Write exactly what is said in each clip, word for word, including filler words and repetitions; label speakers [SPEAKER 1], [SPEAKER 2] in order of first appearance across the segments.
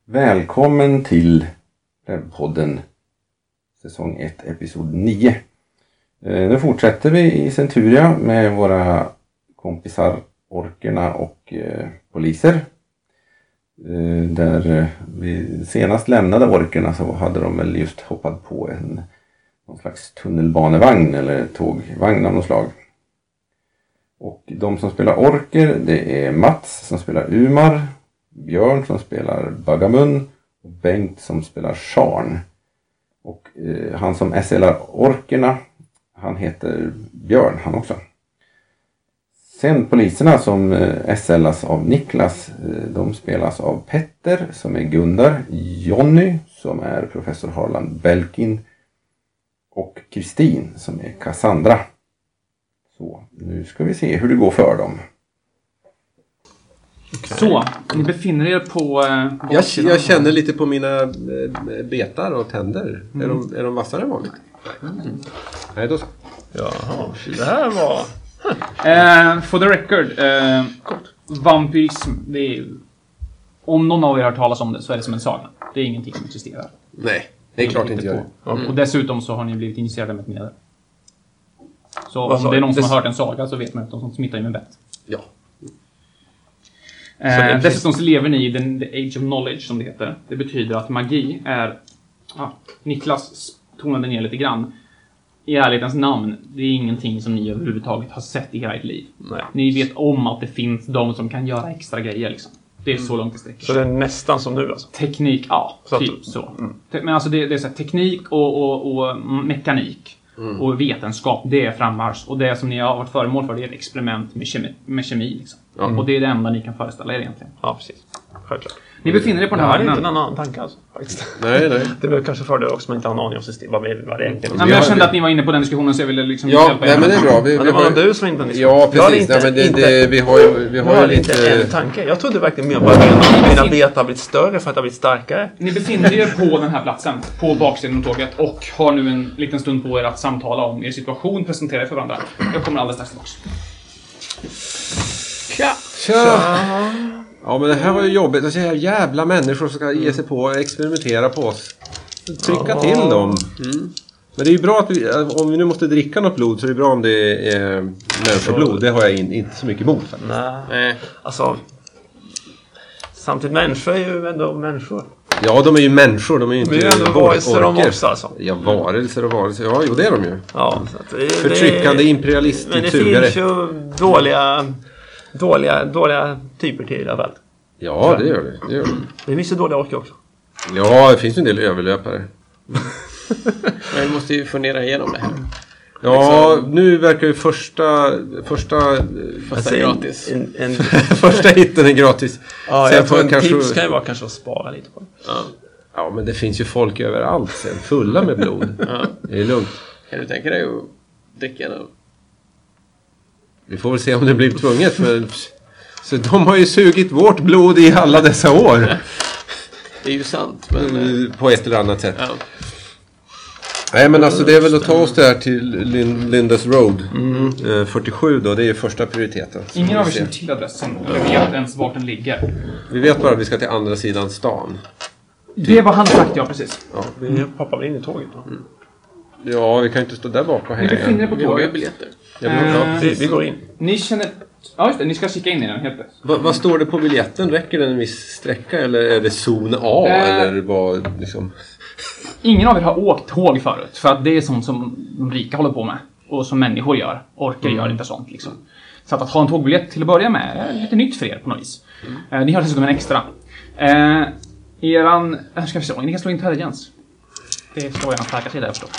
[SPEAKER 1] Välkommen till podden säsong ett, episod nio. Eh, nu fortsätter vi i Centuria med våra kompisar, orkerna och eh, poliser. Eh, där vi senast lämnade orkerna så hade de väl just hoppat på en någon slags tunnelbanevagn eller tågvagn av något slag. Och de som spelar orker, det är Mats som spelar Umar, Björn som spelar Bagamun och Bengt som spelar Sharn. Och eh, han som S L-ar orkerna, han heter Björn han också. Sen poliserna som eh, S L-as av Niklas, eh, de spelas av Petter som är Gundar, Jonny som är professor Harland Belkin och Kristin som är Cassandra. Så, nu ska vi se hur det går för dem.
[SPEAKER 2] Okay. Så, ni befinner er på... Eh,
[SPEAKER 3] jag, jag känner lite på mina eh, betar och tänder. Mm. Är, de, är de vassare än vanligt? Nej. Mm. Nej, då så.
[SPEAKER 2] Jaha, det här var... eh, for the record, eh, vampyrism, det är ju... Om någon av er har talat om det så är det som en saga. Det är ingenting som existerar.
[SPEAKER 3] Nej, det är det klart inte gör det.
[SPEAKER 2] Mm. Och dessutom så har ni blivit initierade med ett medel. Så Vad om det är någon som har hört en saga så vet man att de som smittar med bett.
[SPEAKER 3] Ja.
[SPEAKER 2] Eh, dessutom så lever ni i den the age of knowledge som det heter. Det betyder att magi är... Ah, Niklas tonade ner lite grann. I ärlighetens namn, det är ingenting som ni överhuvudtaget har sett i hela ert liv.
[SPEAKER 3] Nej.
[SPEAKER 2] Ni vet om att det finns de som kan göra extra grejer liksom. Det är mm. så långt det sträcker.
[SPEAKER 4] Så det är nästan som nu alltså?
[SPEAKER 2] Teknik, ja, så typ du... så. Mm. Men alltså det, det är så här, teknik och, och, och mekanik. Mm. Och vetenskap, det är frammarsch. Och det som ni har varit föremål för, det är ett experiment med kemi, med kemi liksom. Mm. Och det är det enda ni kan föreställa er egentligen.
[SPEAKER 4] Ja, precis. Självklart.
[SPEAKER 2] Ni befinner er på den här
[SPEAKER 4] vagnen. Det är inte en annan tanke alltså, faktiskt.
[SPEAKER 3] Nej, nej.
[SPEAKER 4] Det var kanske för det också, men inte har en aning om system. Vad, vad det egentligen
[SPEAKER 2] är. Ja, men jag kände att ni var inne på den diskussionen så jag ville liksom...
[SPEAKER 3] Ja, nej, men det är bra. Vi,
[SPEAKER 4] men
[SPEAKER 3] det
[SPEAKER 4] var
[SPEAKER 3] har...
[SPEAKER 4] du som inte var
[SPEAKER 3] Ja, precis. Inte, nej, men det, inte, det, vi har ju, vi har
[SPEAKER 4] ju
[SPEAKER 3] inte...
[SPEAKER 4] inte en tanke. Jag trodde verkligen mer bara att mina bet har blivit större för att det har blivit starkare.
[SPEAKER 2] Ni befinner er på den här platsen, på baksidan av tåget, och har nu en liten stund på er att samtala om er situation, presentera er för varandra. Jag kommer alldeles strax tillbaka.
[SPEAKER 3] Tja! Tja! Ja, men det här var ju jobbigt. Det är jävla människor som ska ge sig på och experimentera på oss. Trycka ja. till dem. Mm. Men det är ju bra att vi, om vi nu måste dricka något blod så är det bra om det är människoblod. Det har jag in, inte så mycket emot faktiskt.
[SPEAKER 4] Nej, alltså... Samtidigt människor är ju ändå människor.
[SPEAKER 3] Ja, de är ju människor. De är ju inte...
[SPEAKER 4] Det är ändå varelser de också alltså.
[SPEAKER 3] Ja, varelser och varelser. Ja, jo, det är de ju.
[SPEAKER 4] Ja, så att det,
[SPEAKER 3] förtryckande
[SPEAKER 4] det,
[SPEAKER 3] imperialist.
[SPEAKER 4] Men det sugare. Finns ju dåliga... Dåliga, dåliga typer till i alla fall.
[SPEAKER 3] Ja, det gör det. Det, gör det.
[SPEAKER 4] det finns ju dåliga orker också.
[SPEAKER 3] Ja, det finns ju en del överlöpare.
[SPEAKER 5] Men vi måste ju fundera igenom det här.
[SPEAKER 3] Ja, liksom. Nu verkar ju första... Första,
[SPEAKER 5] första är gratis.
[SPEAKER 4] En, en,
[SPEAKER 3] första hitten är gratis.
[SPEAKER 4] Ja, jag tror en kanske... tips kan ju vara kanske att spara lite på det.
[SPEAKER 3] Ja. Ja, men det finns ju folk överallt sen. Fulla med blod. Ja. Det är lugnt.
[SPEAKER 5] Kan du tänka dig att dricka en?
[SPEAKER 3] Vi får väl se om det blir tvunget. Men... Så de har ju sugit vårt blod i alla dessa år.
[SPEAKER 5] Det är ju sant. Men...
[SPEAKER 3] På ett eller annat sätt. Ja. Nej, men alltså det är väl att ta oss där till Lin- Lindas Road. Mm. Eh, fyrtiosju då, det är första prioriteten.
[SPEAKER 2] Ingen av er känner till adressen. Eller vet ens vart den ligger.
[SPEAKER 3] Vi vet bara att vi ska till andra sidan stan.
[SPEAKER 2] Det var han sagt, ja precis.
[SPEAKER 4] Ja. Vi poppar väl in i tåget då. Mm.
[SPEAKER 3] Ja, vi kan inte stå där bak och hänga.
[SPEAKER 2] Vi befinner er på tåget.
[SPEAKER 5] Vi har biljetter.
[SPEAKER 3] Ja, uh,
[SPEAKER 4] vi, vi går in.
[SPEAKER 2] Ni känner... Ja, just det. Ni ska kika in i den helt rätt.
[SPEAKER 3] Va, vad står det på biljetten? Räcker den en viss sträcka? Eller är det zon A? Uh, eller vad liksom...
[SPEAKER 2] Ingen av er har åkt tåg förut. För att det är sånt som de rika håller på med. Och som människor gör. Orker mm. gör inte sånt liksom. Så att, att ha en tågbiljett till att börja med är lite nytt för er på något vis. Mm. Uh, ni har dessutom en extra. Uh, eran... Uh, ska vi se. Ni kan slå intelligence. Det slår jag en starka sida, jag förstår.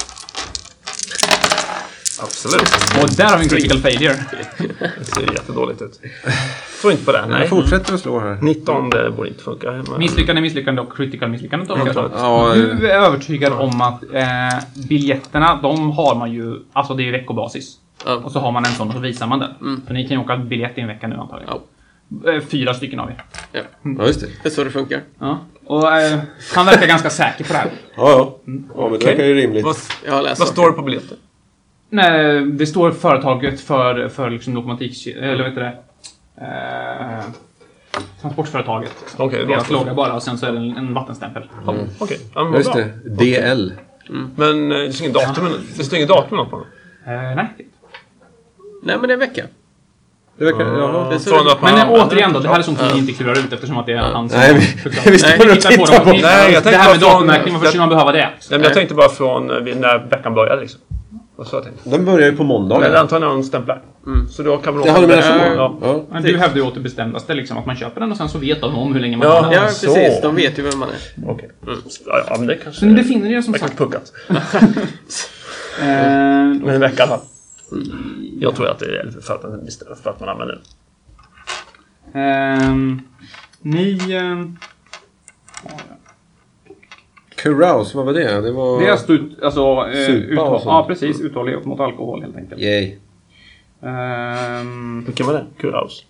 [SPEAKER 4] Absolut.
[SPEAKER 2] Och där har vi en critical failure.
[SPEAKER 4] Det ser jättedåligt ut. Tror inte på det. Nej.
[SPEAKER 3] Jag fortsätter att slå här.
[SPEAKER 4] nitton, det borde inte funka. Men...
[SPEAKER 2] Misslyckande, misslyckande och critical misslyckande.
[SPEAKER 3] Ja,
[SPEAKER 2] du är övertygad om att eh, biljetterna, de har man ju, alltså det är veckobasis. Ja. Och så har man en sån och så visar man den. Mm. För ni kan ju åka biljett i en vecka nu antagligen. Ja. Fyra stycken av er.
[SPEAKER 5] Ja, ja just det. Det är så det funkar.
[SPEAKER 2] Ja. Och eh, han verkar ganska säker på det här.
[SPEAKER 3] Ja, ja. Mm. Ja, men det verkar ju rimligt.
[SPEAKER 4] Vad, vad står det på biljetten?
[SPEAKER 2] Nej, det står företaget för, för liksom lokomotiv... Eller vet du det? Eh, transportföretaget. Liksom.
[SPEAKER 4] Okej,
[SPEAKER 2] Deras
[SPEAKER 4] okay,
[SPEAKER 2] logga bara och sen så är det en, en vattenstämpel.
[SPEAKER 4] Mm. Okej, okay. Ja,
[SPEAKER 3] just det. D L.
[SPEAKER 4] Mm. Men det står ingen datum, ja. det står ingen datum något på den?
[SPEAKER 2] Eh, nej.
[SPEAKER 5] Nej, men det är en vecka.
[SPEAKER 3] Det verkar, mm. ja,
[SPEAKER 4] det så
[SPEAKER 2] men man, återigen då, det här är sånt som vi inte klurar ut eftersom att det är
[SPEAKER 3] ja.
[SPEAKER 2] hans...
[SPEAKER 3] Nej, vi, vi står och tittar på.
[SPEAKER 4] Nej, jag
[SPEAKER 2] det här med datummärkning, varför skulle man behöva det?
[SPEAKER 4] Nej, men jag tänkte bara från när veckan började liksom. Och så jag tänkte.
[SPEAKER 3] Den börjar ju på måndag.
[SPEAKER 4] Men antagligen har de stämplar. Mm. Så då kan man
[SPEAKER 3] det har du med så.
[SPEAKER 4] Ja.
[SPEAKER 3] Ja.
[SPEAKER 2] Men du hävdar ju åt det bestämdaste liksom, att man köper den och sen så vet de om hur länge man
[SPEAKER 4] ja,
[SPEAKER 2] har den.
[SPEAKER 5] Ja, precis. Så. De vet ju vem man är.
[SPEAKER 4] Okej. Okay. Mm. Ja, ja, men det kanske...
[SPEAKER 2] Så ni befinner er som sagt...
[SPEAKER 4] puckat.
[SPEAKER 2] eh,
[SPEAKER 4] men en vecka i alla fall. Jag tror att det är för att, för att man använder den.
[SPEAKER 2] Um, ni... Um,
[SPEAKER 3] Carouse, vad var det? Det var...
[SPEAKER 2] Det är alltså, ut, alltså eh, uthåll,
[SPEAKER 3] så.
[SPEAKER 2] ja, precis, uthållig mot alkohol helt enkelt.
[SPEAKER 3] Yay.
[SPEAKER 2] Um,
[SPEAKER 4] Vilken var det? Carouse.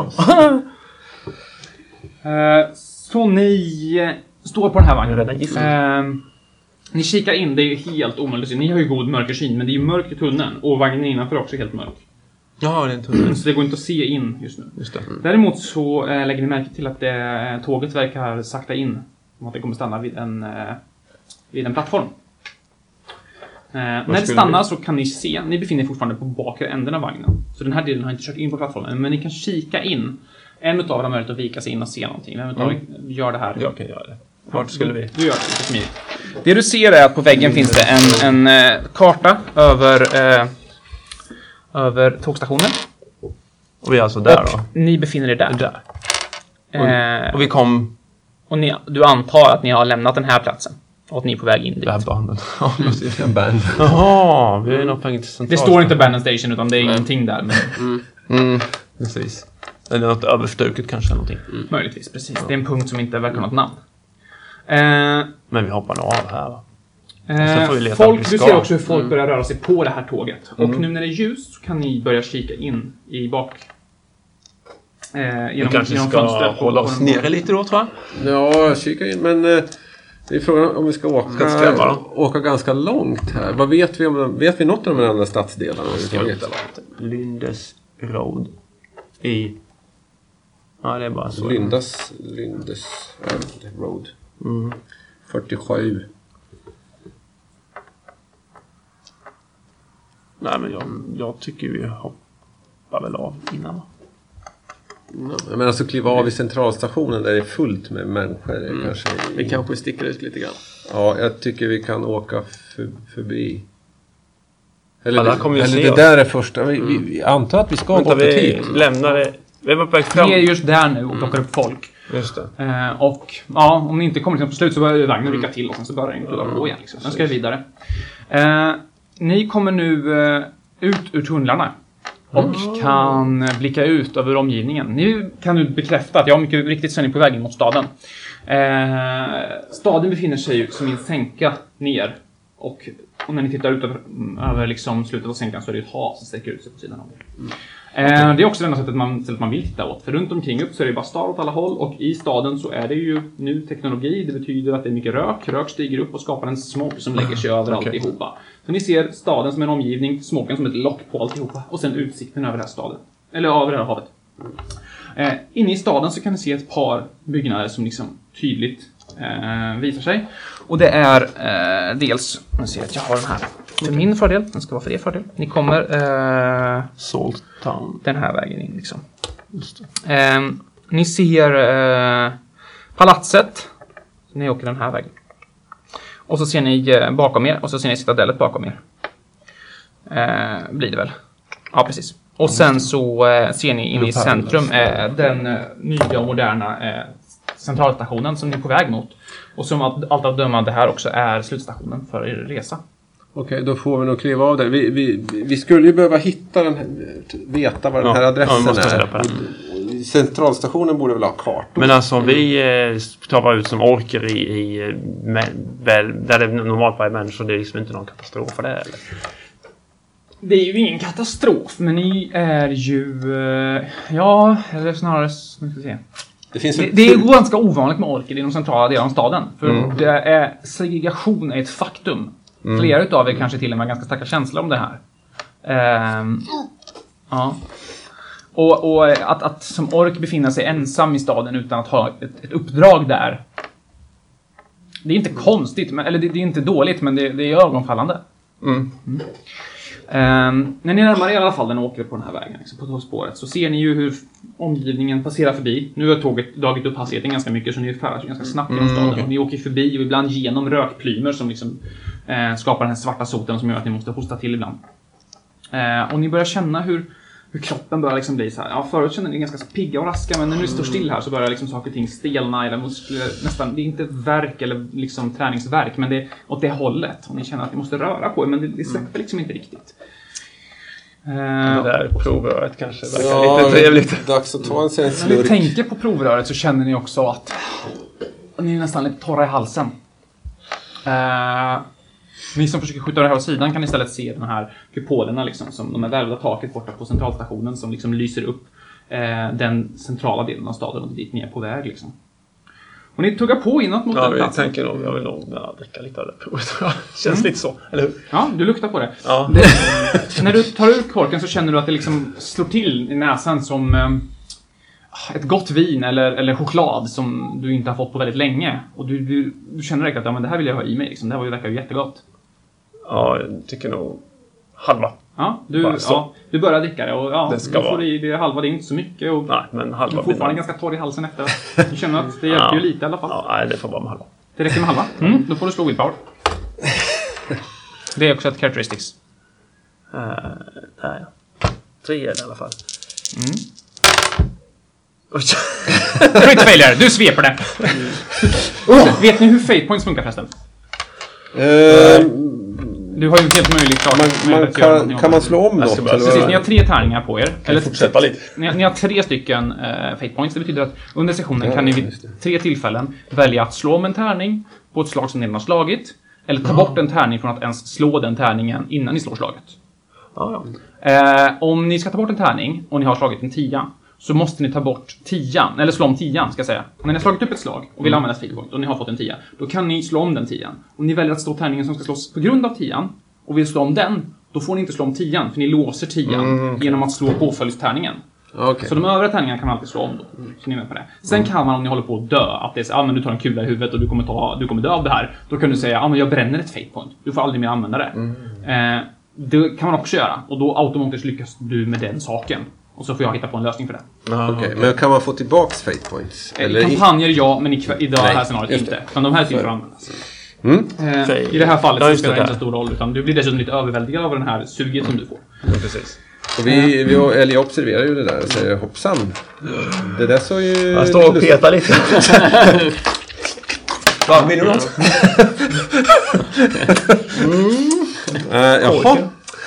[SPEAKER 2] uh, så ni uh, står på den här vagnen. Uh, ni kikar in, det är ju helt omöjligt. Ni har ju god mörkersyn, men det är ju mörkt i tunneln. Och vagnen innanför är också helt mörk.
[SPEAKER 4] Ja, det är en tunnel.
[SPEAKER 2] Så det går inte att se in just nu.
[SPEAKER 4] Just det. Mm.
[SPEAKER 2] Däremot så äh, lägger ni märke till att det, tåget verkar sakta in. Som att det kommer stanna vid en, äh, vid en plattform. Äh, när det stannar så kan ni se, ni befinner er fortfarande på bakre änden av vagnen. Så den här delen har inte kört in på plattformen. Men ni kan kika in. En utav dem har möjlighet att vika sig in och se någonting. Vem utav mm. gör det här?
[SPEAKER 4] Jag kan göra det. Vart skulle vi?
[SPEAKER 2] Du gör det lite smidigt. Det du ser är att på väggen finns det en, en äh, karta över, äh, över tågstationen.
[SPEAKER 4] Och vi är alltså där
[SPEAKER 2] och
[SPEAKER 4] då?
[SPEAKER 2] Ni befinner er där.
[SPEAKER 4] Där.
[SPEAKER 2] Eh,
[SPEAKER 4] och vi kom...
[SPEAKER 2] Och ni, du antar att ni har lämnat den här platsen. Och att ni är på väg in dit.
[SPEAKER 4] Det här bandet.
[SPEAKER 3] Ja, band.
[SPEAKER 4] Jaha, vi är nog på inte centralt.
[SPEAKER 2] Det står inte Abandon Station utan det är mm. ingenting där. Men...
[SPEAKER 4] Mm. Mm. Precis. Eller något överstruket kanske eller någonting.
[SPEAKER 2] Mm. Möjligtvis, precis. Ja. Det är en punkt som inte verkar något namn. Eh,
[SPEAKER 4] men vi hoppar nog av här va?
[SPEAKER 2] Eh, får vi leta folk, vi du ser också hur folk mm. börjar röra sig på det här tåget. Mm. Och nu när det är ljust så kan ni börja kika in i bak. Eh, genom,
[SPEAKER 4] vi kanske
[SPEAKER 2] genom
[SPEAKER 4] ska
[SPEAKER 2] fönstret
[SPEAKER 4] hålla oss nere lite då tror jag.
[SPEAKER 3] Ja, kika in. Men eh, det är frågan om vi ska åka, ska skrämma, åka ganska långt här. Vad vet vi om vet vi något om de andra stadsdelarna?
[SPEAKER 4] Lyndes Road i... Ja, det är bara så.
[SPEAKER 3] Lyndas, Lyndes Road.
[SPEAKER 4] Mm.
[SPEAKER 3] fyrtiosju.
[SPEAKER 4] Nej, men jag, jag tycker vi hoppar väl av innan.
[SPEAKER 3] Ja, men alltså kliva av i centralstationen där det är fullt med människor.
[SPEAKER 5] Mm.
[SPEAKER 3] Kanske i...
[SPEAKER 5] Vi kanske sticker ut lite grann.
[SPEAKER 3] Ja, jag tycker vi kan åka för, förbi. Eller,
[SPEAKER 4] ja,
[SPEAKER 3] det, eller det där är första. Vi, vi, vi antar att vi ska
[SPEAKER 4] Vänta,
[SPEAKER 3] gå
[SPEAKER 4] vi
[SPEAKER 3] tid.
[SPEAKER 4] lämnar det. Vi är på väg fram.
[SPEAKER 2] Vi är just där nu och plockar upp folk.
[SPEAKER 4] Just det.
[SPEAKER 2] Eh, och ja, om ni inte kommer liksom på slut så börjar vagnen rycka till och sen så börjar den rulla på igen. Liksom. Sen ska vi vidare. Eh, ni kommer nu eh, ut ur tunnlarna. Och mm. kan blicka ut över omgivningen. Ni kan nu bekräfta att jag mycket riktigt så är ni på väg mot staden. Eh, staden befinner sig ju som i en sänka ner. Och, och när ni tittar ut över, över liksom slutet av sänkan så är det ett hav som sträcker ut sig på sidan av det. Mm. Eh, det är också det enda sättet man, sättet man vill titta åt. För runt omkring upp så är det bara stad åt alla håll. Och i staden så är det ju nu teknologi. Det betyder att det är mycket rök. Rök stiger upp och skapar en smog som lägger sig över
[SPEAKER 4] okay.
[SPEAKER 2] alltihopa. Så ni ser staden som en omgivning, smoken som ett lock på alltihopa. Och sen utsikten över det här staden. Eller över det här havet. Eh, inne i staden så kan ni se ett par byggnader som liksom tydligt eh, visar sig. Och det är eh, dels, jag ser att jag har den här för min fördel, den ska vara för er fördel. Ni kommer eh,
[SPEAKER 4] Salt Town.
[SPEAKER 2] Den här vägen in liksom. Just det. Eh, ni ser eh, palatset. Ni åker den här vägen. Och så ser ni eh, bakom er. Och så ser ni citadellet bakom er. Eh, blir det väl. Ja, precis. Och sen så eh, ser ni in i centrum eh, den eh, nya och moderna eh, centralstationen som ni är på väg mot. Och som att allt att döma det här också är slutstationen för er resa.
[SPEAKER 3] Okej, då får vi nog kliva av där. Vi, vi, vi skulle ju behöva hitta den här, veta vad den här ja, adressen ja, är. Centralstationen borde väl ha kartor.
[SPEAKER 4] Men alltså vi eh, tar bara ut som orker i, i med, väl, där det normalt bara är människor. Det är liksom inte någon katastrof för det eller?
[SPEAKER 2] Det är ju ingen katastrof, men ni är ju... Eh, ja, eller snarare... Nu ska vi se.
[SPEAKER 3] Det, finns
[SPEAKER 2] det, det är ganska ovanligt med orker i de centrala delarna av staden. För mm. det är, segregation är ett faktum. Mm. Flera utav er kanske till och med ganska starka känslor om det här. Um, ja. Och, och att, att som ork befinna sig ensam i staden utan att ha ett, ett uppdrag där. Det är inte konstigt, men, eller det, det är inte dåligt, men det, det är ögonfallande.
[SPEAKER 3] Mm.
[SPEAKER 2] Mm. Um, när ni närmar er i alla fall den åker på den här vägen, liksom, på tågspåret, så ser ni ju hur omgivningen passerar förbi. Nu har tåget dragit upp hastigheten ganska mycket, så ni färdas ganska snabbt genom staden. Mm. Och ni åker förbi och ibland genom rökplymer som liksom, eh, skapar den här svarta soten som gör att ni måste hosta till ibland. Eh, och ni börjar känna hur, hur kroppen börjar liksom bli så här. Ja, förut känner ni ganska så pigga och raska, men när ni står still här så börjar liksom saker och ting stelna eller muskler, nästan, det är inte verk eller liksom träningsverk, men det är åt det hållet. Och ni känner att ni måste röra på er, men det, det släpper liksom inte riktigt.
[SPEAKER 4] Det där provröret kanske verkar
[SPEAKER 3] ja,
[SPEAKER 4] lite trevligt.
[SPEAKER 3] Dags att ta en sen slurk.
[SPEAKER 2] När ni tänker på provröret så känner ni också att ni är nästan lite torra i halsen. Uh, ni som försöker skjuta det här åt sidan kan istället se de här kupolerna liksom, som de är välvda taket borta på centralstationen som liksom lyser upp uh, den centrala delen av staden och dit ni är på väg liksom. Och ni tuggar på inåt mot
[SPEAKER 4] ja,
[SPEAKER 2] den
[SPEAKER 4] vi
[SPEAKER 2] platsen.
[SPEAKER 4] tänker nog, jag vill nog ja, dricka lite av det provet. Känns mm. lite så, eller hur?
[SPEAKER 2] Ja, du luktar på det.
[SPEAKER 4] Ja.
[SPEAKER 2] det när du tar ut korken så känner du att det liksom slår till i näsan som um, ett gott vin eller, eller choklad som du inte har fått på väldigt länge. Och du, du, du känner direkt att ja, men det här vill jag ha i mig. Liksom. Det här verkar ju jättegott.
[SPEAKER 4] Ja, jag tycker nog halva.
[SPEAKER 2] Ja, du, ja, du börjar dricka det och ja,
[SPEAKER 4] det ska
[SPEAKER 2] du får
[SPEAKER 4] vara.
[SPEAKER 2] i det halva, det är inte så mycket. Och
[SPEAKER 4] nej, men halva
[SPEAKER 2] du är fortfarande ganska torr i halsen efter. Du känner att det hjälper ja. ju lite i alla fall.
[SPEAKER 4] Ja, nej, det får vara med halva.
[SPEAKER 2] Det räcker med halva? Mm, då får du slå willpower. Det är också ett characteristics.
[SPEAKER 4] Uh, där ja. Tre i alla fall.
[SPEAKER 2] Mm. Crit failure, du sveper det. Oh. Vet ni hur fate points funkar förresten?
[SPEAKER 3] Uh,
[SPEAKER 2] du har ju helt möjligt klart.
[SPEAKER 3] Man, man kan, kan man slå om något?
[SPEAKER 2] Precis, ni har tre tärningar på er.
[SPEAKER 4] Eller fortsätta lite.
[SPEAKER 2] Ni, ni har tre stycken uh, fate points. Det betyder att under sessionen ja, kan ni vid tre tillfällen välja att slå om en tärning på ett slag som ni redan har slagit. Eller ta ja. bort en tärning från att ens slå den tärningen innan ni slår slaget.
[SPEAKER 4] Ja, ja.
[SPEAKER 2] Uh, om ni ska ta bort en tärning och ni har slagit en tia, så måste ni ta bort tian, eller slå om tian ska jag säga. När ni har slagit upp ett slag och vill mm. använda fate point och ni har fått en tia, då kan ni slå om den tian. Om ni väljer att slå tärningen som ska slås på grund av tian och vill slå om den, då får ni inte slå om tian, för ni låser tian mm, okay. genom att slå påföljdstärningen.
[SPEAKER 3] Okay.
[SPEAKER 2] Så de övriga tärningarna kan man alltid slå om då, så ni är med på det. Sen mm. kan man, om ni håller på att dö, att det är så, ah, men du tar en kula i huvudet och du kommer, ta, du kommer dö av det här, då kan du säga, ah, men jag bränner ett fate point. Du får aldrig mer använda det. Mm. Eh, det kan man också göra, och då automatiskt lyckas du med den saken. Och så får jag hitta på en lösning för det.
[SPEAKER 3] Ah, okay. Men kan man få tillbaks fate points?
[SPEAKER 2] Eller kampanjer ja, men i, i det här scenariot inte. Men de här till för att användas. Mm. Eh, I det här fallet så spelar det inte så stor roll, utan du blir dessutom lite överväldigad av den här suget som du får.
[SPEAKER 3] Ja, precis. Och vi, vi, eller jag observerar ju det där och säger hoppsan. Det där så ju...
[SPEAKER 4] Jag står och petar lite.
[SPEAKER 3] Vad vill du något? mm. uh, jaha.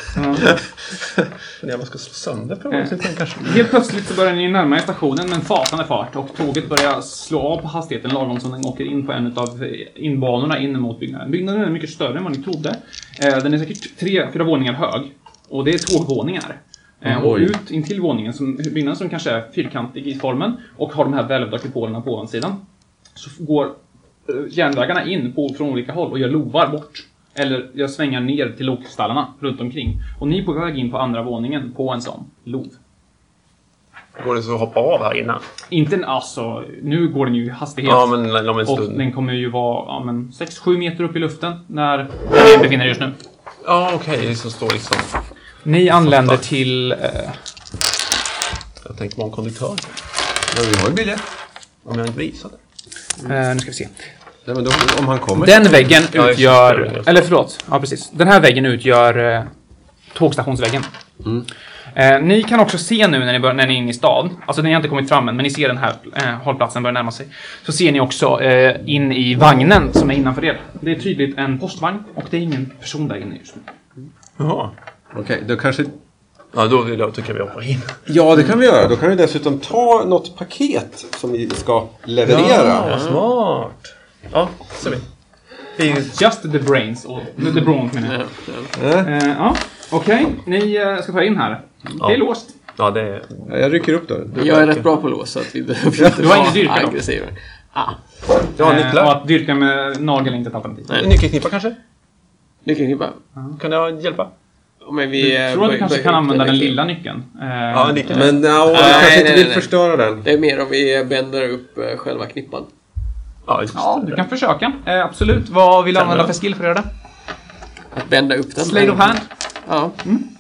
[SPEAKER 4] När man ska slå sönder på något sätt kanske.
[SPEAKER 2] Helt plötsligt så börjar ni närma er stationen med en fasande fart och tåget börjar slå av på hastigheten lagom som den åker in på en av inbanorna in mot byggnaden. Byggnaden är mycket större än vad ni trodde. Den är säkert tre, fyra våningar hög och det är tågvåningar. Mm, och ut in till våningen, som, byggnaden som kanske är fyrkantig i formen och har de här välvda kupolerna på ovansidan, så går järnvägarna in på, från olika håll och gör lovar bort. Eller jag svänger ner till lokstallarna runt omkring. Och ni är på väg in på andra våningen på en sån lov.
[SPEAKER 4] Går det så att hoppa av här innan?
[SPEAKER 2] Inte, alltså, nu går den ju i hastighet.
[SPEAKER 4] Ja, men om en stund.
[SPEAKER 2] Och den kommer ju vara ja, men sex sju meter upp i luften när ni befinner er just nu.
[SPEAKER 4] Ja, okej. Okay. Det som står liksom...
[SPEAKER 2] Ni anländer till... Eh...
[SPEAKER 4] Jag tänkte vara en konduktör.
[SPEAKER 3] Men vi har ju biljett.
[SPEAKER 4] Om jag inte visade.
[SPEAKER 2] Mm. Eh, nu ska vi se.
[SPEAKER 3] Ja, men då, om han kommer...
[SPEAKER 2] Den väggen utgör... Eller förlåt. Ja, precis. Den här väggen utgör eh, tågstationsväggen. Mm. Eh, ni kan också se nu när ni, bör, när ni är inne i stad. Alltså ni har inte kommit fram än, men ni ser den här eh, hållplatsen börja närma sig. Så ser ni också eh, in i vagnen som är innanför er. Det är tydligt en postvagn och det är ingen person där inne just nu.
[SPEAKER 3] Jaha. Okej, okay, då kanske...
[SPEAKER 4] Ja, då, då tycker vi hoppa in.
[SPEAKER 3] Ja, det kan vi göra. Då kan vi dessutom ta något paket som vi ska leverera.
[SPEAKER 4] Ja, smart. Ja, så vi.
[SPEAKER 2] Just the brains. Och the brains menar jag. Ja, uh, ja. Okej. Okay. Ni uh, ska ta in här. Ja. Det är låst.
[SPEAKER 4] Ja, det är...
[SPEAKER 3] Ja, jag rycker upp då.
[SPEAKER 5] Jag är rätt bra på lås så att vi behöver inte
[SPEAKER 2] du har ingen dyrka då?
[SPEAKER 5] Ah.
[SPEAKER 2] Du har nycklar. Och att dyrka med nagel är inte ett alternativ.
[SPEAKER 4] Nej. Nyckelknippa kanske?
[SPEAKER 5] Nyckelknippa?
[SPEAKER 4] Uh-huh. Kan jag hjälpa?
[SPEAKER 5] Men vi,
[SPEAKER 2] Du tror att du kanske kan använda den lilla nyckeln. Eh,
[SPEAKER 3] Ja, nyckeln. Men no, jag kanske
[SPEAKER 5] nej,
[SPEAKER 3] inte
[SPEAKER 5] nej,
[SPEAKER 3] vill
[SPEAKER 5] nej.
[SPEAKER 3] förstöra den.
[SPEAKER 5] Det är mer om vi bänder upp eh, själva knippan.
[SPEAKER 4] Ja, just
[SPEAKER 2] Ja,
[SPEAKER 4] det.
[SPEAKER 2] du kan försöka. Eh, absolut. Vad vill du använda för skill för att göra det?
[SPEAKER 5] Att bända upp den.
[SPEAKER 2] Slade of hand.
[SPEAKER 5] Ja.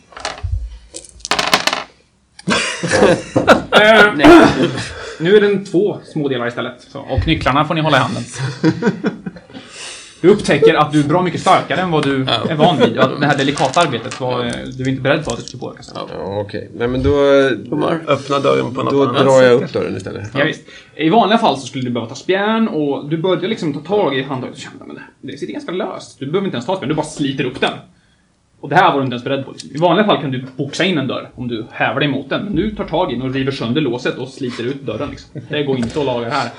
[SPEAKER 2] Eh,
[SPEAKER 5] Nej.
[SPEAKER 2] Nu är den två små delar istället. Så, och nycklarna får ni hålla i handen. Du upptäcker att du är bra mycket starkare än vad du
[SPEAKER 5] Ja.
[SPEAKER 2] är van vid. Att det här delikata arbetet var eh, du är inte beredd på att det skulle påverkas.
[SPEAKER 5] Ja.
[SPEAKER 3] Ja, okej. Nej, men då,
[SPEAKER 5] Humör.
[SPEAKER 4] Öppna dörren på något
[SPEAKER 3] då
[SPEAKER 4] annat
[SPEAKER 3] drar jag
[SPEAKER 4] sätt.
[SPEAKER 3] upp dörren istället.
[SPEAKER 2] Ja, visst. I vanliga fall så skulle du behöva ta spjärn och du börjar liksom ta tag i handtaget och känna men det, det sitter ganska löst. Du behöver inte ens ta spjärn, du bara sliter upp den. Och det här var du inte ens beredd på. Liksom. I vanliga fall kan du boxa in en dörr om du häver dig mot den. Men du tar tag i den och river sönder låset och sliter ut dörren. Liksom. Det går inte att laga här.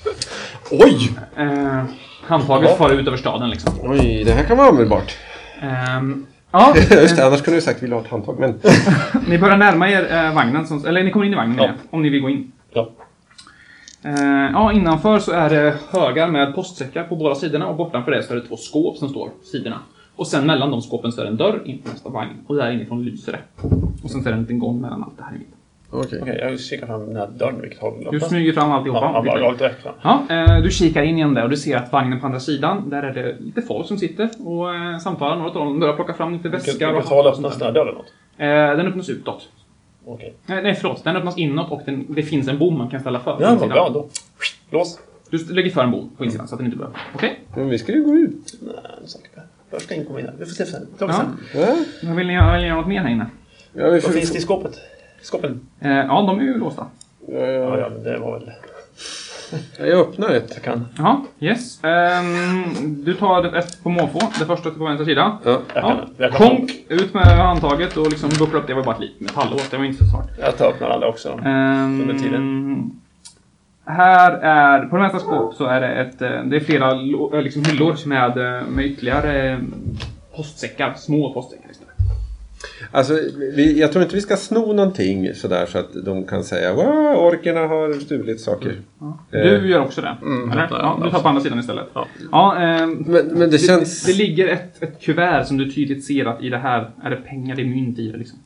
[SPEAKER 3] Oj!
[SPEAKER 2] Eh, handtaget far ut över staden liksom.
[SPEAKER 3] Oj, det här kan vara användbart.
[SPEAKER 2] Ehm, ja,
[SPEAKER 3] Just det, annars kunde du sagt vill ha ett handtag. Men
[SPEAKER 2] ni börjar närma er eh, vagnen. Som, eller ni kommer in i vagnen
[SPEAKER 4] Ja.
[SPEAKER 2] ja. Om ni vill gå in.
[SPEAKER 4] Ja.
[SPEAKER 2] Eh, ja, innanför så är det högar med postsäckar på båda sidorna. Och bortanför det så är det två skåp som står på sidorna. Och sen mellan de skåpen så är det en dörr in till nästa vagn. Och där inifrån lyser det. Och sen så är det en liten gång mellan allt det här i mitten.
[SPEAKER 3] okej.
[SPEAKER 4] Okej, jag kikar fram den här dörren, vilket håll
[SPEAKER 2] Du smyger fram alltihopa.
[SPEAKER 4] Ja, bara rakt direkt fram.
[SPEAKER 2] Ja, eh, du kikar in igen där och du ser att vagnen på andra sidan, där är det lite folk som sitter och eh, samtalar. Några av dem börjar plocka fram lite väskor.
[SPEAKER 4] Vilket
[SPEAKER 2] och
[SPEAKER 4] håll
[SPEAKER 2] sånt
[SPEAKER 4] öppnas
[SPEAKER 2] där.
[SPEAKER 4] den här dörren åt?
[SPEAKER 2] Eh, den öppnas utåt.
[SPEAKER 4] Okej.
[SPEAKER 2] Nej, nej, förlåt. Den öppnas inåt och den, det finns en bom man kan ställa för. på
[SPEAKER 4] Ja, vad
[SPEAKER 2] insidan.
[SPEAKER 4] bra då. Lås.
[SPEAKER 2] Du lägger för en bom på insidan så att den inte behöver. Okej?
[SPEAKER 3] Men vi ska ju gå ut.
[SPEAKER 4] Nej, jag är säker på det. Först ska in komma in här. Vi får se sen. Tar vi
[SPEAKER 2] Ja.
[SPEAKER 4] sen.
[SPEAKER 3] Ja,
[SPEAKER 2] Vad vill ni göra, vill ni göra något mer här inne?
[SPEAKER 3] ja, vi
[SPEAKER 4] Vad
[SPEAKER 3] får...
[SPEAKER 4] finns det i skåpet? Skåpen?
[SPEAKER 2] Eh, ja, de är ju låsta.
[SPEAKER 3] Ja,
[SPEAKER 4] Ja,
[SPEAKER 3] ja.
[SPEAKER 4] ja, men det var väl...
[SPEAKER 3] Jag öppnar ett.
[SPEAKER 4] Jag kan.
[SPEAKER 2] Jaha, yes. Ehm, du tar ett på måfå. Det första på vänster sida.
[SPEAKER 3] Ja.
[SPEAKER 4] Jag
[SPEAKER 2] Ja.
[SPEAKER 4] kan. Jag kan.
[SPEAKER 2] Konk ut med handtaget och liksom buckla upp. Det var bara ett litet metallås. Det var inte så svårt.
[SPEAKER 4] Jag tar upp några andra också.
[SPEAKER 2] Ehm,
[SPEAKER 4] Under tiden.
[SPEAKER 2] Här är, på det nästa skåp så är det ett, eh, det är flera lo- eh, liksom hyllor med, eh, med ytterligare eh, postsäckar, små postsäckar istället.
[SPEAKER 3] Alltså, vi, jag tror inte vi ska sno någonting sådär så att de kan säga wow, orkerna har stulit saker.
[SPEAKER 2] Du gör också det,
[SPEAKER 4] Mm,
[SPEAKER 2] eller?
[SPEAKER 4] öppnar
[SPEAKER 2] Ja,
[SPEAKER 4] den
[SPEAKER 2] du tar på andra sidan istället.
[SPEAKER 4] Ja.
[SPEAKER 2] Ja, ehm,
[SPEAKER 3] Men, men det
[SPEAKER 2] det,
[SPEAKER 3] känns...
[SPEAKER 2] det, det ligger ett, ett kuvert som du tydligt ser att i det här är det pengar, det är mynt i det liksom.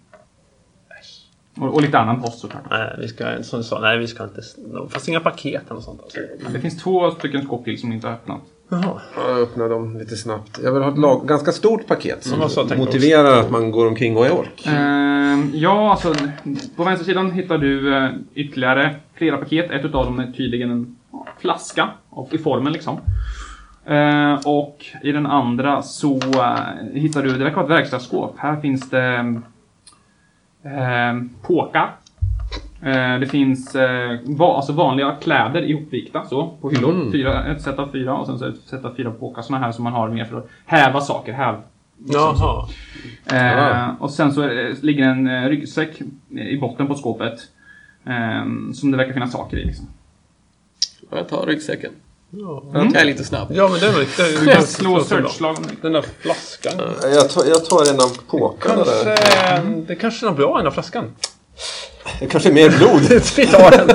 [SPEAKER 2] Och, och lite annan post såklart.
[SPEAKER 4] Nej, vi ska, som du sa, nej vi ska inte... Det fanns inga paket eller sånt alltså.
[SPEAKER 2] Det finns två stycken skåp till som ni inte har öppnat.
[SPEAKER 4] Jaha.
[SPEAKER 3] Jag öppnar dem lite snabbt. Jag vill ha ett lag, ganska stort paket som
[SPEAKER 4] Mm, så tänkte jag
[SPEAKER 3] motiverar att man går omkring och är ork.
[SPEAKER 2] Ehm, ja, alltså på vänstersidan hittar du eh, ytterligare flera paket. Ett utav dem är tydligen en ja, flaska och i formen liksom. Ehm, och i den andra så eh, hittar du, det verkar vara ett verkstadsskåp. Här finns det eh, påkar. Eh, det finns eh, va, alltså vanliga kläder ihopvikta så på hyllor.
[SPEAKER 3] Mm.
[SPEAKER 2] Fyra, ett sätt av fyra och sen så ett sätt av fyra påkar. Såna här som man har mer för att häva saker. Häv, liksom så.
[SPEAKER 4] Jaha.
[SPEAKER 2] Eh, och sen så är det, ligger en eh, ryggsäck i botten på skåpet. Eh, som det verkar finnas saker i liksom.
[SPEAKER 5] Jag tar ryggsäcken.
[SPEAKER 4] Ja.
[SPEAKER 2] Mm.
[SPEAKER 5] Jag är lite snabb.
[SPEAKER 4] Ja, men det är väl... Det är
[SPEAKER 2] Slå searchslag om det.
[SPEAKER 4] Den där flaskan.
[SPEAKER 3] Jag tar, jag tar en av påkarna
[SPEAKER 4] Kanske...
[SPEAKER 3] där.
[SPEAKER 4] Det kanske är något bra i den här flaskan.
[SPEAKER 3] Det kanske är mer blod.
[SPEAKER 4] Vi tar den.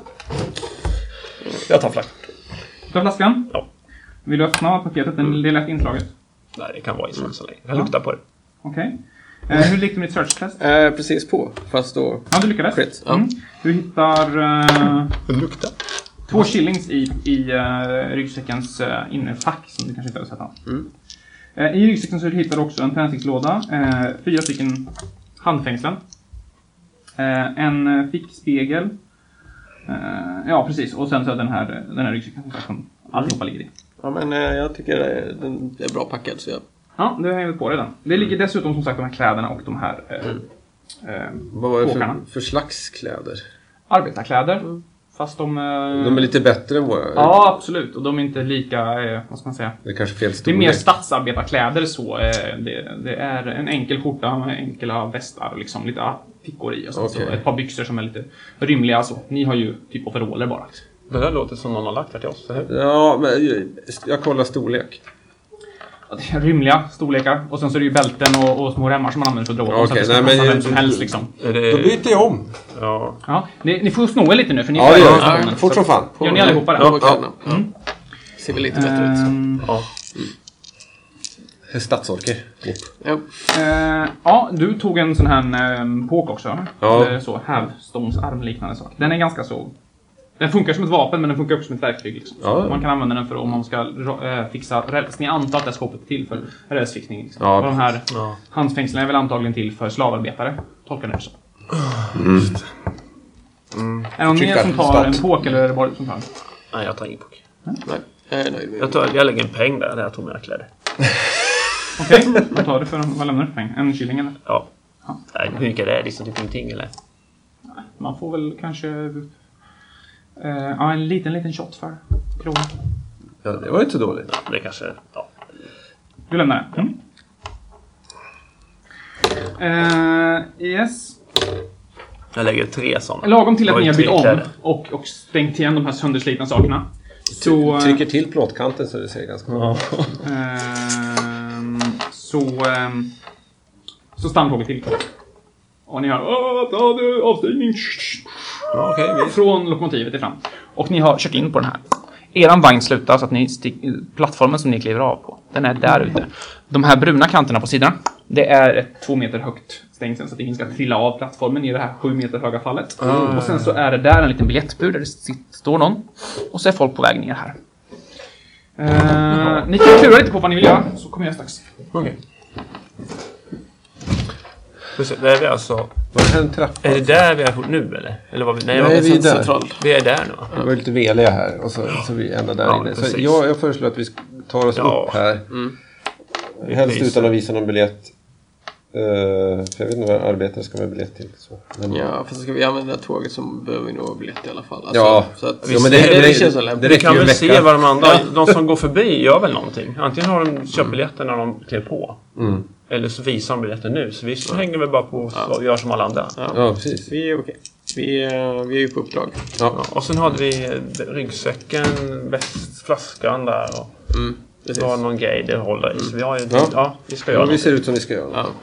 [SPEAKER 4] Jag tar flaskan.
[SPEAKER 2] Ta flaskan.
[SPEAKER 4] Ja.
[SPEAKER 2] Vill du öppna paketet? Den det är lätt inslaget.
[SPEAKER 4] Nej, det kan vara i så, så länge. Jag luktar på det.
[SPEAKER 2] Okej. Eh, hur gick det med ditt search test?
[SPEAKER 5] Eh, precis på. Fast då...
[SPEAKER 2] Ja, du lyckades.
[SPEAKER 5] Crit, ja.
[SPEAKER 2] Mm. Du hittar eh,
[SPEAKER 4] Det luktar.
[SPEAKER 2] två shillings i, i uh, ryggsäckens uh, innerfack som du kanske inte har sett.
[SPEAKER 5] Mm.
[SPEAKER 2] Uh, I ryggsäcken så hittar du också en tändstickslåda, uh, fyra stycken handfängslen, uh, en uh, fickspegel, uh, ja precis, och sen så den här, den här ryggsäcken som alltihopa ligger i.
[SPEAKER 5] Ja, men eh, jag tycker det, den är bra packad så jag...
[SPEAKER 2] Ja, du hänger på det den. Det ligger dessutom som sagt de här kläderna och de här uh,
[SPEAKER 5] Mm.
[SPEAKER 2] uh,
[SPEAKER 3] Vad var det
[SPEAKER 2] påkarna.
[SPEAKER 3] för, för slags kläder?
[SPEAKER 2] Arbetarkläder,
[SPEAKER 5] Mm.
[SPEAKER 2] fast de... Uh,
[SPEAKER 3] De är lite bättre än våra.
[SPEAKER 2] Ja, absolut. Och de är inte lika, eh, vad ska man säga?
[SPEAKER 3] Det är kanske fel
[SPEAKER 2] Det är
[SPEAKER 3] storlek.
[SPEAKER 2] mer stadsarbetarkläder så. Eh, det, det är en enkel skjorta med enkla västar och liksom lite fickor i och sånt.
[SPEAKER 3] Okej.
[SPEAKER 2] Så ett par byxor som är lite rymliga så. Ni har ju typ overaller bara.
[SPEAKER 4] Det där låter som någon har lagt här till oss. Eller?
[SPEAKER 3] Ja, men jag, jag kollar storlek.
[SPEAKER 2] Ja, det är rymliga storlekar. Och sen så är det ju bälten och, och små remmar som man använder för att dra åt.
[SPEAKER 3] Okej,
[SPEAKER 2] så att det
[SPEAKER 3] nej,
[SPEAKER 2] ska
[SPEAKER 3] men-
[SPEAKER 2] passa vem som helst liksom.
[SPEAKER 4] Är det...
[SPEAKER 3] Då byter jag om.
[SPEAKER 4] Ja.
[SPEAKER 2] Ja, ni, ni får sno er lite nu för ni
[SPEAKER 3] Ja, det
[SPEAKER 2] börjar
[SPEAKER 3] gör
[SPEAKER 2] i
[SPEAKER 3] jag.
[SPEAKER 2] stationen.
[SPEAKER 3] Fort som fan.
[SPEAKER 2] Gör ni allihopa det?
[SPEAKER 5] Ja,
[SPEAKER 3] Ja.
[SPEAKER 5] ja. Ser väl lite bättre ut.
[SPEAKER 2] Ehm,
[SPEAKER 4] Ja.
[SPEAKER 3] Stadsorker.
[SPEAKER 5] Jo.
[SPEAKER 2] Eh, ja, du tog en sån här eh, påk också.
[SPEAKER 3] Ja.
[SPEAKER 2] Eller så, hävstångsarm liknande sak. Den är ganska så... Den funkar som ett vapen, men den funkar också som ett verktyg. Liksom.
[SPEAKER 3] Ja.
[SPEAKER 2] Man kan använda den för om man ska äh, fixa räls. Ni antar att det skåpet är till för rälsfixning. Liksom.
[SPEAKER 3] Ja.
[SPEAKER 2] Och de här
[SPEAKER 4] Ja.
[SPEAKER 2] handfängslen är väl antagligen till för slavarbetare. Tolkar ni det så.
[SPEAKER 3] Mm.
[SPEAKER 2] Mm. Är det någon mer
[SPEAKER 3] Tycker
[SPEAKER 2] som
[SPEAKER 3] att
[SPEAKER 2] tar
[SPEAKER 3] stat.
[SPEAKER 2] en påk eller är det bara du som tar en?
[SPEAKER 4] Nej, jag tar ingen pok.
[SPEAKER 5] Nej, jag är nöjd med
[SPEAKER 4] Jag, tar, jag lägger en peng där, där jag tog mina kläder.
[SPEAKER 2] Okej, okay. Vad tar du för vad lämnar du för pengar? En killing eller?
[SPEAKER 4] Ja.
[SPEAKER 2] Ja.
[SPEAKER 4] Nej, hur mycket är det? Liksom typ ingenting eller?
[SPEAKER 2] Man får väl kanske... Uh, ja, en liten, liten shot för kronor.
[SPEAKER 3] Ja, det var inte så dåligt.
[SPEAKER 4] Ja, det kanske... Ja.
[SPEAKER 2] Du lämnar det? Mm. Uh, yes.
[SPEAKER 4] Jag lägger tre sådana.
[SPEAKER 2] Lagom till att
[SPEAKER 4] Och
[SPEAKER 2] ni har bytt
[SPEAKER 4] tre
[SPEAKER 2] om
[SPEAKER 4] kläder.
[SPEAKER 2] och, och stängt igen de här sönderslitna sakerna. Så,
[SPEAKER 3] Trycker till plåtkanten så det ser ganska bra.
[SPEAKER 2] ehm, så, ehm, så stannar tåget till. Och ni hör "Åh, det är avstigning
[SPEAKER 4] Ja, okej. vi-
[SPEAKER 2] från lokomotivet ifrån. Och ni har kört in på den här. Eran vagn slutar så att ni stick, plattformen som ni kliver av på, den är där ute. De här bruna kanterna på sidan, det är ett två meter högt stängsel så att ingen ska trilla av plattformen i det här sju meter höga fallet. Och sen så är det där en liten biljettbur där det sit- står någon. Och så är folk på väg ner här. Uh, ni kan klura lite på vad ni vill göra, så kommer jag strax.
[SPEAKER 4] Okej. Precis, det är vi alltså...
[SPEAKER 3] Var det en trappa?
[SPEAKER 4] Är det där vi är nu eller? Eller var vi... Nej,
[SPEAKER 3] Nej,
[SPEAKER 4] var
[SPEAKER 3] vi är där.
[SPEAKER 5] central.
[SPEAKER 4] vi är där nu.
[SPEAKER 3] Vi var lite veliga här och så, så vi ända där
[SPEAKER 4] Ja,
[SPEAKER 3] inne. Så
[SPEAKER 4] precis.
[SPEAKER 3] jag, jag föreslår att vi sk- tar oss
[SPEAKER 4] Ja.
[SPEAKER 3] upp här.
[SPEAKER 5] Mm.
[SPEAKER 3] Helst
[SPEAKER 4] Visar.
[SPEAKER 3] utan att visa någon biljett. Uh, för jag vet inte vad arbetare ska med biljett till. Så. Men,
[SPEAKER 5] Ja, för så ska vi använda det här tåget så behöver vi nog biljett i alla fall. Alltså,
[SPEAKER 3] Ja.
[SPEAKER 5] så att,
[SPEAKER 3] Ja, men
[SPEAKER 5] det,
[SPEAKER 3] det-
[SPEAKER 5] det,
[SPEAKER 3] det-
[SPEAKER 5] känns så
[SPEAKER 3] det
[SPEAKER 5] lämpligt.
[SPEAKER 4] Vi
[SPEAKER 3] räcker
[SPEAKER 4] kan
[SPEAKER 3] ju en
[SPEAKER 4] väl se
[SPEAKER 3] vecka.
[SPEAKER 4] vad de andra... De som går förbi gör väl någonting. Antingen har de köpt biljetten när de klev på.
[SPEAKER 3] Mm.
[SPEAKER 4] Eller så visar de biljetten nu. Så vi hänger väl bara på och gör som alla andra.
[SPEAKER 5] Ja.
[SPEAKER 3] Ja, precis.
[SPEAKER 5] Vi är okej. Vi, eh, vi är ju på uppdrag.
[SPEAKER 3] Ja.
[SPEAKER 4] Ja, och sen hade vi eh, ryggsäcken, väst, flaskan där och
[SPEAKER 5] Mm.
[SPEAKER 4] det var någon grej det håller i. Så vi har ju...
[SPEAKER 3] Ja.
[SPEAKER 4] Ja, vi ska
[SPEAKER 3] Ja,
[SPEAKER 4] göra
[SPEAKER 3] vi ser
[SPEAKER 4] någonting.
[SPEAKER 3] ut som vi ska göra.
[SPEAKER 5] Ja,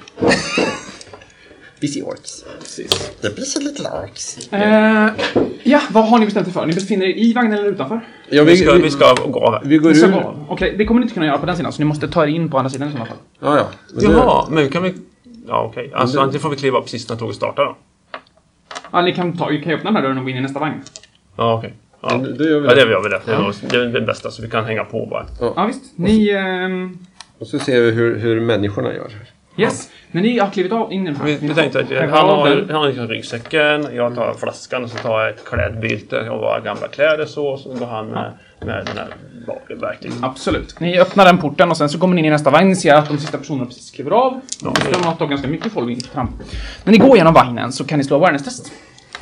[SPEAKER 3] Busy orks.
[SPEAKER 5] precis.
[SPEAKER 3] Det blir så lite orks.
[SPEAKER 2] Eh, ja, vad har ni bestämt er för? Ni befinner er i vagnen eller utanför?
[SPEAKER 3] Ja,
[SPEAKER 4] Vi
[SPEAKER 3] vi,
[SPEAKER 4] ska,
[SPEAKER 3] vi,
[SPEAKER 4] vi ska gå av här.
[SPEAKER 3] vi går
[SPEAKER 2] Ni ska
[SPEAKER 3] ur.
[SPEAKER 2] gå. Okej, det kommer ni inte kunna göra på den sidan, så ni måste ta er in på andra sidan i sådana fall.
[SPEAKER 3] Ja, ja. Men det-
[SPEAKER 4] Jaha, men kan vi... Ja, okej. Alltså
[SPEAKER 3] det-
[SPEAKER 4] antingen får vi kliva upp precis när tåget startar då.
[SPEAKER 2] Ja, ni kan, ta, ni kan öppna den här dörren och gå in i nästa vagn.
[SPEAKER 4] Ja, okej. Ja.
[SPEAKER 3] Men Då gör vi
[SPEAKER 4] Ja,
[SPEAKER 3] det.
[SPEAKER 4] det gör vi det. Det är, nog- det är det bästa, så vi kan hänga på bara.
[SPEAKER 2] Ja, visst. Ni... ehm,
[SPEAKER 3] Och så ser vi hur, hur människorna gör.
[SPEAKER 2] yes. När ni har klivit av in i den här...
[SPEAKER 4] Vi,
[SPEAKER 2] ni
[SPEAKER 4] vi tänkte att
[SPEAKER 2] har-
[SPEAKER 4] han har,
[SPEAKER 2] den.
[SPEAKER 4] han har liksom ryggsäcken, jag tar flaskan och så tar jag ett klädbyte och våra gamla kläder så, och så går han med, med den här vapenverktygen.
[SPEAKER 2] Absolut. Ni öppnar den porten och sen så kommer ni in i nästa vagn. Ni ser att de sista personerna precis kliver av. Ja, det har tagit ganska mycket folk in fram. När ni går genom vagnen så kan ni slå awareness-test.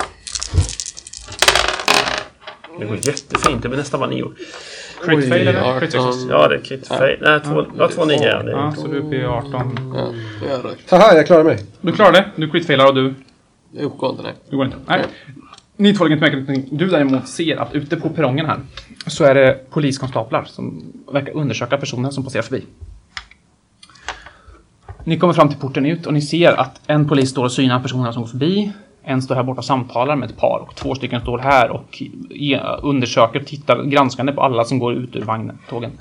[SPEAKER 4] Det går jättefint, det blir nästan vad ni gjort.
[SPEAKER 2] Crit fail eller?
[SPEAKER 5] arton.
[SPEAKER 2] Crit success.
[SPEAKER 4] Ja, det är krit fail. Nej, två, ja, två nio. Ja, det
[SPEAKER 2] Ja,
[SPEAKER 4] är,
[SPEAKER 2] så du är uppe i arton.
[SPEAKER 5] Ja, jag är rökt.
[SPEAKER 3] Haha, jag klarar mig.
[SPEAKER 2] Du klarar det. Du crit failar och du...
[SPEAKER 5] Jag går inte, nej.
[SPEAKER 2] Du går inte. Nej. Ni två lägger inte märke till någonting. Du däremot ser att ute på perrongen här så är det poliskonstaplar som verkar undersöka personen som passerar förbi. Ni kommer fram till porten ut och ni ser att en polis står och synar personerna som går förbi. En står här borta och samtalar med ett par och två stycken står här och undersöker, tittar granskande på alla som går ut ur vagnen, tågen.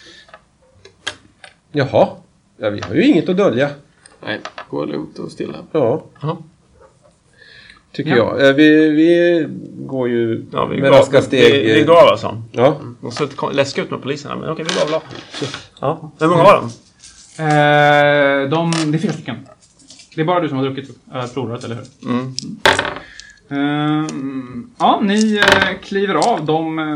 [SPEAKER 3] Jaha. Ja, vi har ju inget att dölja.
[SPEAKER 5] Nej, gå lugnt och stilla.
[SPEAKER 3] Ja.
[SPEAKER 4] Ja.
[SPEAKER 3] Tycker
[SPEAKER 2] Ja.
[SPEAKER 3] jag. Eh, Vi, vi går ju
[SPEAKER 4] ja, vi
[SPEAKER 3] med
[SPEAKER 4] gav,
[SPEAKER 3] raska steg.
[SPEAKER 4] vi, vi gav alltså.
[SPEAKER 3] Ja.
[SPEAKER 4] Och så kom- läska ut med poliserna, men okej, vi gav la. Ja. Hur många var de?
[SPEAKER 2] Eh, de, det är fyra stycken. Det är bara du som har druckit äh, provröret, eller hur?
[SPEAKER 4] Mm.
[SPEAKER 2] Eh, ja, ni eh, kliver av. De, eh,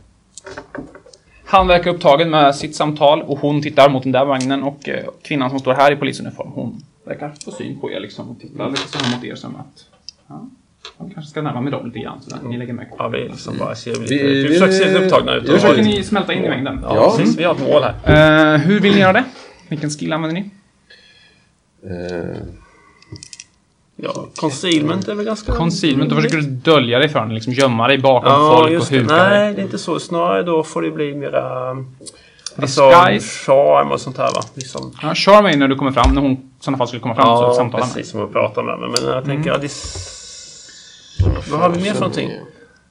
[SPEAKER 2] han verkar upptagen med sitt samtal och hon tittar mot den där vagnen och eh, kvinnan som står här i polisuniform, hon verkar få syn på er liksom och tittar lite så här mot er som att ja, de kanske ska närma med dem lite grann så där. Ni lägger märke.
[SPEAKER 4] Ja, vi liksom bara ser lite...
[SPEAKER 3] Vi-
[SPEAKER 4] Vi,
[SPEAKER 3] vi-
[SPEAKER 4] försöker se lite upptagna ut.
[SPEAKER 3] jag
[SPEAKER 4] och-
[SPEAKER 2] Försöker ni smälta in i mängden?
[SPEAKER 4] Ja,
[SPEAKER 3] Ja.
[SPEAKER 4] precis. Vi har ett mål här.
[SPEAKER 2] Eh, hur vill ni göra det? Vilken skill använder ni?
[SPEAKER 3] Eh,
[SPEAKER 4] Ja, concealment är väl ganska...
[SPEAKER 2] Concealment, då försöker du dölja dig från, liksom gömma dig bakom
[SPEAKER 4] Ja,
[SPEAKER 2] folk och
[SPEAKER 4] just det.
[SPEAKER 2] huka dig.
[SPEAKER 4] Nej, det är inte så. Snarare då får det bli mera... Liksom
[SPEAKER 2] Disguise.
[SPEAKER 4] charm och sånt här, va? Liksom.
[SPEAKER 2] Ja, kör mig när du kommer fram, när hon i sådana fall skulle komma fram så
[SPEAKER 4] Ja,
[SPEAKER 2] samtalar med.
[SPEAKER 4] precis som att prata med mig. Men jag tänker, ja, dis... Vad har vi mer för någonting?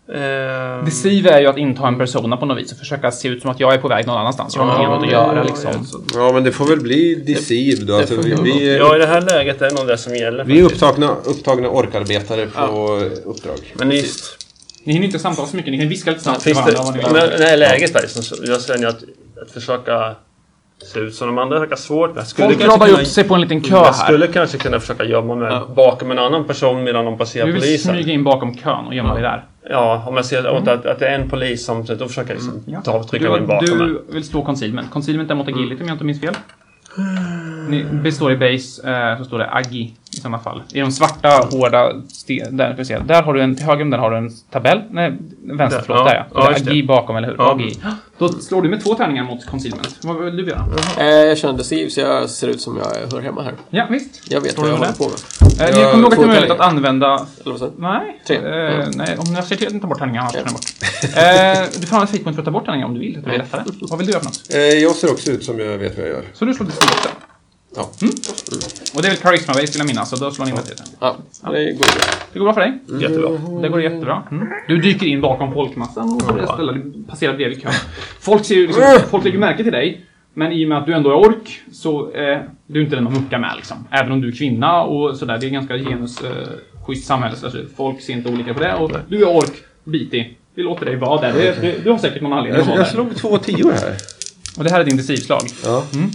[SPEAKER 4] Eh,
[SPEAKER 2] Deceive är ju att inta en persona på något vis och försöka se ut som att jag är på väg någon annanstans. Jag har något annat att göra liksom.
[SPEAKER 3] Ja, men det får väl bli deceive då. Alltså, vi, vi,
[SPEAKER 4] ja, i det här läget är det nog det som gäller.
[SPEAKER 3] vi är upptagna, upptagna orkarbetare på ja. uppdrag.
[SPEAKER 4] Men ni,
[SPEAKER 2] ni hinner inte samtala så mycket, ni kan viska lite snabbt
[SPEAKER 4] till
[SPEAKER 2] varandra.
[SPEAKER 4] Det,
[SPEAKER 2] vad ni
[SPEAKER 4] men det här läget där, liksom, jag säger att, att försöka se ut som de andra verkar svårt. Jag skulle
[SPEAKER 2] Folk radar upp sig på en liten kö
[SPEAKER 4] jag
[SPEAKER 2] här.
[SPEAKER 4] skulle kanske kunna försöka gömma mig
[SPEAKER 5] Ja.
[SPEAKER 4] bakom en annan person medan de passerar
[SPEAKER 2] Du vill
[SPEAKER 4] polisen.
[SPEAKER 2] smyga in bakom kön och gömma dig där.
[SPEAKER 4] Ja, om jag ser mm. att, att det är en polis som då försöker jag liksom
[SPEAKER 2] Ja.
[SPEAKER 4] ta och trycka
[SPEAKER 2] Du,
[SPEAKER 4] in bakom mig.
[SPEAKER 2] du vill slå concealment. Concealment är mot agility om jag inte minns fel. Ni består i base eh, så står det agi i samma fall. I de svarta hårda sten, där, ska vi se. Där har du en till höger om den har du en tabell. Nej, vänster förlåt,
[SPEAKER 4] ja.
[SPEAKER 2] där ja.
[SPEAKER 4] Ja,
[SPEAKER 2] det är
[SPEAKER 4] just
[SPEAKER 2] agi
[SPEAKER 4] det.
[SPEAKER 2] bakom eller hur?
[SPEAKER 4] Ja.
[SPEAKER 2] Agi. Då slår du med två tärningar mot concealment. Vad vill du göra?
[SPEAKER 5] Eh, jag känner deceive så jag ser ut som jag hör hemma här.
[SPEAKER 2] Ja, visst.
[SPEAKER 5] Jag vet
[SPEAKER 2] Står
[SPEAKER 5] vad jag
[SPEAKER 2] du
[SPEAKER 5] håller
[SPEAKER 2] med
[SPEAKER 5] på med.
[SPEAKER 2] Eh, ni
[SPEAKER 5] Jag-
[SPEAKER 2] kommer ihåg att det
[SPEAKER 5] två
[SPEAKER 2] är möjligt att
[SPEAKER 5] tärningar.
[SPEAKER 2] använda...
[SPEAKER 5] Eller vad sa du?
[SPEAKER 2] Nej.
[SPEAKER 5] Tre.
[SPEAKER 2] Eh,
[SPEAKER 5] Mm.
[SPEAKER 2] nej, om jag ser till att ta bort tärningar annars tar jag bort. Eh, du får använda fake point för att ta bort tärningar om du vill. Det blir lättare. Vad vill du göra för något?
[SPEAKER 3] Eh, jag ser också ut som jag vet vad jag gör.
[SPEAKER 2] Så du slår deceive också.
[SPEAKER 3] Ja.
[SPEAKER 2] Mm. Och det är väl charisma-based vill jag minnas, så då slår ni med det.
[SPEAKER 5] Ja, det går bra.
[SPEAKER 2] Det går bra för dig?
[SPEAKER 4] Jättebra.
[SPEAKER 2] Det går jättebra. Mm. Du dyker in bakom folkmassan och börjar ställa dig, passerar bredvid kön. Folk ser ju liksom, folk lägger märke till dig. Men i och med att du ändå är ork så eh, du är inte den att mucka med liksom. Även om du är kvinna och sådär. Det är ganska genus eh, schysst samhälle. Så folk ser inte olika på det. Och du är ork, bitig. Vi låter dig vara där. Det, det, du har säkert någon anledning att
[SPEAKER 3] Jag,
[SPEAKER 2] vara
[SPEAKER 3] jag
[SPEAKER 2] där.
[SPEAKER 3] slog två tior här.
[SPEAKER 2] Och det här är din deceive-slag.
[SPEAKER 3] Ja.
[SPEAKER 2] Mm.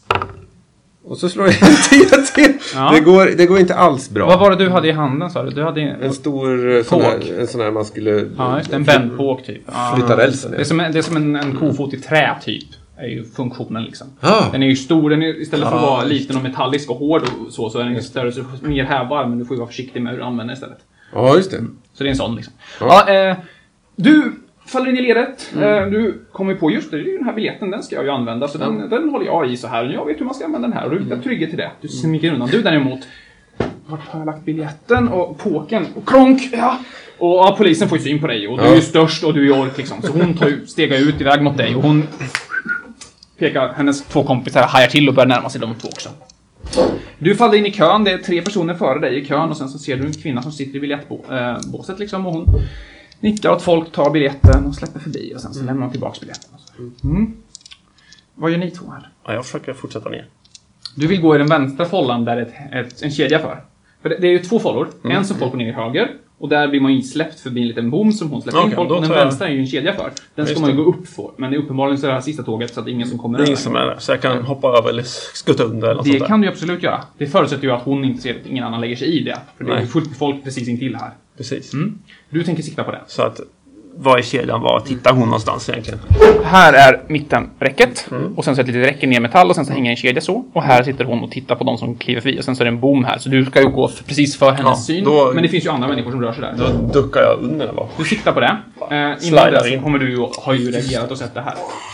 [SPEAKER 3] Och så slår jag en tia till.
[SPEAKER 2] Ja.
[SPEAKER 3] Det, går, det går inte alls bra.
[SPEAKER 2] Vad var det du hade i handen sa du? Du hade
[SPEAKER 3] En stor eh, sån här,
[SPEAKER 2] Påk.
[SPEAKER 3] en sån här man skulle...
[SPEAKER 2] Ja, just det, en bändpåk typ. Ja.
[SPEAKER 3] Flytta rälsen.
[SPEAKER 2] Det är som, en, det är som en, en kofot i trä typ. Är ju funktionen liksom.
[SPEAKER 3] Ah.
[SPEAKER 2] Den är ju stor, den är, istället för att vara liten och metallisk och hård och så, så är den ju större, så mer hävbar, men du får ju vara försiktig med hur du använder den istället.
[SPEAKER 3] Ja, just det.
[SPEAKER 2] Så det är en sån liksom.
[SPEAKER 3] Ja.
[SPEAKER 2] Ja, eh, du faller in i ledet. Eh, du kommer på, just det, det är ju den här biljetten, den ska jag ju använda. Så den, den håller jag i så här. Jag vet hur man ska använda den här och du hittar trygghet till det. Du smyger undan. Du däremot, vart har jag lagt biljetten och påken och kronk, ja. Och ja, polisen får ju syn på dig och du är ju störst och du är ork liksom. Så hon tar ju, stegar ut iväg mot dig och hon pekar, hennes två kompisar hajar till och börjar närma sig de två också. Du faller in i kön, det är tre personer före dig i kön och sen så ser du en kvinna som sitter i biljettbåset liksom och hon nickar åt folk, tar biljetten och släpper förbi och sen så lämnar hon tillbaka biljetten. Mm. Vad gör ni två här?
[SPEAKER 4] Ja, jag försöker fortsätta ner.
[SPEAKER 2] Du vill gå i den vänstra follan där ett, ett, en kedja för. För det, det är ju två follor,
[SPEAKER 4] Mm.
[SPEAKER 2] en som folk går ner i höger och där blir man ju släppt förbi en liten bom som hon släpper in
[SPEAKER 4] Okej,
[SPEAKER 2] folk
[SPEAKER 4] då
[SPEAKER 2] och den
[SPEAKER 4] tar jag-
[SPEAKER 2] vänstra är ju en kedja för. Den ska
[SPEAKER 4] Just
[SPEAKER 2] man ju
[SPEAKER 4] det.
[SPEAKER 2] gå upp för, men det är uppenbarligen så är det här sista tåget så att det är ingen som kommer
[SPEAKER 4] Det är
[SPEAKER 2] över.
[SPEAKER 4] ingen som är där, så jag kan hoppa över eller skutta under eller något
[SPEAKER 2] Det
[SPEAKER 4] sånt där.
[SPEAKER 2] kan du ju absolut göra. Det förutsätter ju att hon inte ser att ingen annan lägger sig i det. För det är ju
[SPEAKER 4] Nej.
[SPEAKER 2] fullt med folk precis intill här.
[SPEAKER 4] Precis.
[SPEAKER 2] Mm. Du tänker sikta på det.
[SPEAKER 4] Så att, var i kedjan var tittar hon någonstans egentligen?
[SPEAKER 2] Här är mittenräcket.
[SPEAKER 4] Mm.
[SPEAKER 2] Och sen så ett litet räcke ner metall och sen så hänger en kedja så. Och här sitter hon och tittar på de som kliver förbi. Och sen så är det en bom här. Så du ska ju gå för, precis för hennes
[SPEAKER 4] Ja,
[SPEAKER 2] syn.
[SPEAKER 4] då-
[SPEAKER 2] Men det finns ju andra människor som rör sig där.
[SPEAKER 4] Då duckar jag under eller vad?
[SPEAKER 2] Du siktar på det. Eh, innan
[SPEAKER 4] Slidar
[SPEAKER 2] det så
[SPEAKER 4] in.
[SPEAKER 2] kommer du ju, har ju reagerat och sett det här.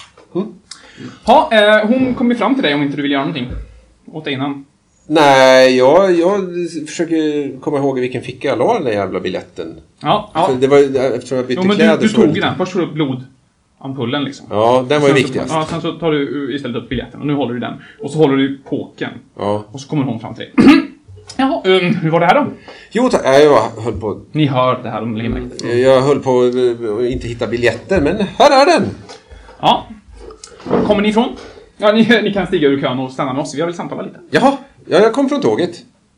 [SPEAKER 2] Ja, eh, hon kommer fram till dig om inte du vill göra någonting. Åt dig innan.
[SPEAKER 3] Nej, jag, jag försöker komma ihåg i vilken ficka jag la den där jävla biljetten.
[SPEAKER 2] Ja,
[SPEAKER 3] För
[SPEAKER 2] ja.
[SPEAKER 3] det var, eftersom jag bytte
[SPEAKER 2] Jo, men
[SPEAKER 3] kläder
[SPEAKER 2] du, du
[SPEAKER 3] så var det
[SPEAKER 2] tog
[SPEAKER 3] lite-
[SPEAKER 2] den. Först tog du upp blodampullen liksom.
[SPEAKER 3] Ja, den var ju
[SPEAKER 2] Sen så-
[SPEAKER 3] viktigast.
[SPEAKER 2] Ja, sen så tar du istället upp biljetten och nu håller du den. Och så håller du påken.
[SPEAKER 3] Ja.
[SPEAKER 2] Och så kommer hon fram till dig. Jaha, um, hur var det här då?
[SPEAKER 3] Jo, tack. Nej, jag höll på...
[SPEAKER 2] Ni hör det här om lägger märke till.
[SPEAKER 3] Jag höll på att eh, inte hitta biljetter, men här är den!
[SPEAKER 2] Ja. Kommer ni ifrån? Ja, ni, ni kan stiga ur kön och stanna med oss. Vi har väl samtala lite.
[SPEAKER 3] Jaha, ja, jag kom från tåget.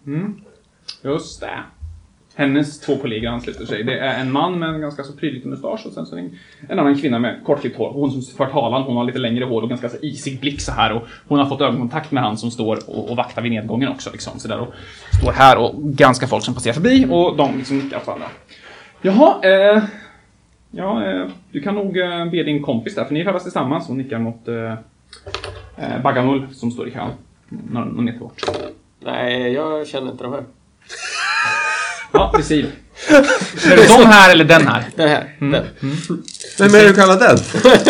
[SPEAKER 2] Just det. Hennes två kollegor ansluter sig. Det är en man med en ganska så prydlig mustasch och sen så är det en, en annan kvinna med kortklippt hår. Hon som för talan, hon har lite längre hår och ganska så isig blick så här. Och hon har fått ögonkontakt med han som står och, och vaktar vid nedgången också. Liksom, så där, och står här och ganska folk som passerar förbi och de liksom nickar på varandra. Jaha, eh, ja, eh, du kan nog eh, be din kompis där, för ni färdas tillsammans och nickar mot eh, eh, Bagamull som står i kön. Några någon meter bort.
[SPEAKER 5] Nej, jag känner inte de här.
[SPEAKER 2] Ja, det ser vi. Är det de här eller den här?
[SPEAKER 5] Den här. Den.
[SPEAKER 3] Vem är det du kallar den?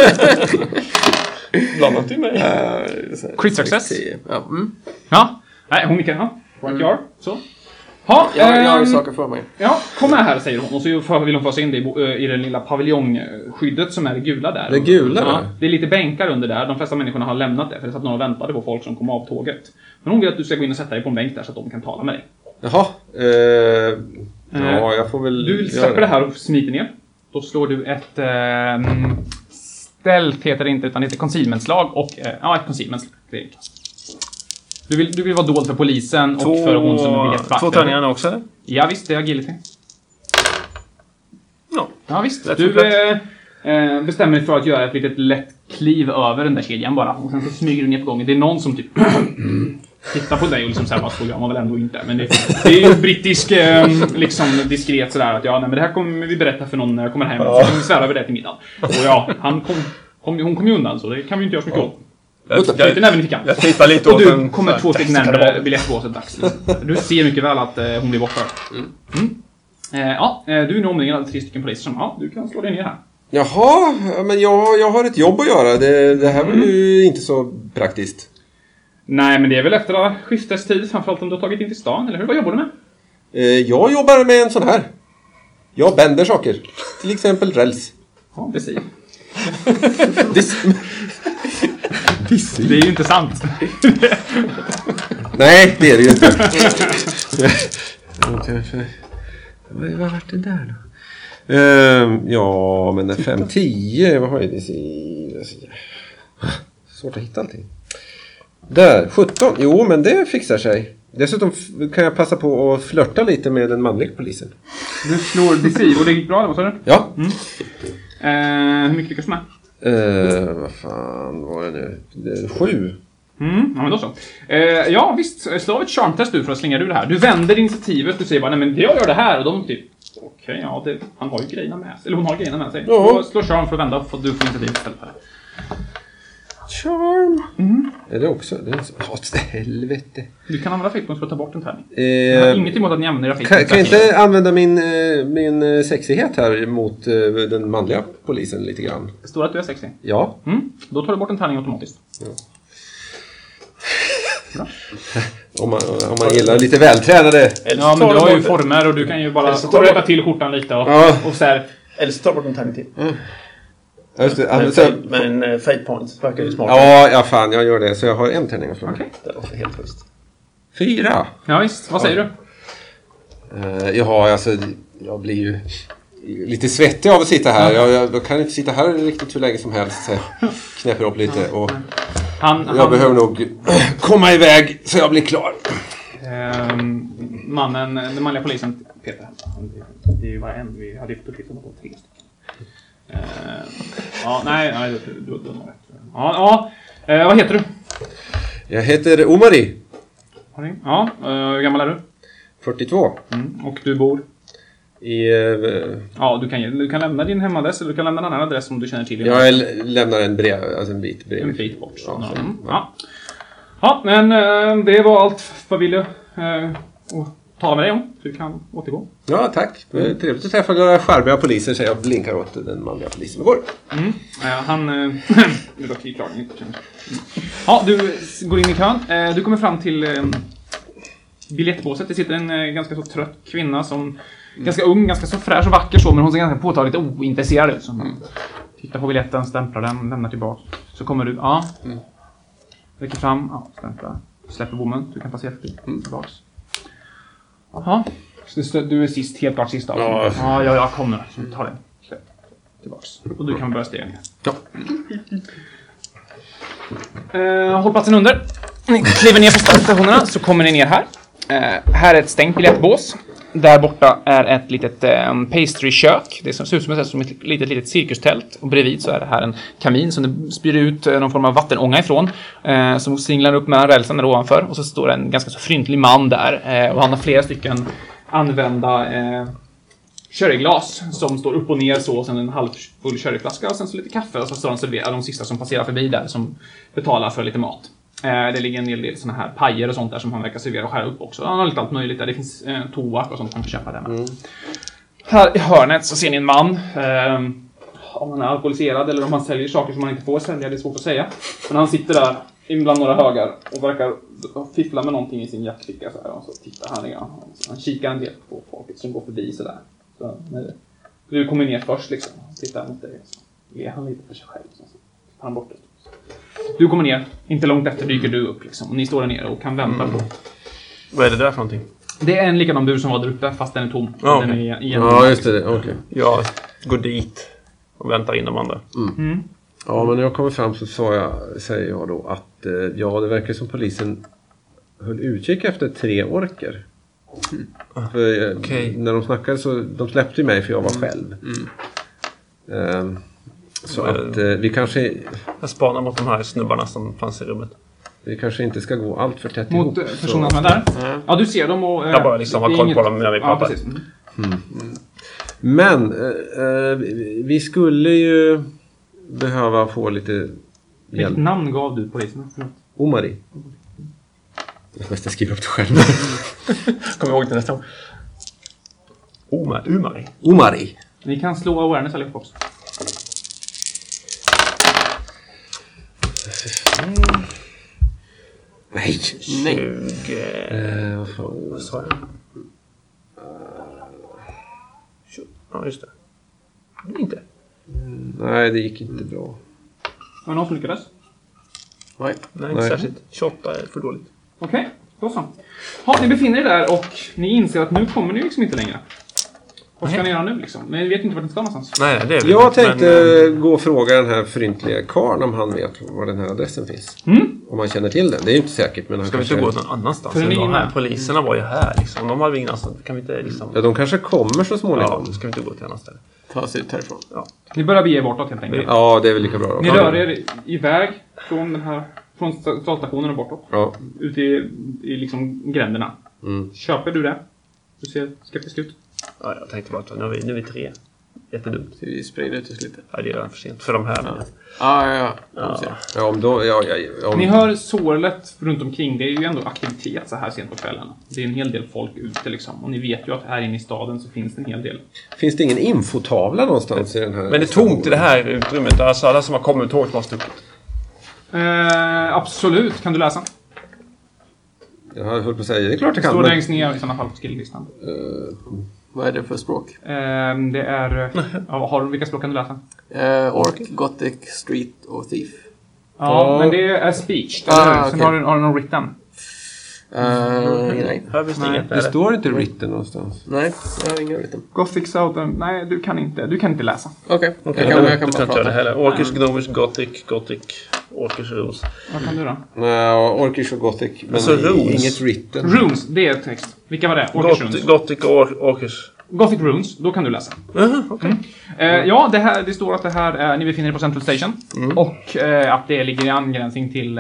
[SPEAKER 4] Blandat till mig.
[SPEAKER 2] Crit success.
[SPEAKER 5] Ja, mm.
[SPEAKER 2] Ja. Nej, hon nickar. Ja. Right yard. Så. Ja,
[SPEAKER 5] jag, jag har ju
[SPEAKER 2] ehm,
[SPEAKER 5] saker för mig.
[SPEAKER 2] ja, kom med här säger hon. Och så för- vill hon fösa in det i, bo- i det lilla paviljongskyddet som är det gula där.
[SPEAKER 3] Det gula
[SPEAKER 2] Ja,
[SPEAKER 3] där?
[SPEAKER 2] det är lite bänkar under där. De flesta människorna har lämnat det. För det satt några och väntade på folk som kom av tåget. Men hon vill att du ska gå in och sätta dig på en bänk där så att de kan tala med dig.
[SPEAKER 3] Jaha, eh, ja, jag får väl
[SPEAKER 2] Du
[SPEAKER 3] göra
[SPEAKER 2] släpper det här och smiter ner. Då slår du ett... Eh, stealth heter det inte, utan det heter concealment-slag. Och, eh, ja, ett concealment. Du vill, du vill vara dold för polisen och
[SPEAKER 4] två,
[SPEAKER 2] för hon som är biljettvakt.
[SPEAKER 4] Två tärningar också, eller?
[SPEAKER 2] Ja, visst. Det är agility.
[SPEAKER 4] Ja,
[SPEAKER 2] ja visst.
[SPEAKER 4] Rätt
[SPEAKER 2] Du eh, bestämmer dig för att göra ett litet lätt kliv över den där kedjan bara. Och sen så smyger du ner på gången. Det är någon som typ... tittar på dig och liksom såhär, vad skojar man väl ändå inte. Men det, det är ju brittisk eh, liksom diskret sådär att ja, nej, men det här kommer vi berätta för någon när jag kommer hem. Så kommer vi svära över det till middag. Och ja, han kom, kom, hon kom ju undan så det kan vi inte göra så mycket åt.
[SPEAKER 4] Jag, jag,
[SPEAKER 2] inte näven i fickan.
[SPEAKER 4] jag tittar lite
[SPEAKER 2] och
[SPEAKER 4] åt
[SPEAKER 2] du
[SPEAKER 4] en,
[SPEAKER 2] kommer två steg närmare biljettbåset dags. Du ser mycket väl att eh, hon blir borta. Mm. Mm. Eh, ja, du är nu omringad av tre stycken poliser som, ja, du kan slå dig ner här.
[SPEAKER 3] Jaha, men jag, jag har ett jobb att göra. Det, det här var ju inte så praktiskt.
[SPEAKER 2] Nej, men det är väl efter skiftestid, framförallt om du har tagit in till stan, eller hur? Vad jobbar du med?
[SPEAKER 3] Eh, jag jobbar med en sån här. Jag bänder saker. Till exempel räls.
[SPEAKER 2] Ja, det säger.
[SPEAKER 3] det,
[SPEAKER 2] det är ju inte sant.
[SPEAKER 3] Nej, det är det ju inte. Vad var det där då? Uh, ja, men fem tio, vad har jag det? Svårt att hitta allting. Där, sjutton. Jo, men det fixar sig. Dessutom kan jag passa på att flirta lite med den manliga polisen.
[SPEAKER 2] Du slår deceive och det gick bra, eller vad sa du?
[SPEAKER 3] Ja.
[SPEAKER 2] Mm. Uh, hur mycket lyckas du med?
[SPEAKER 3] Uh, vad fan var det nu? Det sju.
[SPEAKER 2] Mm, ja men då så. Uh, ja visst, slå ett charmtest du för att slänga ur det här. Du vänder initiativet, du säger bara, nej men jag gör det här. Och de typ, okej, okay, ja det, han har ju grejerna med sig. Eller hon har grejerna med sig.
[SPEAKER 3] Ja.
[SPEAKER 2] Slå charm för att vända och du får initiativ istället för det.
[SPEAKER 3] Charm.
[SPEAKER 2] Mm.
[SPEAKER 3] Är det också? Det är så... Åh, helvete.
[SPEAKER 2] Du kan använda fake points för att ta bort en tärning.
[SPEAKER 3] Eh,
[SPEAKER 2] jag har inget emot att ni använder fake
[SPEAKER 3] kan,
[SPEAKER 2] points.
[SPEAKER 3] kan jag inte använda min, min sexighet här mot den manliga polisen lite grann?
[SPEAKER 2] Det står att du är sexig.
[SPEAKER 3] Ja.
[SPEAKER 2] Mm. Då tar du bort en tärning automatiskt.
[SPEAKER 3] Ja. om, man, om man gillar lite vältränade.
[SPEAKER 2] Ja, men du har ju former och du kan ju bara rätta till skjortan lite och,
[SPEAKER 3] ja.
[SPEAKER 2] och så här.
[SPEAKER 4] Eller så tar bort en tärning till.
[SPEAKER 3] Mm. Just det.
[SPEAKER 4] Men,
[SPEAKER 3] Så,
[SPEAKER 4] men en uh, fate point verkar ju smart.
[SPEAKER 3] ja, ja, fan, jag gör det. Så jag har en tärning att slå.
[SPEAKER 2] Okej.
[SPEAKER 4] Det låter helt schysst.
[SPEAKER 3] Fyra.
[SPEAKER 2] Ja visst, vad säger
[SPEAKER 3] ja.
[SPEAKER 2] du?
[SPEAKER 3] Uh, ja, alltså, jag blir ju lite svettig av att sitta här. Jag, jag, jag kan inte sitta här riktigt hur länge som helst. Så jag knäpper upp lite och
[SPEAKER 2] han,
[SPEAKER 3] jag
[SPEAKER 2] han,
[SPEAKER 3] behöver nog komma iväg så jag blir klar.
[SPEAKER 2] Um, mannen, den manliga polisen Peter. Det är ju bara en, vi hade ju fått uppgifter om att tre stycken. Uh, ja, nej, nej du, du, du, du har rätt. Ja, ja. Uh, vad heter du?
[SPEAKER 3] Jag heter Omari.
[SPEAKER 2] Ja, uh, hur gammal är du?
[SPEAKER 3] fyrtiotvå.
[SPEAKER 2] Mm, och du bor?
[SPEAKER 3] I, uh,
[SPEAKER 2] ja, du kan, du kan lämna din hemadress eller du kan lämna en annan adress som du känner till.
[SPEAKER 3] Jag lämnar en brev, alltså en bit brev.
[SPEAKER 2] En bit bort. Så.
[SPEAKER 3] Ja,
[SPEAKER 2] Mm. Ja. ja, men uh, det var allt vad ville uh, tala med dig om. Du kan återgå.
[SPEAKER 3] Ja, tack. Mm. Trevligt att träffa några skärbiga poliser så jag blinkar åt den manliga polisen. Går.
[SPEAKER 2] Mm. Uh, han... Uh, det var klar. Mm. Ja, du går in i kön. Uh, du kommer fram till uh, biljettbåset. Det sitter en uh, ganska så trött kvinna som... Mm. Ganska ung, ganska så fräsch och vacker så, men hon ser ganska påtagligt ointresserad ut. Mm. Tittar på biljetten, stämplar den, lämnar tillbaka. Så kommer du, ja. Mm. Räcker fram, ja, stämplar. Släpper bommen, du kan passera förbi. Mm. Tillbaks. Jaha. Du är sist, helt klart sist av. Ja, ja, ja, jag kommer. Så ta den. Släpp. Tillbaks. Och du kan börja stega ner.
[SPEAKER 3] Ja.
[SPEAKER 2] Uh, hållplatsen under. Ni kliver ner på stationerna så kommer ni ner här. Uh, här är ett stängt biljettbås. Där borta är ett litet um, pastry-kök. Det ser ut som ett, som ett litet, litet cirkustält. Och bredvid så är det här en kamin som det spyr ut uh, någon form av vattenånga ifrån. Uh, som singlar upp mellan rälsen där ovanför. Och så står en ganska så fryntlig man där. Uh, och han har flera stycken använda uh, sherryglas som står upp och ner så. Och sen en halvfull sherryflaska och sen så lite kaffe. Och så står han serverar de sista som passerar förbi där som betalar för lite mat. Det ligger en del, del såna här pajer och sånt där som han verkar servera och skära upp också. Han har lite allt möjligt där. Det finns eh, toak och sånt man kan köpa där med. Mm. Här i hörnet så ser ni en man. Eh, om han är alkoholiserad eller om han säljer saker som man inte får sälja, det är svårt att säga. Men han sitter där bland några högar och verkar fiffla med någonting i sin jackficka så här. Och så tittar han igen. Han kikar en del på folket som går förbi så där. Så när du kommer ner först liksom. Tittar mot dig. Så ger han lite för sig själv. Så tar han bort det. Du kommer ner, inte långt efter dyker du upp liksom. Och ni står där nere och kan vänta mm. på.
[SPEAKER 4] Vad är det där för någonting?
[SPEAKER 2] Det är en likadan bur som var där uppe fast den är tom.
[SPEAKER 3] Ja,
[SPEAKER 2] den
[SPEAKER 3] okay.
[SPEAKER 2] är
[SPEAKER 3] ja just det, okej. Okay.
[SPEAKER 4] Ja, går dit och väntar in de andra.
[SPEAKER 3] Mm.
[SPEAKER 2] Mm.
[SPEAKER 3] Ja, men när jag kommer fram så sa jag, säger jag då att eh, ja, det verkar som polisen höll utkik efter tre orker. Mm. För, eh,
[SPEAKER 4] Okay.
[SPEAKER 3] när de snackade så de släppte mig för jag var själv.
[SPEAKER 5] Mm.
[SPEAKER 3] Eh, så
[SPEAKER 4] Mm.
[SPEAKER 3] att eh, vi kanske
[SPEAKER 4] Jag spanar mot de här snubbarna som fanns i rummet.
[SPEAKER 3] vi kanske inte ska gå allt för tätt
[SPEAKER 2] Mot
[SPEAKER 3] ihop.
[SPEAKER 2] eh, personerna som är där?
[SPEAKER 5] Ja.
[SPEAKER 2] Ja, du ser dem och... eh,
[SPEAKER 4] Jag bara liksom har
[SPEAKER 2] det är
[SPEAKER 4] koll
[SPEAKER 2] inget-
[SPEAKER 4] på dem när vi
[SPEAKER 2] Ja,
[SPEAKER 4] pratar.
[SPEAKER 2] precis. Mm.
[SPEAKER 3] Men eh, eh, vi vi skulle ju behöva få lite hjälp.
[SPEAKER 2] Vilket namn gav du polisen? Förlåt.
[SPEAKER 3] Omari. Jag måste skriva upp det själv.
[SPEAKER 4] Kommer ihåg det nästa gång. Omar, Umari.
[SPEAKER 3] Omari.
[SPEAKER 2] Ni kan slå awareness allihop också.
[SPEAKER 3] Nej.
[SPEAKER 5] Nej.
[SPEAKER 4] tjugo...
[SPEAKER 3] Eh, vad fan.
[SPEAKER 4] Vad sa jag? tjugo. Ja, just det. Men inte.
[SPEAKER 3] Nej, det gick inte bra.
[SPEAKER 2] Var det någon som lyckades?
[SPEAKER 5] Nej.
[SPEAKER 4] Nej, inte
[SPEAKER 3] Nej.
[SPEAKER 4] särskilt. tjugoåtta är för dåligt.
[SPEAKER 2] Okej, då så. Ja, ni befinner er där och ni inser att nu kommer ni liksom inte längre. Vad ska
[SPEAKER 4] Nej.
[SPEAKER 2] ni göra nu liksom? Men ni vet inte vart ni ska någonstans.
[SPEAKER 4] Nej, nej, det är vi
[SPEAKER 3] Jag
[SPEAKER 4] inte,
[SPEAKER 3] tänkte
[SPEAKER 4] men,
[SPEAKER 3] gå och fråga den här föryntliga karln om han vet var den här adressen finns.
[SPEAKER 2] Mm?
[SPEAKER 3] Om han känner till den. Det är ju inte säkert, men han
[SPEAKER 4] Ska vi
[SPEAKER 3] kanske...
[SPEAKER 4] inte gå någon annanstans?
[SPEAKER 2] För
[SPEAKER 4] än
[SPEAKER 2] ni
[SPEAKER 4] de här
[SPEAKER 2] med.
[SPEAKER 4] poliserna var ju här liksom. De hade vi ingenstans. Kan vi inte liksom...
[SPEAKER 3] Ja, de kanske kommer så småningom.
[SPEAKER 4] Ja, ska vi inte gå till ett annat ställe?
[SPEAKER 5] Ta oss ut härifrån.
[SPEAKER 2] Ni börjar bege er bortåt helt enkelt.
[SPEAKER 3] Ja, det är väl lika bra då.
[SPEAKER 2] Ni rör er iväg från den här från centralstationen och bortåt.
[SPEAKER 3] Ja.
[SPEAKER 2] Ut i, i liksom gränderna.
[SPEAKER 3] Mm.
[SPEAKER 2] Köper du det? Du ser skeptisk ut.
[SPEAKER 4] Ja, jag tänkte bara att nu är vi, nu är vi tre. Jättedumt.
[SPEAKER 5] Så vi sprider ut oss lite.
[SPEAKER 4] Ja, det är redan för sent för de här.
[SPEAKER 5] Ja, ja, ja. ja.
[SPEAKER 4] Ja.
[SPEAKER 3] Ja, om då... Ja, ja, om...
[SPEAKER 2] Ni hör sorlet runt omkring. Det är ju ändå aktivitet så här sent på kvällen. Det är en hel del folk ute liksom. Och ni vet ju att här inne i staden så finns det en hel del.
[SPEAKER 3] Finns det ingen infotavla någonstans i den här...
[SPEAKER 4] Men det är tomt i det här utrymmet. Alltså alla som har kommit tåget har stuckit.
[SPEAKER 2] Eh, absolut, kan du läsa?
[SPEAKER 3] Jag höll på att säga, det är klart jag kan.
[SPEAKER 2] Står
[SPEAKER 3] men-
[SPEAKER 2] längst ner i sådana fall på skilllistan.
[SPEAKER 5] Vad är det för språk?
[SPEAKER 2] Eh, det är... Ja, har du, vilka språk kan du läsa?
[SPEAKER 5] Uh, Orc, Gothic, Street och Thief.
[SPEAKER 2] Ja,
[SPEAKER 3] Ja.
[SPEAKER 2] men det är speech.
[SPEAKER 5] Ah,
[SPEAKER 2] Eller hur? Sen
[SPEAKER 5] okej.
[SPEAKER 2] har du, har du någon written.
[SPEAKER 5] Uh, nej.
[SPEAKER 4] Här finns det
[SPEAKER 2] Nej.
[SPEAKER 4] inget.
[SPEAKER 3] Det står inte written någonstans.
[SPEAKER 5] Nej, jag har ingen written.
[SPEAKER 2] Gothic Southern... Nej, du kan inte. Du kan inte läsa.
[SPEAKER 5] Okej,
[SPEAKER 4] Okej,
[SPEAKER 5] jag kan, jag
[SPEAKER 4] du
[SPEAKER 5] kan
[SPEAKER 4] kan
[SPEAKER 5] bara
[SPEAKER 4] inte göra det
[SPEAKER 5] prata.
[SPEAKER 4] heller. Orkish, Gnomish, Gothic, Gothic, Orkish, Rules.
[SPEAKER 2] Vad kan du då?
[SPEAKER 3] Nej, Orkish och Gothic. Men
[SPEAKER 4] Alltså, rules.
[SPEAKER 3] inget written.
[SPEAKER 2] Runes, det är text. Vilka var det? Orkish
[SPEAKER 4] Gothic,
[SPEAKER 2] Runes.
[SPEAKER 4] Gothic och Or- Orkish.
[SPEAKER 2] Gothic Runes, då kan du läsa.
[SPEAKER 4] Jaha, okej.
[SPEAKER 2] Eh, ja, det, här, det står att det här är, ni befinner er på Central Station. Och eh, att det ligger i angränsning till... Eh,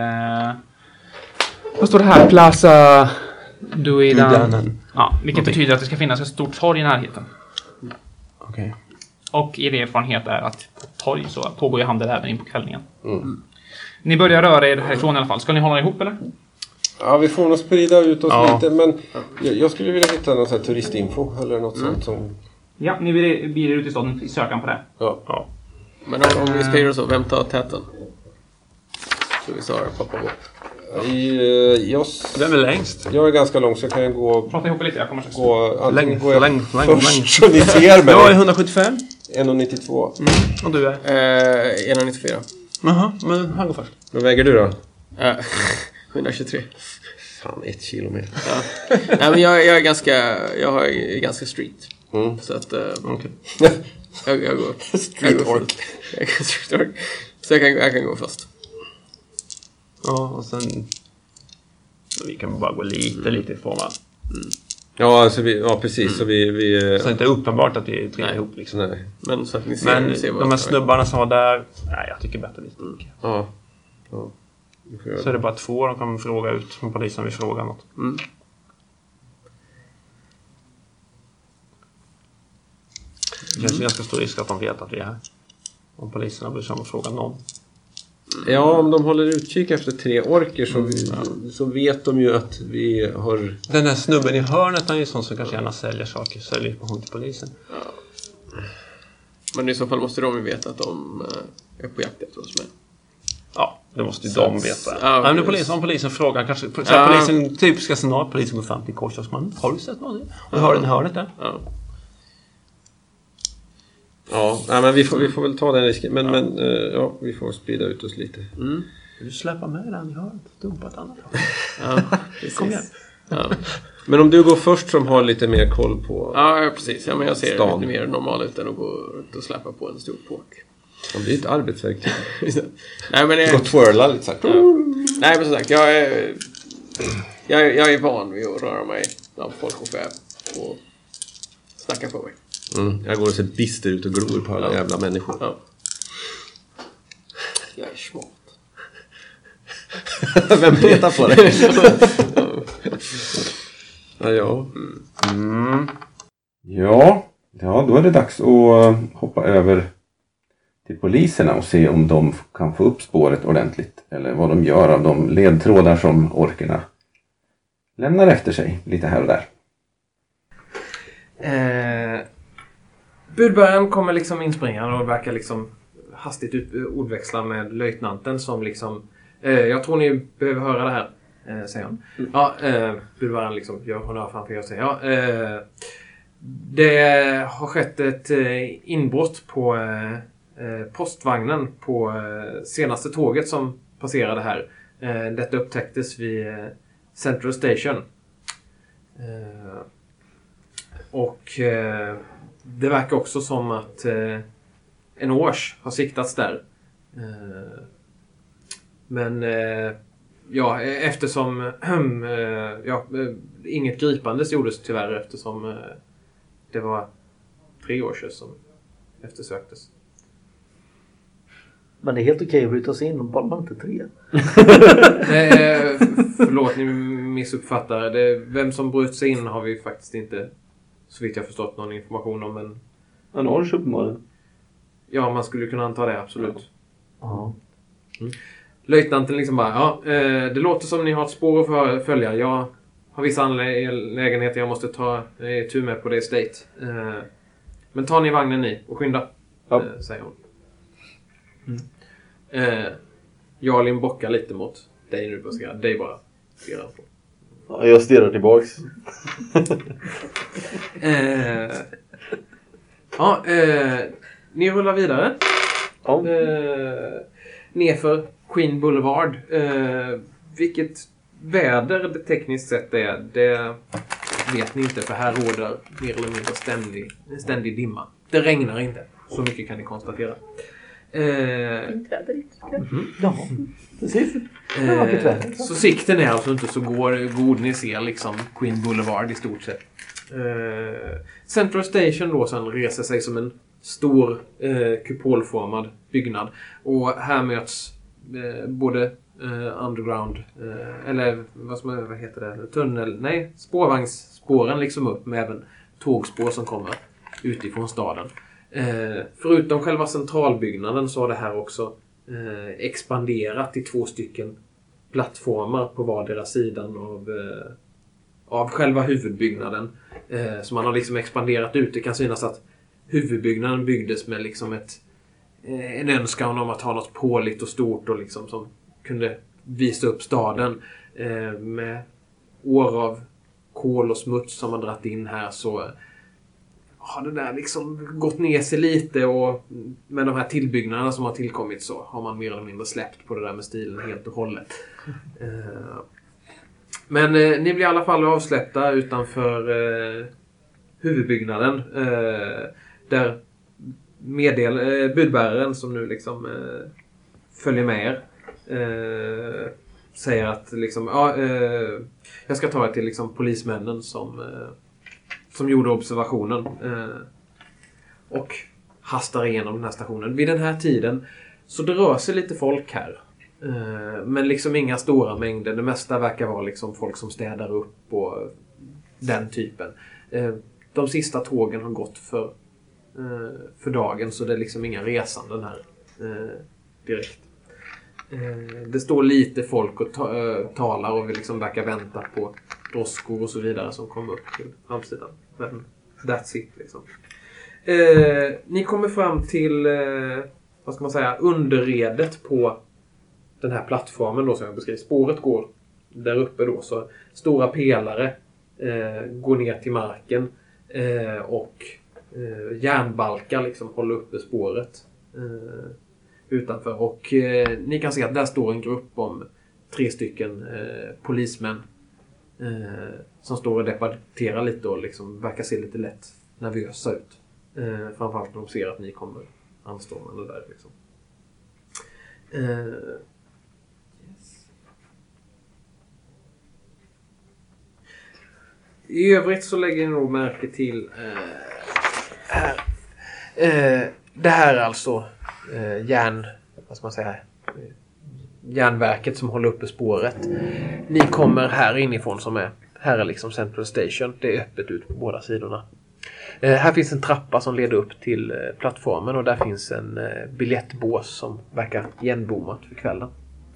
[SPEAKER 2] vad står det här? Plaza... Duidan.
[SPEAKER 4] Duidanen.
[SPEAKER 2] Ja, vilket
[SPEAKER 4] Någonting.
[SPEAKER 2] betyder att det ska finnas ett stort torg i närheten.
[SPEAKER 4] Okej.
[SPEAKER 2] Och er erfarenhet är att på torg så pågår ju handel även in på kvällningen. Ni börjar röra er härifrån i alla fall. Ska ni hålla ihop eller?
[SPEAKER 3] Ja, vi får nog sprida ut oss
[SPEAKER 4] Ja.
[SPEAKER 3] lite. Men jag, jag skulle vilja hitta någon sån här turistinfo eller något sånt som...
[SPEAKER 2] Ja, ni vill blir ut i staden i sökan på det.
[SPEAKER 3] Ja.
[SPEAKER 4] Ja.
[SPEAKER 5] Men om, om vi sprider så, vem tar täten? Så vi sa det, pappa gå.
[SPEAKER 3] I, eh, jag, s-
[SPEAKER 4] Vem är längst?
[SPEAKER 3] jag är ganska lång så jag kan ju gå...
[SPEAKER 2] Prata ihop er lite, jag kommer strax.
[SPEAKER 3] gå antingen
[SPEAKER 4] Längd,
[SPEAKER 3] går jag
[SPEAKER 4] längd, längd,
[SPEAKER 3] först
[SPEAKER 4] längd.
[SPEAKER 3] så ni ser mig.
[SPEAKER 4] Jag är hundrasjuttiofem.
[SPEAKER 3] en komma nittiotvå.
[SPEAKER 4] Och du är?
[SPEAKER 5] Uh, ett komma nittiofyra.
[SPEAKER 4] Jaha, men han går först.
[SPEAKER 3] Vad väger du då?
[SPEAKER 5] Uh, etthundratjugotre.
[SPEAKER 3] Fan, ett kilometer.
[SPEAKER 5] Ja. Nej, men jag, jag är ganska, jag har- är ganska street.
[SPEAKER 3] Mm.
[SPEAKER 5] Så att uh,
[SPEAKER 4] Okej.
[SPEAKER 5] jag, jag går...
[SPEAKER 3] Street
[SPEAKER 5] jag går
[SPEAKER 3] orc.
[SPEAKER 5] först. Jag är street orc. Så jag kan, jag kan gå först.
[SPEAKER 4] Ja, och sen... Vi kan bara gå lite, lite ifrån va?
[SPEAKER 3] Ja, alltså vi, ja precis. Så vi... vi
[SPEAKER 4] Så det är inte uppenbart att vi är tre
[SPEAKER 5] Nej.
[SPEAKER 4] ihop liksom.
[SPEAKER 3] nej.
[SPEAKER 5] Men så att ni ser,
[SPEAKER 4] Men
[SPEAKER 5] ser vad
[SPEAKER 4] de här
[SPEAKER 5] jag tar.
[SPEAKER 4] snubbarna som var där... Nej, jag tycker bättre lite.
[SPEAKER 3] Ja. Ja. Vi får göra
[SPEAKER 4] Så är det bara två de kan fråga ut från polisen vill fråga något.
[SPEAKER 5] Mm.
[SPEAKER 4] Det känns ganska stor risk att de vet att vi är här. Om poliserna bryr sig om att fråga någon.
[SPEAKER 3] Ja, om de håller utkik efter tre orker så, vi, så vet de ju att vi har...
[SPEAKER 4] Den där snubben i hörnet han är ju sån som kanske gärna säljer saker. Säljer information till polisen.
[SPEAKER 5] Men i så fall måste de ju veta att de uh, är på jakt efter oss med.
[SPEAKER 4] Ja, det måste ju
[SPEAKER 5] Så
[SPEAKER 4] de
[SPEAKER 5] att-
[SPEAKER 4] veta.
[SPEAKER 5] ja,
[SPEAKER 4] Ja, men
[SPEAKER 5] precis.
[SPEAKER 4] polisen, om polisen frågar kanske... Så
[SPEAKER 5] Ja.
[SPEAKER 4] polisen, typiska scenario, polisen går fram till korsdagsmannen. Har du sett något? Och hör den i hörnet där.
[SPEAKER 5] Ja.
[SPEAKER 3] Ja, nej, men vi får, vi får väl ta den risken. Men, men eh, ja, vi får sprida ut oss lite.
[SPEAKER 5] Mm.
[SPEAKER 4] Vill du släppa med den i hörnet? Dumpa ett annat hörn.
[SPEAKER 5] Ja, precis.
[SPEAKER 4] Kom igen.
[SPEAKER 5] Ja.
[SPEAKER 3] Men om du går först som har lite mer koll på...
[SPEAKER 5] Ja, precis. Ja, men jag ser
[SPEAKER 3] Stan.
[SPEAKER 5] lite mer normal ut än att gå ut och släppa på en stor påk.
[SPEAKER 3] Om det är ett arbetsverktyg.
[SPEAKER 5] Nej, men...
[SPEAKER 3] Du går twirla lite så här.
[SPEAKER 5] Ja. Nej, men som sagt, jag är... Jag är, jag är van vid att röra mig bland folk och väv och snacka på mig.
[SPEAKER 3] Mm. Jag går och ser bister ut och glor på alla
[SPEAKER 5] Ja.
[SPEAKER 3] jävla människor.
[SPEAKER 5] Ja. Jag är smart.
[SPEAKER 3] Vem petar på dig? Ja, ja.
[SPEAKER 1] Mm. Ja, ja, då är det dags att hoppa över till poliserna och se om de kan få upp spåret ordentligt. Eller vad de gör av de ledtrådar som orkerna lämnar efter sig lite här och där.
[SPEAKER 6] Eh, budbäraren kommer liksom inspringande och verkar liksom hastigt ut, ordväxla med löjtnanten som liksom eh, jag tror ni behöver höra det här, eh, säger han. Mm. Ja, eh, budbäraren liksom gör honnör framför er och säger ja, eh, det har skett ett eh, inbrott på eh, eh, postvagnen på eh, senaste tåget som passerade här. Eh, detta upptäcktes vid eh, Central Station. Eh, och eh, det verkar också som att eh, en års har siktats där. Eh, men eh, ja, eftersom äh, ja, inget gripandes gjordes tyvärr eftersom eh, det var tre år sedan som eftersöktes.
[SPEAKER 7] Men det är helt okej att bryta sig in, bara man inte tre.
[SPEAKER 6] Nej, förlåt, ni missuppfattar. Det, vem som bröt sig in har vi faktiskt inte, så vitt jag förstått, någon information om. Men
[SPEAKER 7] En års uppenbarligen.
[SPEAKER 6] ja, man skulle kunna anta det, absolut.
[SPEAKER 7] Ja.
[SPEAKER 6] Mm. Löjtnanten liksom bara, ja, eh, det låter som ni har ett spår att följa. Jag har vissa anlägenheter jag måste ta eh, tur med på det state. Eh, men ta ni vagnen ni och skynda,
[SPEAKER 7] Ja.
[SPEAKER 6] eh, säger hon. Mm. Eh, Jarlin bockar lite mot dig nu, ska jag dig bara stirra på.
[SPEAKER 7] Ja, jag stirrar tillbaks.
[SPEAKER 6] eh, ja, eh, ni rullar vidare.
[SPEAKER 7] Ja.
[SPEAKER 6] Eh, nerför Queen Boulevard. Eh, vilket väder det tekniskt sett är, det vet ni inte, för här råder mer eller mindre ständig, ständig dimma. Det regnar inte, så mycket kan ni konstatera. Eh,
[SPEAKER 7] Mm-hmm. Ja, precis. Det var vackert väder.
[SPEAKER 6] eh, så sikten är alltså inte så går, god, ni ser liksom Queen Boulevard i stort sett. Eh, Central Station då sen reser sig som en stor eh, kupolformad byggnad. Och här möts eh, både eh, underground, eh, eller vad, som, vad heter det? Tunnel, nej, spårvagnsspåren liksom upp med även tågspår som kommer utifrån staden. Eh, förutom själva centralbyggnaden så har det här också eh, expanderat till två stycken plattformar på vardera sidan av, eh, av själva huvudbyggnaden. Eh, så man har liksom expanderat ut. Det kan synas att huvudbyggnaden byggdes med liksom ett, eh, en önskan om att ha något påligt och stort och liksom som kunde visa upp staden. Eh, med år av kol och smuts som man dratt in här så har det där liksom gått ner sig lite, och med de här tillbyggnaderna som har tillkommit så har man mer eller mindre släppt på det där med stilen helt och hållet. Eh, men eh, ni blir i alla fall avsläppta utanför eh, huvudbyggnaden eh, där meddel, eh, budbäraren som nu liksom eh, följer med er eh, säger att liksom, ja, eh, jag ska ta er till liksom polismännen som eh, som gjorde observationen eh, och hastar igenom den här stationen. Vid den här tiden så det rör sig lite folk här. Eh, men liksom inga stora mängder. Det mesta verkar vara liksom folk som städar upp och den typen. Eh, de sista tågen har gått för, eh, för dagen, så det är liksom inga resanden här eh, direkt. Eh, det står lite folk och ta, äh, talar och vi liksom verkar vänta på droskor och så vidare som kommer upp till framsidan. Men that's it liksom. Eh, ni kommer fram till eh, vad ska man säga, underredet på den här plattformen då som jag beskrev. Spåret går där uppe då, så stora pelare eh, går ner till marken eh, och eh, järnbalkar liksom håller uppe spåret eh, utanför. Och eh, ni kan se att där står en grupp om tre stycken eh, polismän Eh, som står och debatterar lite och liksom verkar se lite lätt nervösa ut. Eh, framförallt när de ser att ni kommer anstormande där liksom. Eh, yes. I övrigt så lägger ni nog märke till eh, här. Eh, det här är alltså eh, järn, vad ska man säga, järnverket som håller uppe spåret. Ni kommer här inifrån som är, här är liksom Central Station. Det är öppet ut på båda sidorna. Eh, här finns en trappa som leder upp till eh, plattformen och där finns en eh, biljettbås som verkar igenbommat för kvällen.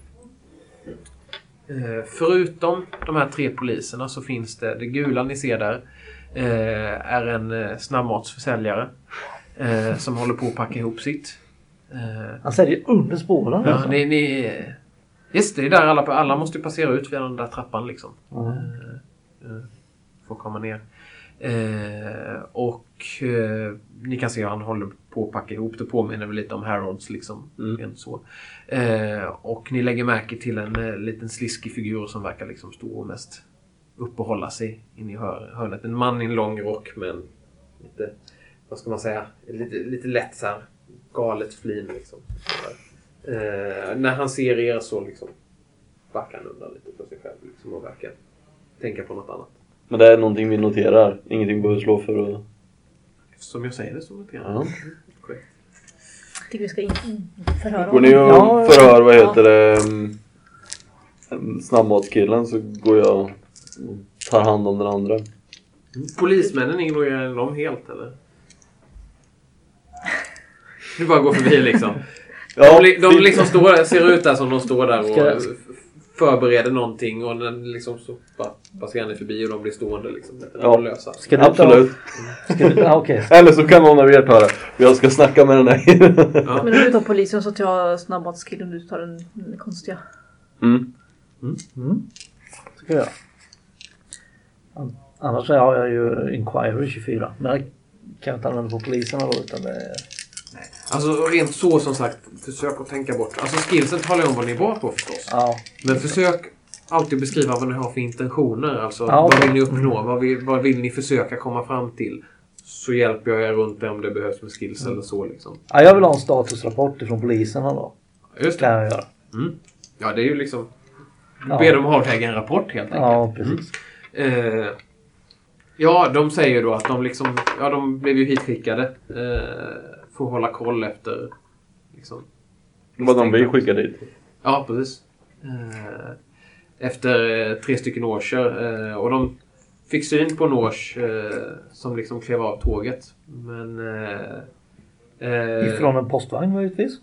[SPEAKER 6] Eh, förutom de här tre poliserna så finns det, det gula ni ser där eh, är en eh, snabbmatsförsäljare eh, som håller på att packa ihop sitt. Eh,
[SPEAKER 7] Han säljer under spåren.
[SPEAKER 6] ja,
[SPEAKER 7] alltså.
[SPEAKER 6] ni, ni, just det, är där alla, alla måste ju passera ut via den där trappan liksom.
[SPEAKER 7] Mm.
[SPEAKER 6] Eh, eh, får komma ner. Eh, och eh, ni kan se att han håller på att packa ihop. Det påminner väl lite om Harrods liksom. Mm. Så. Eh, och ni lägger märke till en eh, liten sliskig figur som verkar liksom stå och mest uppehålla sig in i hör- hörnet. En man i en lång rock med en lite, vad ska man säga, lite, lite lätt så här galet flin liksom. Eh, när han ser er så liksom backar han undan lite för sig själv liksom, och verkar tänka på något annat.
[SPEAKER 8] Men det är någonting vi noterar. Ingenting behöver slå för att...
[SPEAKER 6] Som jag säger det så noterar
[SPEAKER 8] Ja.
[SPEAKER 6] jag.
[SPEAKER 9] Jag tycker vi ska in, förhöra
[SPEAKER 8] Går ni och
[SPEAKER 7] Ja,
[SPEAKER 8] förhör, vad
[SPEAKER 9] ja.
[SPEAKER 8] heter det, um, snabbmatskillen, så går jag och tar hand om den andra.
[SPEAKER 6] Polismännen ignorerar dem helt, eller? Du bara går förbi liksom.
[SPEAKER 8] Ja,
[SPEAKER 6] de, de liksom står där, ser ut där som de står där och
[SPEAKER 7] Ska-
[SPEAKER 6] f- förbereder någonting och den liksom så bara passerar ni förbi och de blir stående liksom.
[SPEAKER 8] Ja.
[SPEAKER 6] De lösa.
[SPEAKER 7] Ska du
[SPEAKER 8] absolut.
[SPEAKER 7] Ta, ska du, ja, okej.
[SPEAKER 8] Eller så kan någon av er ta det. Jag ska snacka med den här.
[SPEAKER 6] Ja.
[SPEAKER 9] Men om du tar polisen så tar jag snabbmatskillen och du tar den, den konstiga.
[SPEAKER 8] Mm.
[SPEAKER 7] Mm. Ska jag. An- Annars har jag ju Inquiry tjugofyra. Men jag kan inte använda på poliserna då, utan det är...
[SPEAKER 6] Alltså rent så som sagt, försök att tänka bort. Alltså skillsen talar ju om vad ni är bra på förstås.
[SPEAKER 7] Ja.
[SPEAKER 6] Men försök alltid beskriva vad ni har för intentioner. Alltså
[SPEAKER 7] Ja,
[SPEAKER 6] vad
[SPEAKER 7] okej.
[SPEAKER 6] vill ni uppnå? Vad vill, vad vill ni försöka komma fram till? Så hjälper jag er runt det om det behövs med skills eller så liksom.
[SPEAKER 7] Ja, jag vill ha en statusrapport från poliserna då.
[SPEAKER 6] Just
[SPEAKER 7] Kan
[SPEAKER 6] det.
[SPEAKER 7] jag göra.
[SPEAKER 6] Mm. Ja, det är ju liksom...
[SPEAKER 7] Ja.
[SPEAKER 6] Be dem avlägga en rapport helt enkelt.
[SPEAKER 7] Ja, precis.
[SPEAKER 6] Eh, ja, de säger ju då att de liksom... Ja, de blev ju hitskickade. Eh, för att hålla koll efter... Liksom,
[SPEAKER 8] Vad de vill skicka dit.
[SPEAKER 6] ja, precis. Eh, efter eh, tre stycken årsor. Eh, och de fick syn på en års eh, som liksom klev av tåget. Men... Eh, eh,
[SPEAKER 7] Ifrån en postvagn möjligtvis.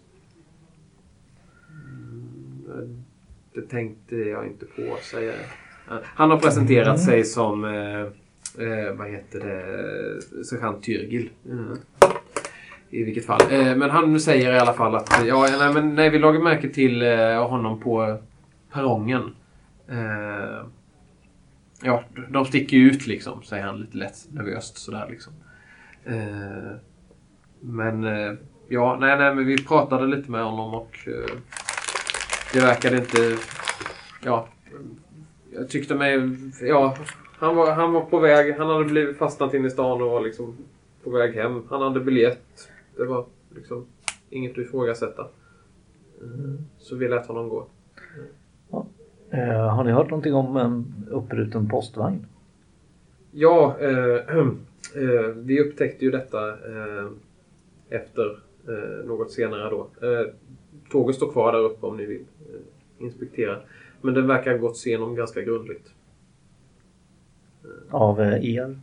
[SPEAKER 6] Det tänkte jag inte på, säger jag. Han har presenterat sig som eh, eh, vad heter det, sergeant Tyrgil. Mm. I vilket fall. Eh, men han säger i alla fall att ja, nej, men nej, vi lagar märke till eh, honom på perrongen. Eh, ja, de sticker ju ut liksom, säger han lite lätt nervöst sådär liksom. Eh, men eh, ja, nej, nej, men vi pratade lite med honom och eh, det verkade inte... Ja, jag tyckte mig... Ja, han var, han var på väg. Han hade blivit fastnat in i stan och var liksom på väg hem. Han hade biljett. Det var liksom inget att ifrågasätta. Mm. Så vi lät honom gå.
[SPEAKER 7] Ja. Eh, har ni hört någonting om en uppruten postvagn?
[SPEAKER 6] Ja, eh, eh, vi upptäckte ju detta eh, efter eh, något senare då. Eh, tåget står kvar där uppe om ni vill eh, inspektera. Men den verkar ha gått igenom ganska grundligt.
[SPEAKER 7] Av eh, er?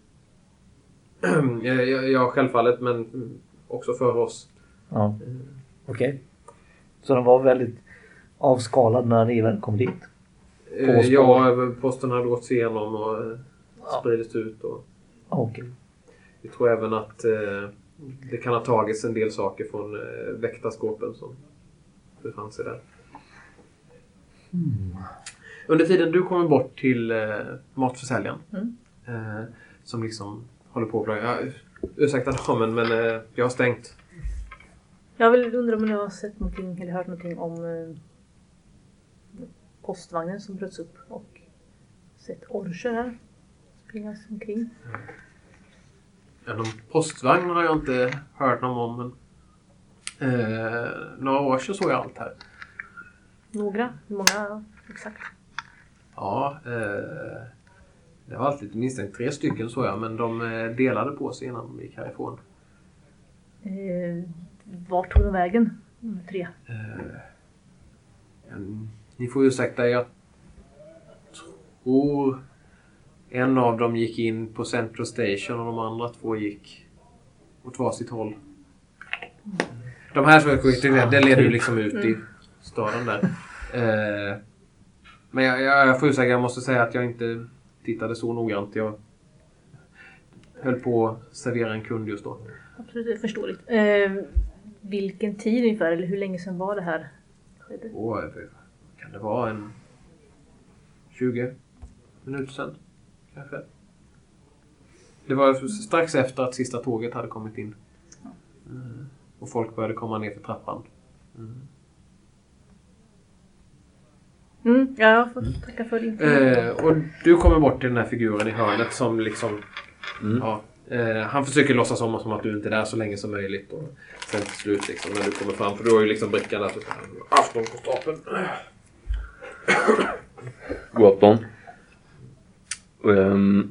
[SPEAKER 6] ja, ja, ja, självfallet, men också för oss.
[SPEAKER 7] Ja. Okej. Okay. Så den var väldigt avskalad när ni väl kom dit?
[SPEAKER 6] Eh, ja, posten hade gått igenom och eh, spridits ut. Och...
[SPEAKER 7] Okej. Okay.
[SPEAKER 6] Vi tror även att eh, det kan ha tagits en del saker från eh, väktarskåpen som befann sig där.
[SPEAKER 7] Mm.
[SPEAKER 6] Under tiden du kommer bort till eh, matförsäljaren
[SPEAKER 9] Mm.
[SPEAKER 6] eh, som liksom håller på att ja, ursäkta damen, men eh, jag har stängt.
[SPEAKER 9] Jag vill undra om ni har sett någonting eller hört någonting om eh, postvagnen som bröts upp och sett orcher här springas omkring.
[SPEAKER 5] Ja, någon postvagn har jag inte hört någon om, men eh, några år sedan såg jag allt här.
[SPEAKER 9] Några? Hur många exakt?
[SPEAKER 5] Ja, eh, det var alltid misstänkt tre stycken såg jag, men de eh, delade på sig innan de gick härifrån.
[SPEAKER 9] Eh, vart tog de vägen? De tre?
[SPEAKER 5] Eh, en, ni får ursäkta, jag tror en av dem gick in på Central Station och de andra två gick åt varsitt håll. De här som jag skickade, det leder ju liksom ut i staden där. Eh, men jag, jag, jag får ursäkta, jag måste säga att jag inte tittade så noggrant. Jag höll på att servera en kund just då.
[SPEAKER 9] Absolut, det är förståeligt. Eh, vilken tid ungefär, eller hur länge sedan var det här?
[SPEAKER 5] Åh, kan det vara en tjugo minuter sedan? Kanske. Det var strax efter att sista tåget hade kommit in. Mm. Och folk började komma ner för trappan. Mm.
[SPEAKER 9] Mm, ja, jag får tacka för din
[SPEAKER 5] eh, Och du kommer bort till den här figuren i hörnet som liksom...
[SPEAKER 8] Mm.
[SPEAKER 5] Ja, eh, han försöker låtsas om som att du inte är där så länge som möjligt. Och sen till slut liksom, när du kommer fram. För du har ju liksom brickan där. Afton på stapeln.
[SPEAKER 8] God afton. Um,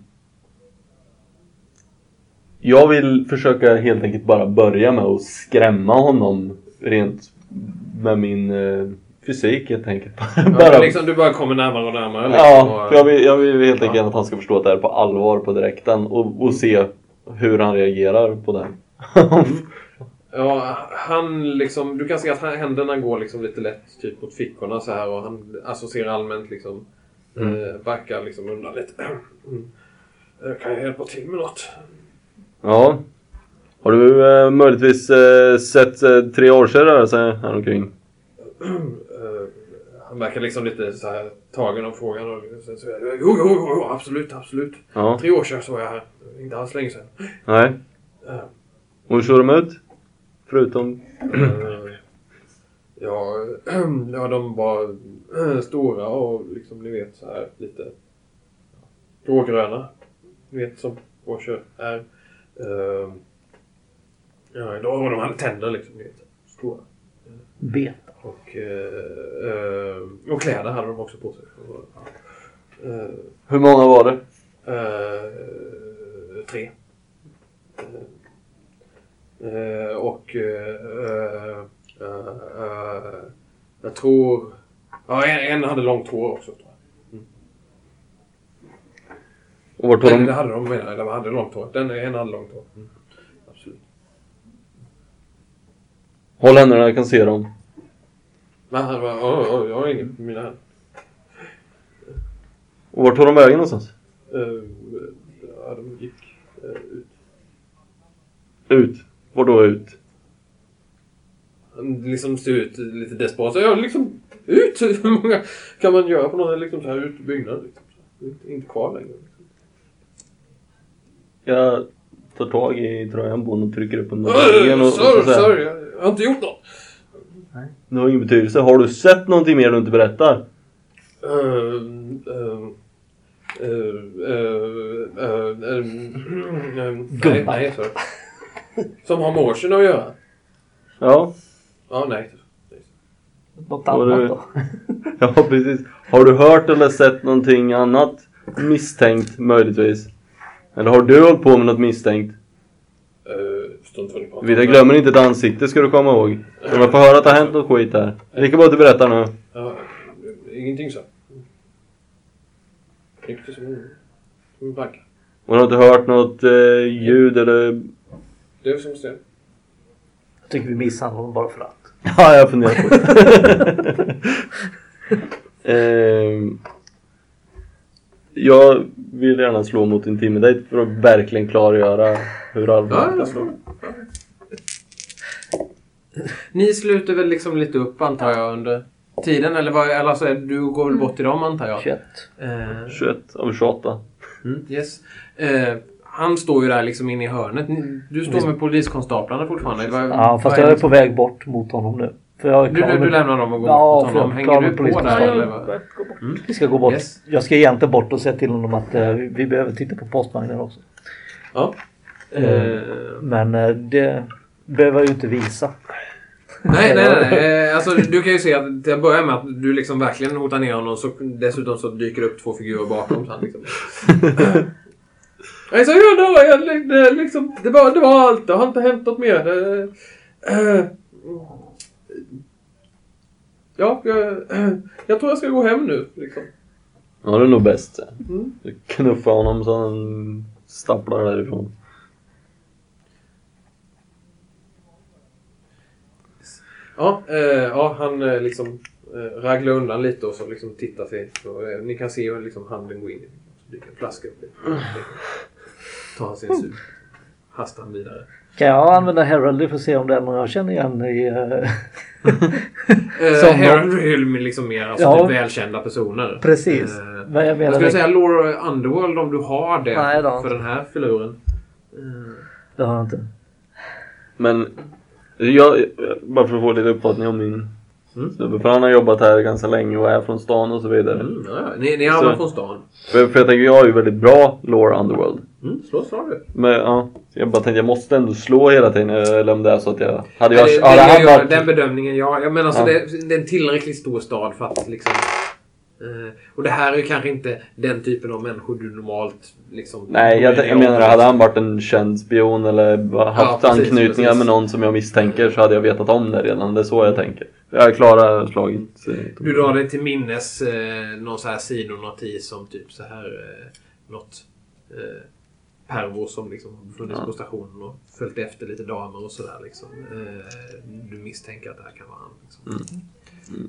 [SPEAKER 8] jag vill försöka helt enkelt bara börja med att skrämma honom rent med min uh, fysik helt enkelt.
[SPEAKER 5] Ja,
[SPEAKER 8] bara,
[SPEAKER 5] liksom, du bara kommer närmare och närmare. Liksom,
[SPEAKER 8] ja,
[SPEAKER 5] och,
[SPEAKER 8] för jag vill, jag vill helt enkelt
[SPEAKER 5] ja.
[SPEAKER 8] att han ska förstå att det är på allvar på direkten och, och se hur han reagerar på det.
[SPEAKER 5] Ja, han liksom, du kan se att händerna går liksom lite lätt typ mot fickorna så här och han associerar allmänt liksom mm. eh, backar liksom undan lite. Mm. Kan jag hjälpa till med något?
[SPEAKER 8] Ja. Har du eh, möjligtvis eh, sett eh, tre år sedan röra sig här omkring?
[SPEAKER 5] uh, han verkar liksom lite så här tagen av frågan och sen så jo, jo, jo, jo, absolut, absolut.
[SPEAKER 8] Ja.
[SPEAKER 5] Tre år sedan så var jag här, inte alls länge sedan.
[SPEAKER 8] Nej.
[SPEAKER 5] Uh.
[SPEAKER 8] Och hur såg de ut? Förutom...
[SPEAKER 5] Uh, ja, ja, de var uh, stora och liksom, ni vet, så här lite grågröna. Ni vet, som Porsche är. Uh, ja, då, de hade tänder liksom, ni vet. Stora.
[SPEAKER 7] Beta.
[SPEAKER 5] Och, uh, uh, och kläder hade de också på sig. Uh,
[SPEAKER 8] Hur många var det?
[SPEAKER 5] Uh, tre. Uh, Uh, och uh, uh, uh, jag tror ja, en, en hade långt hår också tror jag. Mm.
[SPEAKER 8] Och vart var
[SPEAKER 5] Nej,
[SPEAKER 8] de?
[SPEAKER 5] det hade de menar, eller hade långt hår. Den en hade långt hår. Mm. Absolut.
[SPEAKER 8] Håll händerna, jag kan se dem.
[SPEAKER 5] Men han var oh, oh, jag har inget på mina händer.
[SPEAKER 8] Och vart tog de vägen någonstans?
[SPEAKER 5] Uh, ja, de gick uh, ut.
[SPEAKER 8] Ut? Var då ut?
[SPEAKER 5] Han liksom ser ut lite desperat. Så jag liksom ut. Hur många kan man göra på någon liksom så här ut i byggnaden? Liksom. Inte, inte kvar längre. Liksom.
[SPEAKER 8] Jag tar tag i tröjan på honom och trycker upp en
[SPEAKER 5] Uh,
[SPEAKER 8] vägen och, och så
[SPEAKER 5] sorry,
[SPEAKER 8] säger
[SPEAKER 5] sorry. Jag har inte gjort något.
[SPEAKER 8] Nej. Det har ingen betydelse. Har du sett någonting mer du inte berättar?
[SPEAKER 5] Uh, uh, uh, uh, uh, uh, nej, nej, sorry. Som har morsen att göra.
[SPEAKER 8] Ja.
[SPEAKER 5] Ja, nej.
[SPEAKER 7] Något annat
[SPEAKER 8] du...
[SPEAKER 7] då?
[SPEAKER 8] Ja, precis. Har du hört eller sett någonting annat misstänkt möjligtvis? Eller har du hållit på med något misstänkt?
[SPEAKER 5] Uh, stund för det.
[SPEAKER 8] Vi glömmer inte ett ansikte, ska du komma ihåg. Så man får höra att det har hänt något skit här. Lika bra att du berättar nu.
[SPEAKER 5] Ja, ingenting så. Inte som en bank.
[SPEAKER 8] Man har inte hört något eh, ljud eller...
[SPEAKER 5] Det är som det.
[SPEAKER 7] Jag tycker vi misshandlar honom bara för att.
[SPEAKER 8] Ja, jag funderar på det. eh, jag vill gärna slå mot Intimidate för att verkligen klargöra hur allvarligt
[SPEAKER 5] Ja, slå. Ni sluter väl liksom lite upp antar jag under tiden eller vad eller så är, du går väl bort till dem antar jag.
[SPEAKER 7] tjugoett.
[SPEAKER 5] Eh,
[SPEAKER 8] tjugoett av tjugoåtta.
[SPEAKER 5] mm, yes. Eh, han står ju där liksom inne i hörnet. Du står med poliskonstaplarna fortfarande. Vad,
[SPEAKER 7] Ja, fast
[SPEAKER 5] vad
[SPEAKER 7] jag är
[SPEAKER 5] det?
[SPEAKER 7] på väg bort mot honom nu. För jag
[SPEAKER 6] Du, du, du lämnar dem och går
[SPEAKER 7] ja,
[SPEAKER 6] bort mot honom. Hänger du på
[SPEAKER 7] polisen.
[SPEAKER 6] där?
[SPEAKER 9] Ja,
[SPEAKER 6] eller
[SPEAKER 9] jag
[SPEAKER 6] vad?
[SPEAKER 9] börjar gå bort.
[SPEAKER 6] Mm.
[SPEAKER 7] Vi ska gå bort.
[SPEAKER 6] Yes.
[SPEAKER 7] Jag ska egentligen bort och säga till honom att uh, vi behöver titta på postvagnen också.
[SPEAKER 6] Ja.
[SPEAKER 7] Mm.
[SPEAKER 6] Eh,
[SPEAKER 7] Men uh, det behöver jag ju inte visa.
[SPEAKER 6] nej, nej, nej. Eh, Alltså, du kan ju se att till att börja med att du liksom verkligen hotar ner honom. Så dessutom så dyker det upp två figurer bakom. Så han liksom... Nej, så jag då, jag, det, liksom, det, var, det var allt. Det har inte hänt något mer. Det, äh, ja, jag, äh, jag tror jag ska gå hem nu. Liksom.
[SPEAKER 8] Ja, det är nog bäst.
[SPEAKER 6] Mm.
[SPEAKER 8] Du knuffar honom så han stapplar därifrån.
[SPEAKER 6] Ja, eh, ja, han eh, liksom eh, raglar undan lite och så liksom tittar sig. Så, eh, ni kan se hur liksom handen går in i. Så dyker en flaska upp. Tar han sin sup. Hastar han vidare.
[SPEAKER 7] Kan jag använda Herald för att se om det är någon jag känner igen i... Uh...
[SPEAKER 6] Uh, Herald är liksom mer alltså,
[SPEAKER 7] ja,
[SPEAKER 6] typ välkända personer.
[SPEAKER 7] Precis.
[SPEAKER 6] Uh,
[SPEAKER 7] Men jag,
[SPEAKER 6] jag skulle säga Lore Underworld om du har det.
[SPEAKER 7] Nej, då.
[SPEAKER 6] För den här filuren. Uh.
[SPEAKER 7] Det har jag inte.
[SPEAKER 8] Men jag, bara för att få lite uppfattning om min mm. snubbe. För han har jobbat här ganska länge och är från stan och så vidare.
[SPEAKER 6] Mm, ja, ni, ni är alla från stan.
[SPEAKER 8] För, för jag tänker, jag har ju väldigt bra Lore Underworld.
[SPEAKER 6] Mm, slå slår du.
[SPEAKER 8] Men ja, jag bara tänkte jag måste ändå slå hela tiden. Eller om det är så att jag... Hade jag,
[SPEAKER 6] Nej, det,
[SPEAKER 8] hade
[SPEAKER 6] det,
[SPEAKER 8] han
[SPEAKER 6] jag,
[SPEAKER 8] varit...
[SPEAKER 6] Den bedömningen, ja. Jag menar, alltså,
[SPEAKER 8] Ja.
[SPEAKER 6] det, det är en tillräckligt stor stad för att liksom... Uh, och det här är ju kanske inte den typen av människor du normalt liksom...
[SPEAKER 8] Nej, jag, jag menar, hade han varit en känd spion eller haft
[SPEAKER 6] ja, precis,
[SPEAKER 8] anknytningar
[SPEAKER 6] precis.
[SPEAKER 8] med någon som jag misstänker så hade jag vetat om det redan. Det är så jag tänker. Jag är klara slaget.
[SPEAKER 6] Du drar dig till minnes eh, någon så här sidonotis som typ så här eh, något eh, pervo som liksom har befunnits
[SPEAKER 8] Ja.
[SPEAKER 6] på stationen och följt efter lite damer och sådär liksom. Eh, du misstänker att det här kan vara han liksom.
[SPEAKER 8] Mm. Mm.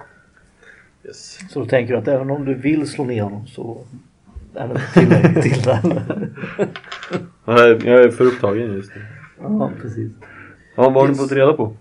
[SPEAKER 8] Yes.
[SPEAKER 7] Så då tänker du att även om du vill slå ner honom så är det tillräckligt till den.
[SPEAKER 8] Jag är, jag är för upptagen just nu.
[SPEAKER 7] Ja, precis.
[SPEAKER 8] Ja, vad har ni fått reda på?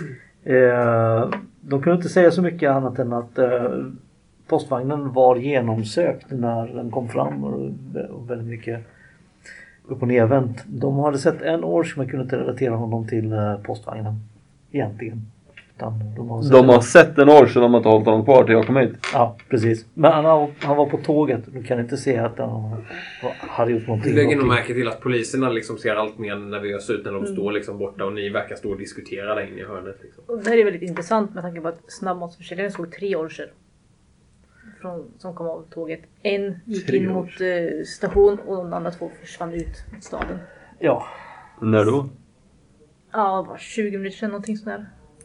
[SPEAKER 7] Eh, de kunde inte säga så mycket annat än att eh, postvagnen var genomsökt när den kom fram och, och väldigt mycket upp- och nervänt. De hade sett en år som man kunde inte relatera honom till eh, postvagnen egentligen. Utan de har sett,
[SPEAKER 8] De har sett en år sedan de har inte hållit honom kvar till jag kom hit.
[SPEAKER 7] Ja, precis. Men han, har, han var på tåget. Du kan inte se att han hade gjort någonting.
[SPEAKER 6] Du lägger nog
[SPEAKER 7] någonting.
[SPEAKER 6] märke till att poliserna liksom ser allt mer nervös ut när de mm. står liksom borta och ni verkar stå och diskutera där inne i hörnet. Liksom.
[SPEAKER 9] Och det här är väldigt intressant med tanke på att snabbmatsförsäljaren såg tre orcher från, som kom av tåget. En gick
[SPEAKER 8] Tre
[SPEAKER 9] in mot eh, station och de andra två försvann ut mot staden.
[SPEAKER 7] Ja.
[SPEAKER 8] När då?
[SPEAKER 9] Ja, det var tjugo minuter sedan någonting sådär.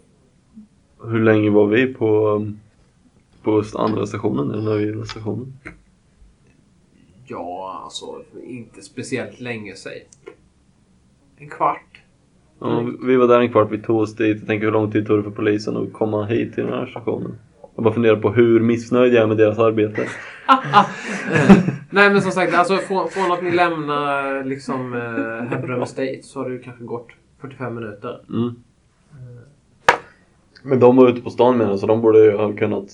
[SPEAKER 8] Hur länge var vi på, på andra stationen? Eller när vi var stationen?
[SPEAKER 6] Ja, alltså inte speciellt länge säg. En kvart.
[SPEAKER 8] Ja, vi var där en kvart, vi tog oss dit. Jag tänker hur lång tid tog det för polisen att komma hit till den här stationen? Jag bara funderar på hur missnöjd jag är med deras arbete.
[SPEAKER 6] Ah, ah. Eh, nej men som sagt, alltså från, från att ni lämnar liksom eh, Hebron Estate så har det ju kanske gått fyrtiofem minuter.
[SPEAKER 8] Mm. Men de var ute på stan med det, så de borde ju ha kunnat...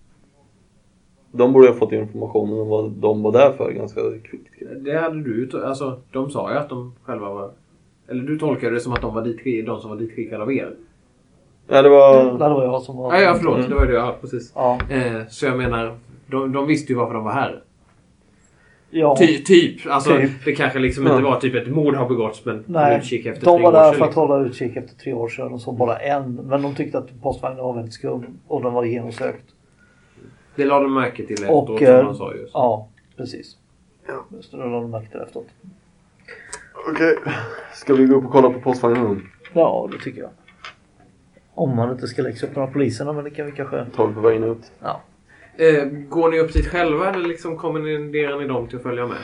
[SPEAKER 8] De borde ha fått informationen om vad de var där för ganska kvickt.
[SPEAKER 6] Det hade du, alltså de sa ju att de själva var... Eller du tolkade det som att de var dit, de som var ditskickade av er.
[SPEAKER 8] Ja, det var...
[SPEAKER 7] Det var jag som var...
[SPEAKER 6] Nej, ja, förlåt. Det var det, ja, precis.
[SPEAKER 7] Ja.
[SPEAKER 6] Eh, så jag menar, de, de visste ju varför de var här.
[SPEAKER 7] Ja.
[SPEAKER 6] Ty, typ. Alltså,
[SPEAKER 7] Typ.
[SPEAKER 6] det kanske liksom
[SPEAKER 8] Ja.
[SPEAKER 6] inte var typ ett mord har begåtts, men
[SPEAKER 7] Nej,
[SPEAKER 6] utkik efter
[SPEAKER 7] de
[SPEAKER 6] tre
[SPEAKER 7] var
[SPEAKER 6] år
[SPEAKER 7] där
[SPEAKER 6] sedan,
[SPEAKER 7] för att
[SPEAKER 6] liksom.
[SPEAKER 7] hålla utkik efter tre år sedan och så bara en. Men de tyckte att postvagnen var väldigt skum och den var genomsökt.
[SPEAKER 6] Det lade de märke till efteråt,
[SPEAKER 7] Och,
[SPEAKER 6] som
[SPEAKER 7] eh,
[SPEAKER 6] han sa just.
[SPEAKER 7] Ja, precis. Ja. Just det, det lade de märke till efteråt.
[SPEAKER 8] Okej. Ska vi gå upp och kolla på postvagnen nu?
[SPEAKER 7] Ja, det tycker jag. Om man inte ska läxa upp några poliserna, men det kan vi kanske...
[SPEAKER 8] Ta det på vägen ut.
[SPEAKER 7] Ja.
[SPEAKER 6] Eh, går ni upp dit själva eller liksom kommenderar ni dem till att följa med?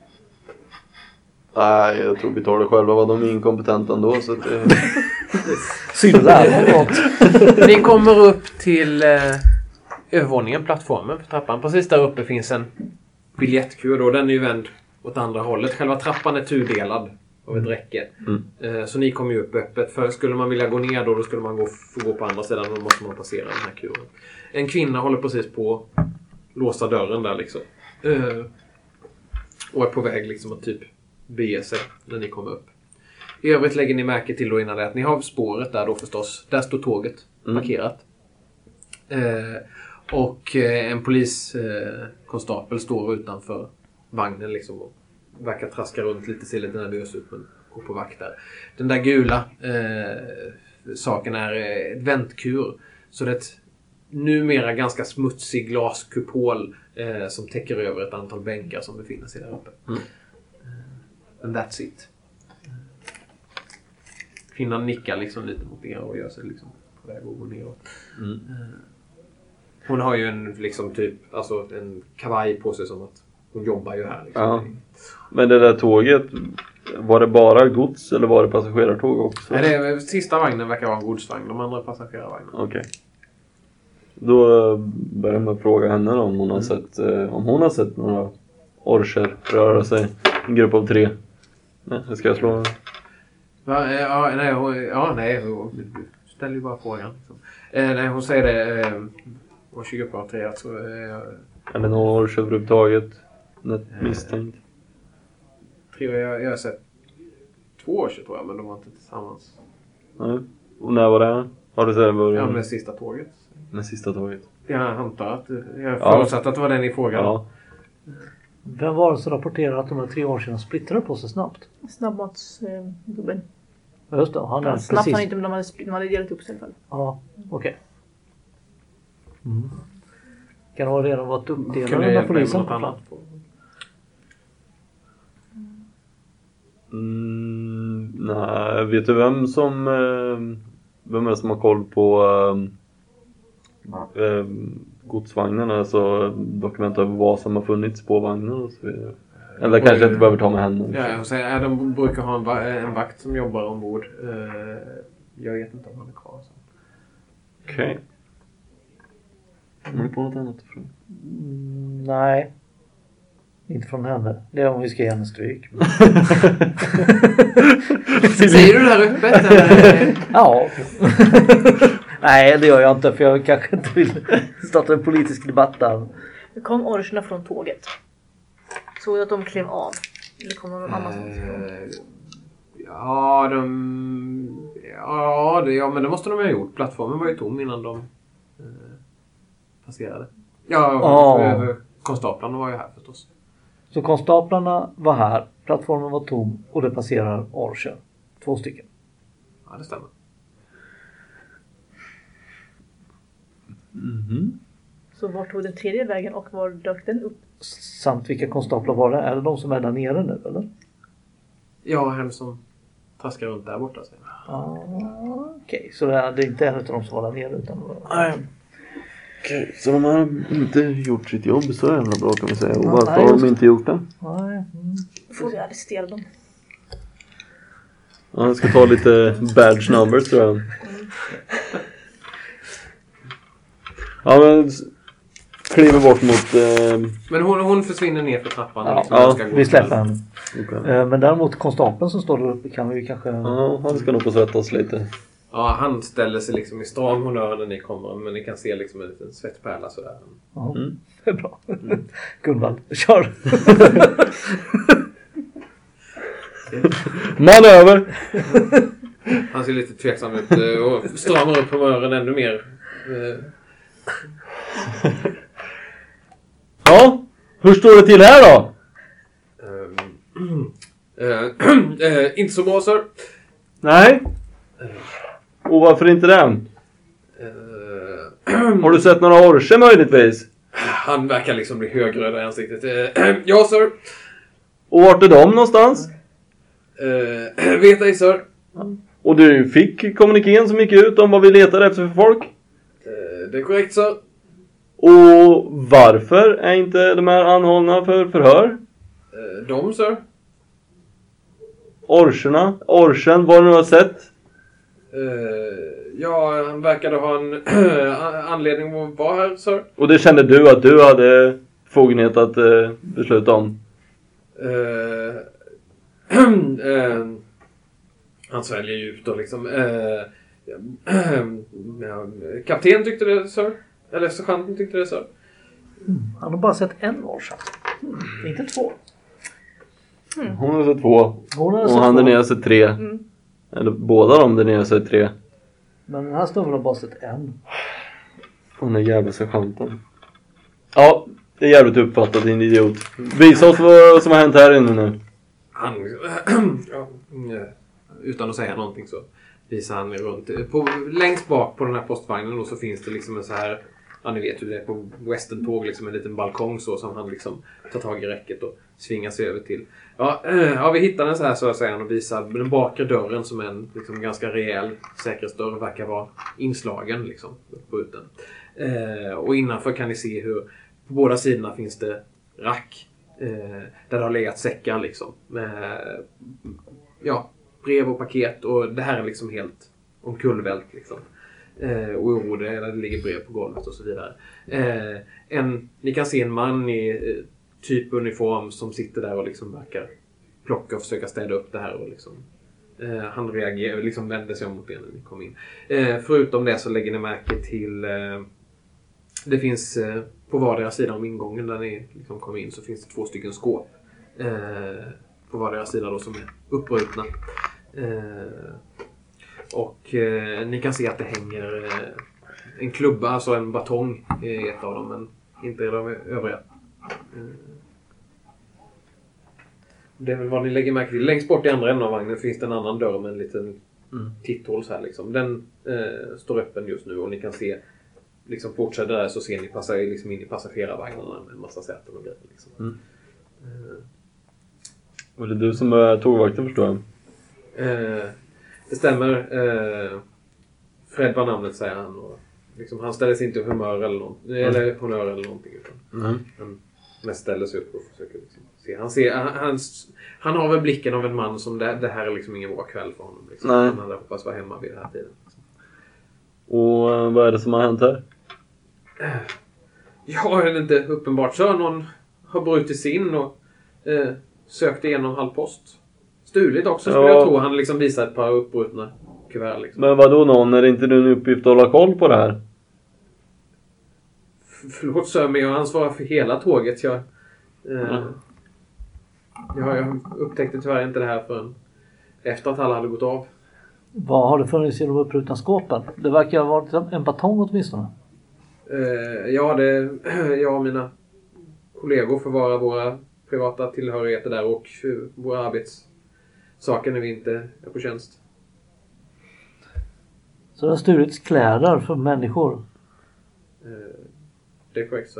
[SPEAKER 8] Nej, jag tror vi tar det själva. Vad de är inkompetenta ändå, så att det...
[SPEAKER 7] Synd där.
[SPEAKER 6] Ni kommer upp till eh, övervåningen, plattformen för trappan. Precis där uppe finns en biljettkur då. Den är ju vänd åt andra hållet. Själva trappan är tudelad av ett räcke.
[SPEAKER 8] Mm.
[SPEAKER 6] Eh, så ni kommer ju upp öppet. För skulle man vilja gå ner då, då skulle man gå, få gå på andra sidan. Då måste man passera den här kuren. En kvinna håller precis på att låsa dörren där liksom. Eh, och är på väg liksom att typ bege sig när ni kommer upp. I övrigt lägger ni märke till då innan det att ni har spåret där då förstås. Där står tåget. mm. parkerat. Eh, och eh, en poliskonstapel eh, står utanför vagnen liksom och verkar traska runt lite, ser lite nervös ut men går på vakt där. Den där gula eh, saken är ett väntkur. Så det är ett numera ganska smutsig glaskupol eh, som täcker över ett antal bänkar som befinner sig där uppe. Mm. And that's it. Kvinnan nickar liksom lite mot er och gör sig liksom på väg att gå neråt. Mm. Hon har ju en liksom typ alltså en kavaj på sig som att hon jobbar ju här liksom.
[SPEAKER 8] Ja. Men det där tåget, var det bara gods eller var det passagerartåg också?
[SPEAKER 6] Nej, det är, sista vagnen verkar vara en godsvagn, de andra passagerarvagnen.
[SPEAKER 8] Okej. Okay. Då börjar man fråga henne då, om hon har sett om hon har sett några orcher röra sig. En grupp av tre. Nej, det ska jag slå.
[SPEAKER 6] Va? Ja, nej, hon, ja, nej, hon ställer ju bara frågan. Liksom. Eh, nej, hon säger det. Eh, och tjugo på tre, alltså. Eh,
[SPEAKER 8] Eller någon orcher överhuvudtaget. Något misstänkt.
[SPEAKER 6] Tre, jag, jag har sett två orcher tror jag, men de var inte tillsammans.
[SPEAKER 8] Nej. Och när var det? Har du sett var det?
[SPEAKER 6] Ja, med sista tåget.
[SPEAKER 8] Med sista tåget.
[SPEAKER 6] Jag antar att jag förutsatt ja. att det var den i frågan. Ja.
[SPEAKER 7] Vem var det som rapporterade att de här tre orcherna splittrade på sig snabbt?
[SPEAKER 9] Snabbmatsgubben.
[SPEAKER 7] Ja, just det. Han är
[SPEAKER 9] snabbt precis. Han inte, men de hade, de hade delat upp sig i alla fall.
[SPEAKER 7] Ja, okej. Okay. Mm. Kan det vara redan varit uppdelade när polisen på plats?
[SPEAKER 8] Mm, nej, vet du vem som vem är det som har koll på äh, äh, godsvagnen, alltså dokument över vad som har funnits på vagnen och så vidare. Eller kanske inte behöver ta med henne.
[SPEAKER 6] Ja, jag säger, ja, de brukar ha en, va- en vakt som jobbar ombord. Uh, jag vet inte om han är kvar.
[SPEAKER 8] Okej. Okay. Har du på något annat ifrån?
[SPEAKER 7] Mm, nej. Inte från henne. Det är om vi ska ge henne stryk.
[SPEAKER 6] Säger du det här öppet? Eller?
[SPEAKER 7] Ja. Nej, det gör jag inte för jag kanske inte vill starta en politisk debatt där.
[SPEAKER 9] Det kom orcherna från tåget. Såg du att de klev av? Eller kom de någon annanstans?
[SPEAKER 6] Uh, ja, de... Ja, det, ja, men det måste de ha gjort. Plattformen var ju tom innan de uh, passerade. Ja, oh. konstaplarna var ju här förstås.
[SPEAKER 7] Så konstaplarna var här, plattformen var tom och det passerar orcher. Två stycken.
[SPEAKER 6] Ja, det stämmer.
[SPEAKER 8] Mhm.
[SPEAKER 9] Så vart tog den tredje vägen och var dök den upp?
[SPEAKER 7] Samt vilka konstaplar var det? Är det de som är där nere nu, eller?
[SPEAKER 6] Ja, hen som traskar runt där borta.
[SPEAKER 7] Ah, okej, okay. Så det är, det är inte en av de som var där nere utan...
[SPEAKER 8] Nej. Okej, okay. Så de har inte gjort sitt jobb så jävla bra kan vi säga. Och varför nej, har de inte gjort det?
[SPEAKER 7] Nej. Mm.
[SPEAKER 9] Då får vi arrestera dem.
[SPEAKER 8] Ja, jag ska ta lite badge numbers tror jag. Mm. Ja, men... kliver bort mot... Eh...
[SPEAKER 6] Men hon, hon försvinner ner för trappan.
[SPEAKER 7] Ja,
[SPEAKER 6] liksom,
[SPEAKER 7] ja
[SPEAKER 6] ska gå
[SPEAKER 7] vi släpper henne.
[SPEAKER 8] Okay.
[SPEAKER 7] Eh, men däremot konstapeln som står där uppe kan vi kanske...
[SPEAKER 8] Ja, han ska nog få svettas lite.
[SPEAKER 6] Ja, han ställer sig liksom i stram honör när ni kommer. Men ni kan se liksom en liten svettpärla sådär.
[SPEAKER 7] Ja, mm. Det är bra. Mm. Gunvald, kör!
[SPEAKER 8] Manöver!
[SPEAKER 6] Han ser lite tveksam ut och stramar upp humören ännu mer.
[SPEAKER 8] Ja, hur står det till här då?
[SPEAKER 6] Um, uh, uh, inte så bra, sir.
[SPEAKER 8] Nej. Och varför inte den? Uh, Har du sett några orcher möjligtvis?
[SPEAKER 6] Han verkar liksom bli högröd i ansiktet. Uh, ja, sir.
[SPEAKER 8] Och vart är de någonstans?
[SPEAKER 6] Uh, vet ej, sir.
[SPEAKER 8] Och du fick kommunikén som gick ut om vad vi letar efter för folk?
[SPEAKER 6] Uh, det är korrekt, sir.
[SPEAKER 8] Och varför är inte de här anhållna för förhör?
[SPEAKER 6] Uh, de, sir.
[SPEAKER 8] Orcherna? Orchen, vad du har sett?
[SPEAKER 6] Uh, ja, han verkade ha en anledning att vara här, sir.
[SPEAKER 8] Och det kände du att du hade fogenhet att uh, besluta om?
[SPEAKER 6] Uh, uh, han sväljer ju ut och liksom... Uh, uh, kapten tyckte det, sir. Eller sergeanten tyckte det, sir.
[SPEAKER 7] Mm. Han har bara sett en orch. Mm. Inte två.
[SPEAKER 8] Mm. Hon har sett två.
[SPEAKER 7] Hon har
[SPEAKER 8] och
[SPEAKER 7] sett
[SPEAKER 8] han
[SPEAKER 7] två.
[SPEAKER 8] där nere har sett tre. Mm. Eller båda de där nere har sett tre.
[SPEAKER 7] Men den här snubben har bara sett en.
[SPEAKER 8] Och den jävla sergeanten. Ja, det är jävligt uppfattat, din idiot. Visa oss vad som har hänt här inne nu.
[SPEAKER 6] Han, ja, utan att säga någonting så visar han runt. På, längst bak på den här postvagnen då, så finns det liksom en så här, ja ni vet hur det är på Western-tåg, liksom en liten balkong så som han liksom tar tag i räcket och svingar sig över till. Ja, ja vi hittar den så här, så säger han och visar den bakre dörren som är en liksom ganska rejäl säkerhetsdörr, verkar vara inslagen liksom på uten. Eh, och innanför kan ni se hur på båda sidorna finns det rack eh, där det har legat säckar liksom med ja, brev och paket, och det här är liksom helt omkullvält liksom. Eh, och oro det, det ligger brev på golvet och så vidare. Eh, en, ni kan se en man i eh, typ uniform som sitter där och liksom verkar plocka och försöka städa upp det här och liksom eh, han reagerar, liksom vänder sig om mot er när ni kommer in. Eh, förutom det så lägger ni märke till eh, det finns eh, på vardera sidan om ingången där ni liksom kommer in så finns det två stycken skåp eh, på vardera sida då som är uppbrutna. Eh, och eh, ni kan se att det hänger eh, en klubba, alltså en batong i ett av dem, men inte i de övriga. Eh, det är väl vad ni lägger märke till. Längst bort i andra änden av vagnen finns det en annan dörr med en liten mm. titthål så här liksom. Den eh, står öppen just nu och ni kan se liksom fortsätter där så ser ni passar liksom in i passagerarvagnarna med en massa säten och grejer liksom. Mm. Eh.
[SPEAKER 8] Och det är du som är tågvakten, förstår jag?
[SPEAKER 6] Eh, det stämmer. Eh, Fred var namnet, säger han. Och liksom, han ställer sig inte humör eller, någon, mm. eller honör eller någonting. Utan mm. Han mest ställer sig upp och försöker liksom se. Han, ser, han, han, han har väl blicken av en man som det, det här är liksom ingen bra kväll för honom. Liksom. Han hade hoppats vara hemma vid den här tiden. Liksom.
[SPEAKER 8] Och eh, vad är det som har hänt här?
[SPEAKER 6] Ja, är det inte uppenbart så någon har brutit sig in och eh, sökt igenom halvpost. Stuligt också skulle ja. jag tro. Han liksom visar ett par uppbrutna kuvert. Liksom.
[SPEAKER 8] Men vadå någon? Är det inte din uppgift att hålla koll på det här?
[SPEAKER 6] F- förlåt så, men jag ansvarar för hela tåget. Jag, eh, mm. jag, jag upptäckte tyvärr inte det här förrän efter att alla hade gått av.
[SPEAKER 7] Vad har det funnits i de uppbrutna skåpen? Det verkar ha varit en batong åtminstone.
[SPEAKER 6] Eh, ja, det, jag och mina kollegor förvarar våra privata tillhörigheter där och våra arbetssaker när vi inte är på tjänst.
[SPEAKER 7] Så det har stulits kläder för människor?
[SPEAKER 6] Eh, det är korrekt, så.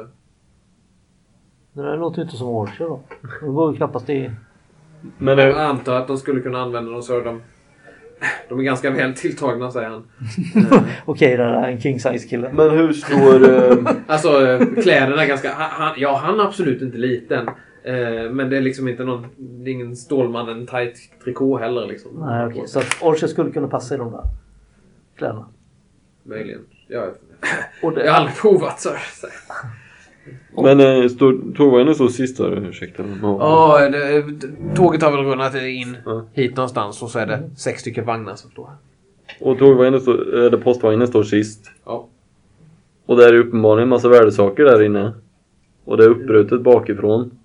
[SPEAKER 7] Det där låter ju inte som orcher då. Det går ju knappast i...
[SPEAKER 6] Men jag antar att de skulle kunna använda dem så de... De är ganska väl tilltagna, säger han.
[SPEAKER 7] Okej, det är en king size kille.
[SPEAKER 8] Men hur står... Uh...
[SPEAKER 6] alltså, kläderna är ganska... Han, ja, han är absolut inte liten. Uh, men det är liksom inte någon... Det är ingen Stålman, en tight trikå heller liksom.
[SPEAKER 7] Nej, okej. Okay. Så att orcher skulle kunna passa i de där kläderna?
[SPEAKER 6] Möjligen. Jag, och det... jag har aldrig provat så. så.
[SPEAKER 8] Men äh, står tågvagnen så sist då? Ursäkta.
[SPEAKER 6] Ja, oh, det, tåget har väl runnat in mm. hit någonstans och så är det mm. sex stycken vagnar som står här.
[SPEAKER 8] Och tågvagnen står, eller postvagnen står sist.
[SPEAKER 6] Ja.
[SPEAKER 8] Och där är uppenbarligen en massa värdesaker där inne. Och det är uppbrutet bakifrån.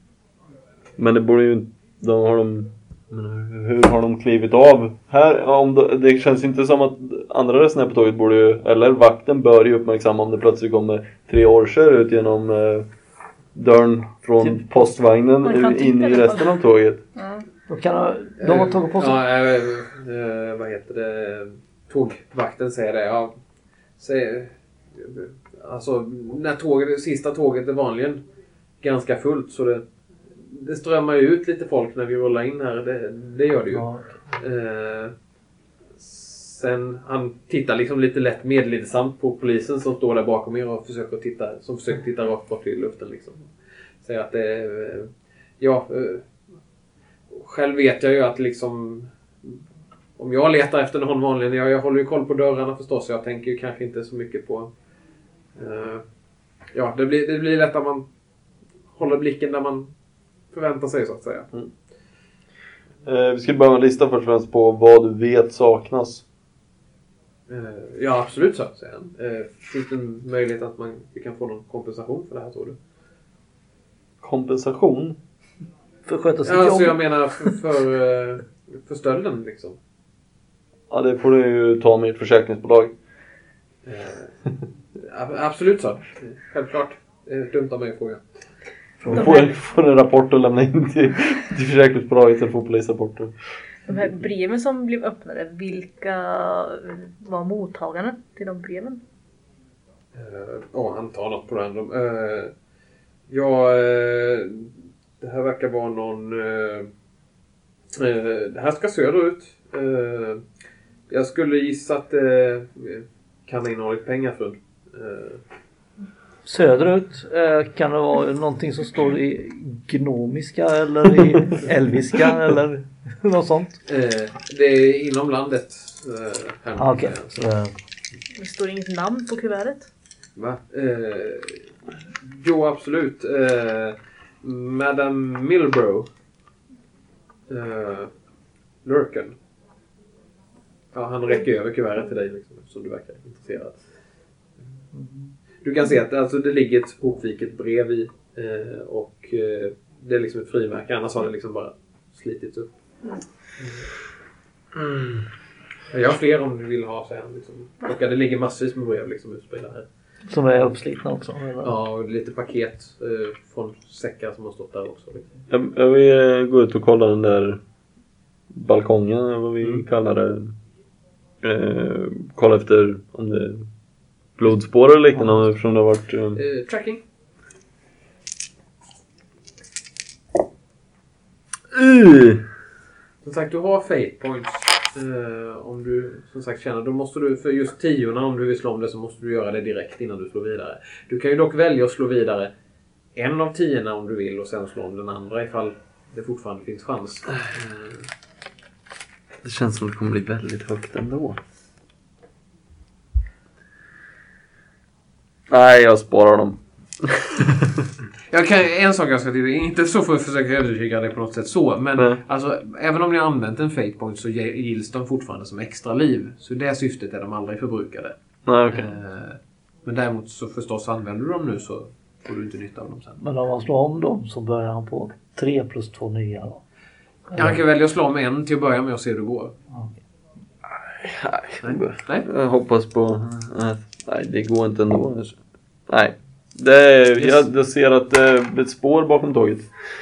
[SPEAKER 8] Men det borde ju de har de men hur har de klivit av? Här, om det, det känns inte som att andra resenärer på tåget borde ju, eller vakten bör ju uppmärksamma om det plötsligt kommer tre orcher ut genom eh, dörren från typ postvagnen in i resten av tåget.
[SPEAKER 7] Mm. De, kan, de har tagit på sig.
[SPEAKER 6] Ja, äh, äh, vad heter det? Tågvakten säger det. Ja, säger, alltså, när tåget, det sista tåget är vanligen ganska fullt så det Det strömmar ju ut lite folk när vi rullar in här. Det, det gör det ju. Ja. Eh, sen han tittar liksom lite lätt medlidsamt på polisen som står där bakom er och försöker titta, som försöker titta rakt bort i luften liksom. Säger att det eh, ja, eh, själv vet jag ju att liksom om jag letar efter någon vanligen, jag, jag håller ju koll på dörrarna förstås, jag tänker ju kanske inte så mycket på eh, ja, det blir, det blir lätt att man håller blicken där man förväntar sig så att säga. Mm.
[SPEAKER 8] Eh, vi ska börja en lista först och främst på vad du vet saknas.
[SPEAKER 6] Eh, ja, absolut så att säga. Eh, finns det en möjlighet att man, vi kan få någon kompensation för det här, tror du?
[SPEAKER 8] Kompensation?
[SPEAKER 7] För att sköta sitt
[SPEAKER 6] ja,
[SPEAKER 7] jobb?
[SPEAKER 6] Alltså jag menar för, för, för stölden liksom.
[SPEAKER 8] Ja, det får du ju ta med ett försäkringsbolag.
[SPEAKER 6] Eh, absolut så. Självklart. Det är dumt av mig att fråga.
[SPEAKER 8] Du får, får en rapport och lämna in till, till försäkringsbolaget så får polisrapporter.
[SPEAKER 9] De här breven som blev öppnade, vilka var mottagarna till de breven?
[SPEAKER 6] Ja, uh, oh, han tar något på den. Uh, ja, uh, det här verkar vara någon... Uh, uh, det här ska söderut. Uh, jag skulle gissa att det uh, kan ha innehållit pengar för. Uh,
[SPEAKER 7] Söderut, uh, kan det vara någonting som står i gnomiska eller i elviska eller något sånt?
[SPEAKER 6] Uh, det är inom landet. Uh,
[SPEAKER 7] ah, Okej. Okay. Uh.
[SPEAKER 9] Det står inget namn på kuvertet?
[SPEAKER 6] Va? Uh, jo, absolut. Uh, Madame Milbro. Uh, Lurken. Ja, han räcker över kuvertet till dig liksom, som du verkar intresserad. Du kan se att alltså, det ligger ett hopviket brev i eh, och eh, det är liksom ett frimärke. Annars har det liksom bara slitits upp. Mm. Jag har fler om du vill ha sen. Liksom. Och det ligger massvis med brev liksom, utspridda här.
[SPEAKER 7] Som är uppslitna också? Eller?
[SPEAKER 6] Ja, och lite paket eh, från säckar som har stått där också. Liksom.
[SPEAKER 8] Jag, jag vill gå ut och kolla den där balkongen, vad vi mm. kallar det. Eh, kolla efter om det är blodspår eller liknande, ja. Eftersom det har varit... Eh...
[SPEAKER 6] Eh, tracking.
[SPEAKER 8] Uh.
[SPEAKER 6] Som sagt, du har fate points. Eh, om du som sagt känner, då måste du, för just tiorna, om du vill slå om det så måste du göra det direkt innan du slår vidare. Du kan ju dock välja att slå vidare en av tiorna om du vill och sen slå om den andra ifall det fortfarande finns chans. Eh.
[SPEAKER 8] Det känns som det kommer bli väldigt högt ändå. Nej, jag sparar dem.
[SPEAKER 6] Jag kan, en sak jag ska till, inte så för att försöka övertyga dig på något sätt så, men mm. alltså, även om ni har använt en fate point så gills de fortfarande som extra liv. Så det syftet är de aldrig förbrukade.
[SPEAKER 8] Nej, okay.
[SPEAKER 6] eh, men däremot så förstås använder du dem nu så får du inte nytta av dem sen.
[SPEAKER 7] Men om man slår om dem så börjar han på tre plus två nya då.
[SPEAKER 6] Ja, han kan välja att slå om en till att börja med och se hur det går.
[SPEAKER 7] Okay.
[SPEAKER 8] Nej,
[SPEAKER 6] nej. nej.
[SPEAKER 8] Jag hoppas på... Nej, det går inte ändå. Nej. Det, yes. jag, jag ser att det är ett spår bakom tåget.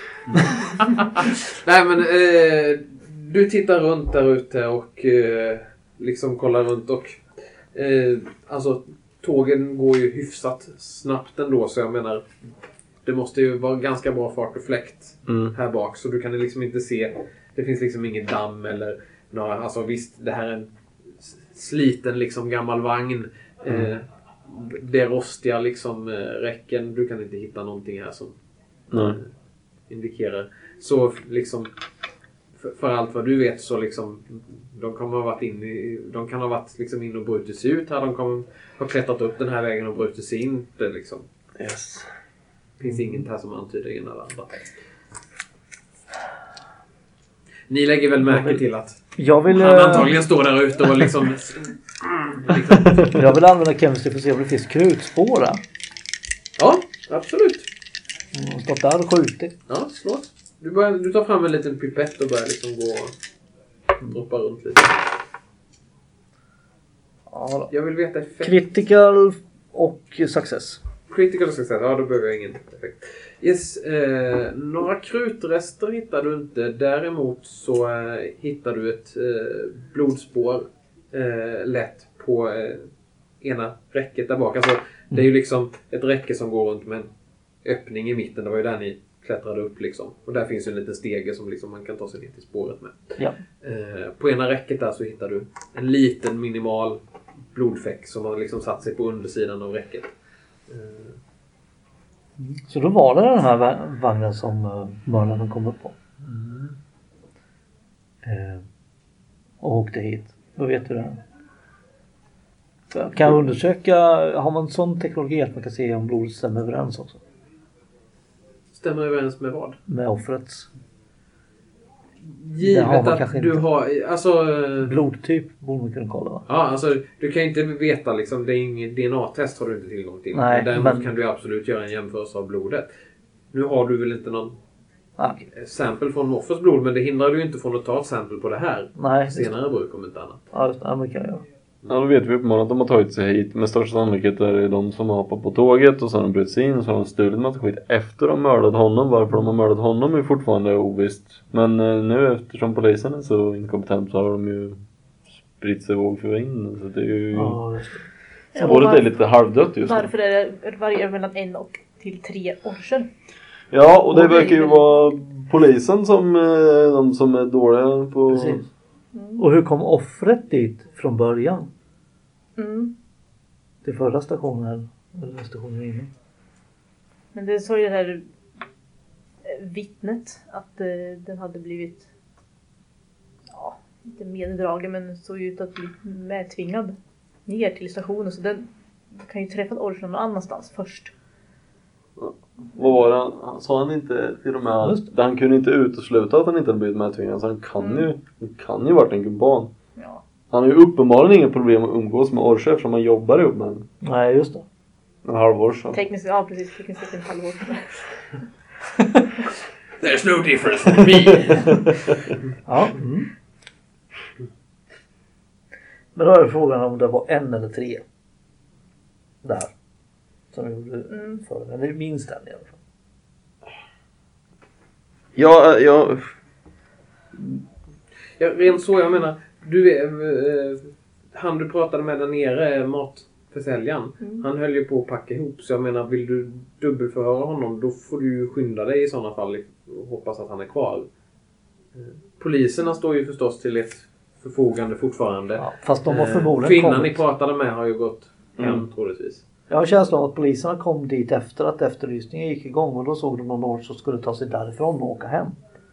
[SPEAKER 6] Nej, men eh, du tittar runt där ute och eh, liksom kollar runt och eh, alltså tågen går ju hyfsat snabbt ändå, så jag menar det måste ju vara ganska bra fart och fläkt mm. här bak, så du kan liksom inte se, det finns liksom inget damm eller några, alltså visst det här är en sliten liksom gammal vagn. Mm. Eh, det rostiga liksom eh, räcken, du kan inte hitta någonting här som eh, indikerar. Så liksom för, för allt vad du vet så liksom de kommer ha varit in i, de kan ha varit liksom in och brutit sig ut här, de kommer ha klättrat upp den här vägen och brutit sig in det liksom.
[SPEAKER 8] Yes.
[SPEAKER 6] Det finns inget här som antyder ena eller andra. Ni lägger väl märke till att
[SPEAKER 7] jag vill,
[SPEAKER 6] han antagligen står där ute och liksom...
[SPEAKER 7] liksom. Jag vill använda chemistry för att se om det finns krutspår där.
[SPEAKER 6] Ja, absolut.
[SPEAKER 7] Mm, stått där och skjutit.
[SPEAKER 6] Ja, slå. Du, börjar, du tar fram en liten pipett och börjar liksom gå och droppa runt lite.
[SPEAKER 7] Ja,
[SPEAKER 6] jag vill veta effekt.
[SPEAKER 7] Critical och success.
[SPEAKER 6] Critical success, ja då behöver jag ingen effekt. Yes, eh, några krutrester hittar du inte. Däremot så eh, hittar du ett eh, blodspår eh, lätt på eh, ena räcket där bak. Alltså, mm. Det är ju liksom ett räcke som går runt med en öppning i mitten. Det var ju där ni klättrade upp liksom. Och där finns ju en liten stege som liksom man kan ta sig ner till spåret med.
[SPEAKER 7] Ja.
[SPEAKER 6] Eh, på ena räcket där så hittar du en liten minimal blodfäck som har liksom satt sig på undersidan av räcket. Eh,
[SPEAKER 7] Så då var det den här vagnen som uh, mördaren kom upp på. Mm. Eh, och åkte hit. Då vet du det. Kan jag undersöka, har man sån teknologi att man kan se om blodet stämmer överens också?
[SPEAKER 6] Stämmer överens med vad?
[SPEAKER 7] Med offrets.
[SPEAKER 6] Givet att du inte. har, alltså...
[SPEAKER 7] Blodtyp borde man kunna kolla, va?
[SPEAKER 6] Ja, alltså du kan ju inte veta liksom, det är ingen D N A-test har du inte tillgång till.
[SPEAKER 7] Nej,
[SPEAKER 6] men däremot
[SPEAKER 7] men...
[SPEAKER 6] kan du absolut göra en jämförelse av blodet. Nu har du väl inte någon
[SPEAKER 7] Ah.
[SPEAKER 6] sample från Moffers blod, men det hindrar du inte från att ta ett sample på det här.
[SPEAKER 7] Nej.
[SPEAKER 6] Senare bruk om inte annat.
[SPEAKER 7] Ja, just det. Ja, men kan jag.
[SPEAKER 8] Ja, då vet vi uppenbarligen att de har tagit sig hit. Med största sannolikhet är det de som har hoppat på tåget och så har de brutit sig in och så har de stulit massa skit efter de mördat honom. Varför de har mördat honom är fortfarande ovisst. Men eh, nu eftersom polisen är så inkompetent så har de ju spritt sig våg för in. Så det är ju...
[SPEAKER 7] Ja, just det.
[SPEAKER 8] Spåret är lite halvdött just nu.
[SPEAKER 9] Varför är det varierar mellan en och till tre orcher?
[SPEAKER 8] Ja, och det verkar ju vara polisen som eh, de som är dåliga på...
[SPEAKER 7] Precis. Mm. Och hur kom offret dit från början?
[SPEAKER 9] Mm.
[SPEAKER 7] Till förra stationen eller stationen inne.
[SPEAKER 9] Men det sa ju det här vittnet att eh, den hade blivit ja, inte meddragen men såg ut att bli medtvingad ner till stationen, så den kan ju träffa orchen någon annanstans först.
[SPEAKER 8] Vad var det? Han sa han inte till och med att han kunde inte utesluta att han inte hade blivit medtvingad. Så han kan mm. ju han kan ju varit en kuban.
[SPEAKER 9] Ja.
[SPEAKER 8] Han har ju uppenbarligen inga problem att umgås med orcher eftersom han jobbar ihop med en.
[SPEAKER 7] Nej, just det.
[SPEAKER 8] En halvårs.
[SPEAKER 9] Tekniskt, ja precis. Tekniskt sett en halvår.
[SPEAKER 6] There's no difference for me.
[SPEAKER 7] Ja. Mm. Men då är det frågan om det var en eller tre. Där. Som vi gjorde mm. förr. Eller minst en i alla fall.
[SPEAKER 8] Ja, ja.
[SPEAKER 6] Ja, rent så, jag menar. Du är, eh, han du pratade med där nere, matförsäljaren. Mm. Han höll ju på att packa ihop. Så jag menar, vill du dubbelförhöra honom, då får du ju skynda dig i sådana fall. Och hoppas att han är kvar. Poliserna står ju förstås till ett förfogande fortfarande.
[SPEAKER 7] Ja, fast de har förmodligen
[SPEAKER 6] Kvinnan
[SPEAKER 7] kommit.
[SPEAKER 6] ni pratade med har ju gått hem, mm. troligtvis.
[SPEAKER 7] Jag har känslan av att poliserna kom dit efter att efterlysningen gick igång. Och då såg de någon år som skulle ta sig därifrån och åka hem.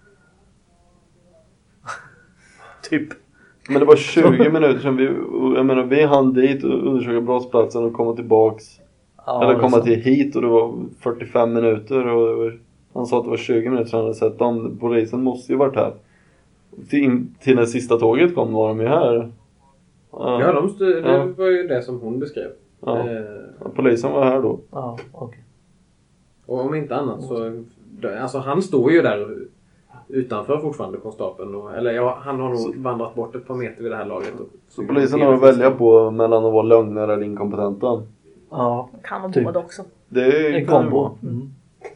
[SPEAKER 8] Typ. Men det var tjugo minuter sedan vi, jag menar, vi hann dit och undersöka brottsplatsen och komma tillbaks. Ja, eller komma till hit och det var fyrtiofem minuter och det var, han sa att det var tjugo minuter sedan han hade sett dem. Polisen måste ju varit här. Till, till när sista tåget kom var de ju här.
[SPEAKER 6] Ja, ja de st- det ja. var ju det som hon beskrev.
[SPEAKER 8] Ja. Eh. Ja, polisen var här då.
[SPEAKER 7] Ja, okej. Okay.
[SPEAKER 6] Och om inte annat så, alltså han står ju där utanför fortfarande, konstapeln. Och, eller ja, han har nog så vandrat bort ett par meter vid det här laget. Och,
[SPEAKER 8] så polisen har att välja på mellan att vara lögnare eller inkompetenta.
[SPEAKER 7] Ja,
[SPEAKER 9] kan vara
[SPEAKER 7] typ.
[SPEAKER 9] båda också.
[SPEAKER 8] Det är
[SPEAKER 7] en kombo. Mm.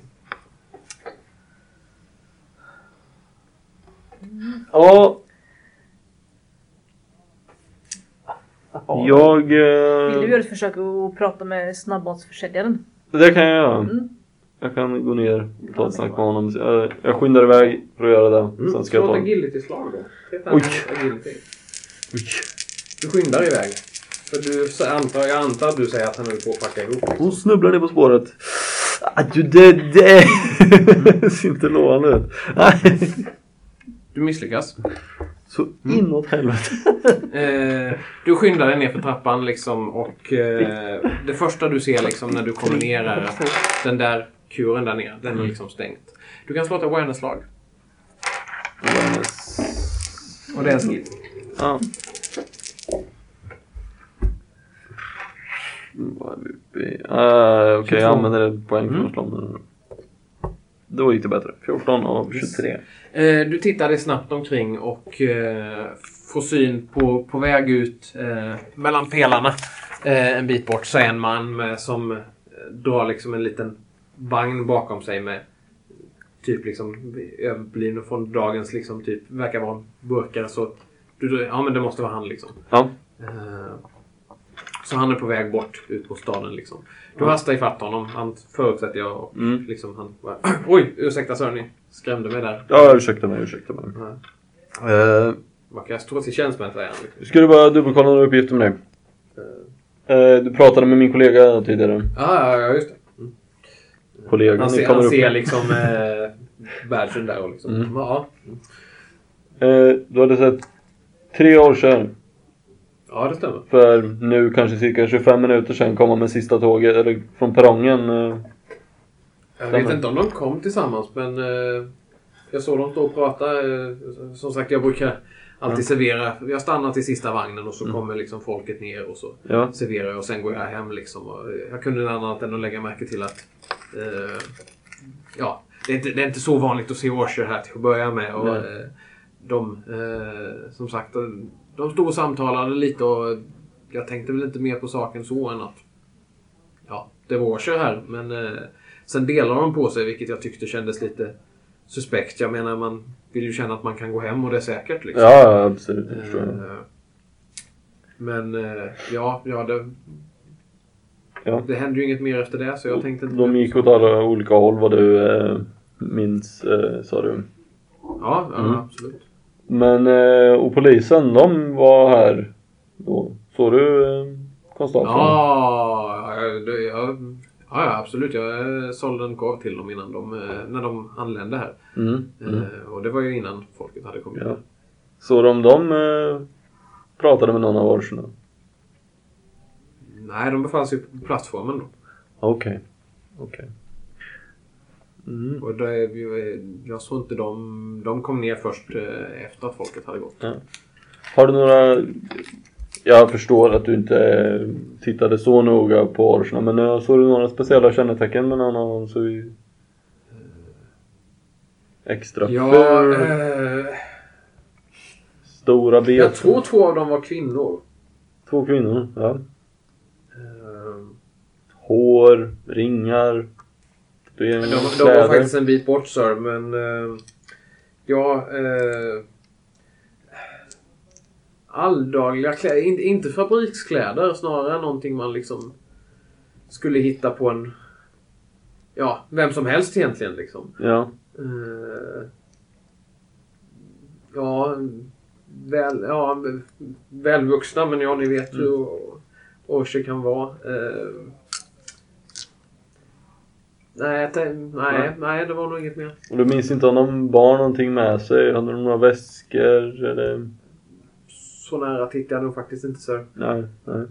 [SPEAKER 8] Ja. Jag... Eh...
[SPEAKER 9] Vill du göra ett försök att prata med snabbmatsförsäljaren?
[SPEAKER 8] Det kan jag göra. Mm. Jag kan gå ner och ta ett snack med honom. Jag, jag skyndar iväg för att göra det.
[SPEAKER 6] Mm.
[SPEAKER 8] Sen ska jag
[SPEAKER 6] ta
[SPEAKER 8] ta...
[SPEAKER 6] ett agility-slag då.
[SPEAKER 8] Oj.
[SPEAKER 6] Agility. Oj. Du skyndar iväg. För du antar, jag antar att du säger att han håller på att packa ihop. Liksom.
[SPEAKER 8] Hon snubblar ner på spåret. Ah, du, det, det. Det ser inte lovande ut.
[SPEAKER 6] Du misslyckas.
[SPEAKER 8] Så inåt helvete.
[SPEAKER 6] eh, du skyndar dig ner för trappan liksom, och eh, det första du ser liksom, när du kommer ner är att den där kuren där nere, den är liksom stängt. Du kan slå ett awareness-slag.
[SPEAKER 8] Awareness.
[SPEAKER 6] Och det är en skill.
[SPEAKER 8] Ja. Uh, Okej, okay, jag använder poäng för att slå. Mm. Då gick det bättre. fjorton av tjugotre.
[SPEAKER 6] Eh, du tittar dig snabbt omkring och eh, får syn på, på väg ut eh, mellan pelarna. Eh, en bit bort så är en man med, som eh, drar liksom en liten vagn bakom sig med typ liksom överblivna från dagens liksom typ, verkar vara burkar. Så du, ja men det måste vara han liksom.
[SPEAKER 8] Ja.
[SPEAKER 6] Eh, så han är på väg bort ut mot staden liksom. Du hastar ifatt honom, han förutsätter jag och mm. liksom han bara, oj, ursäkta sir, ni skrämde mig där.
[SPEAKER 8] Ja, ursäkta mig, ursäkta mig. Ja. Uh,
[SPEAKER 6] Man kan stå till tjänst med, säger han. Liksom.
[SPEAKER 8] Ska du bara dubbelkolla några uppgifter med dig? Uh. Uh, du pratade med min kollega tidigare.
[SPEAKER 6] Ah, ja, just det. Mm.
[SPEAKER 8] Kollegan,
[SPEAKER 6] han ser, han ser liksom eh, badgen där och liksom. Mm. Ja.
[SPEAKER 8] Mm. Uh, du hade sett tre år sedan.
[SPEAKER 6] Ja, det stämmer.
[SPEAKER 8] För nu kanske cirka tjugofem minuter sedan kom man med sista tåget, eller från perrongen. Uh,
[SPEAKER 6] jag vet inte om de kom tillsammans, men uh, jag såg dem stå och prata. Uh, som sagt, jag brukar alltid ja. servera. Vi har stannat i sista vagnen och så mm. kommer liksom folket ner och så
[SPEAKER 8] ja.
[SPEAKER 6] serverar jag och sen går jag hem liksom. Och jag kunde annat än att lägga märke till att uh, ja, det, är inte, det är inte så vanligt att se orcher här till att börja med. Och, eh, de, eh, som sagt, de stod och samtalade lite och jag tänkte väl inte mer på saken så än att ja, det var orcher här. Men eh, sen delar de på sig, vilket jag tyckte kändes lite suspekt. Jag menar, man vill ju känna att man kan gå hem och det är säkert. Liksom.
[SPEAKER 8] Ja, absolut. Jag förstår det.
[SPEAKER 6] Eh, men eh, ja, ja det,
[SPEAKER 8] Ja.
[SPEAKER 6] det hände ju inget mer efter det, så jag tänkte inte...
[SPEAKER 8] De gick åt alla olika håll, vad du eh, minns, eh, sa du.
[SPEAKER 6] Ja, ja
[SPEAKER 8] Mm.
[SPEAKER 6] absolut.
[SPEAKER 8] Men, eh, och polisen, de var här då. Såg du eh, konstapeln?
[SPEAKER 6] Ja, ja, det, ja, ja, ja, absolut. Jag eh, sålde en korv till dem innan de, eh, när de anlände här.
[SPEAKER 8] Mm. Mm.
[SPEAKER 6] Eh, och det var ju innan folket hade kommit.
[SPEAKER 8] Ja. Så de, de eh, pratade med någon av orcherna?
[SPEAKER 6] Nej, de befann sig på plattformen då.
[SPEAKER 8] Okej. Okay. Okej. Okay. Mm.
[SPEAKER 6] Och det, jag såg inte dem... De kom ner först eh, efter att folket hade gått.
[SPEAKER 8] Ja. Har du några... Jag förstår att du inte tittade så noga på orcherna, men jag såg du några speciella kännetecken med någon av dem så vi... Extra
[SPEAKER 6] Ja,
[SPEAKER 8] för...
[SPEAKER 6] eh,
[SPEAKER 8] Stora ben.
[SPEAKER 6] jag tror två av dem var kvinnor.
[SPEAKER 8] Två kvinnor, ja.
[SPEAKER 6] Eh,
[SPEAKER 8] Hår, ringar.
[SPEAKER 6] de, de var faktiskt en bit bort, sir, men... Eh, ja... Eh, alldagliga kläder, inte, inte fabrikskläder, snarare någonting man liksom skulle hitta på en, ja, vem som helst egentligen liksom.
[SPEAKER 8] Ja.
[SPEAKER 6] Uh, ja, väl, ja, välvuxna, men ja, ni vet ju hur orcher kan vara. Uh, nej, nej, nej, nej, det var nog inget mer.
[SPEAKER 8] Och du minns inte om de bar någonting med sig? Hade de några väskor eller...
[SPEAKER 6] Så nära tittar jag nog faktiskt inte, sir.
[SPEAKER 8] Nej, nej.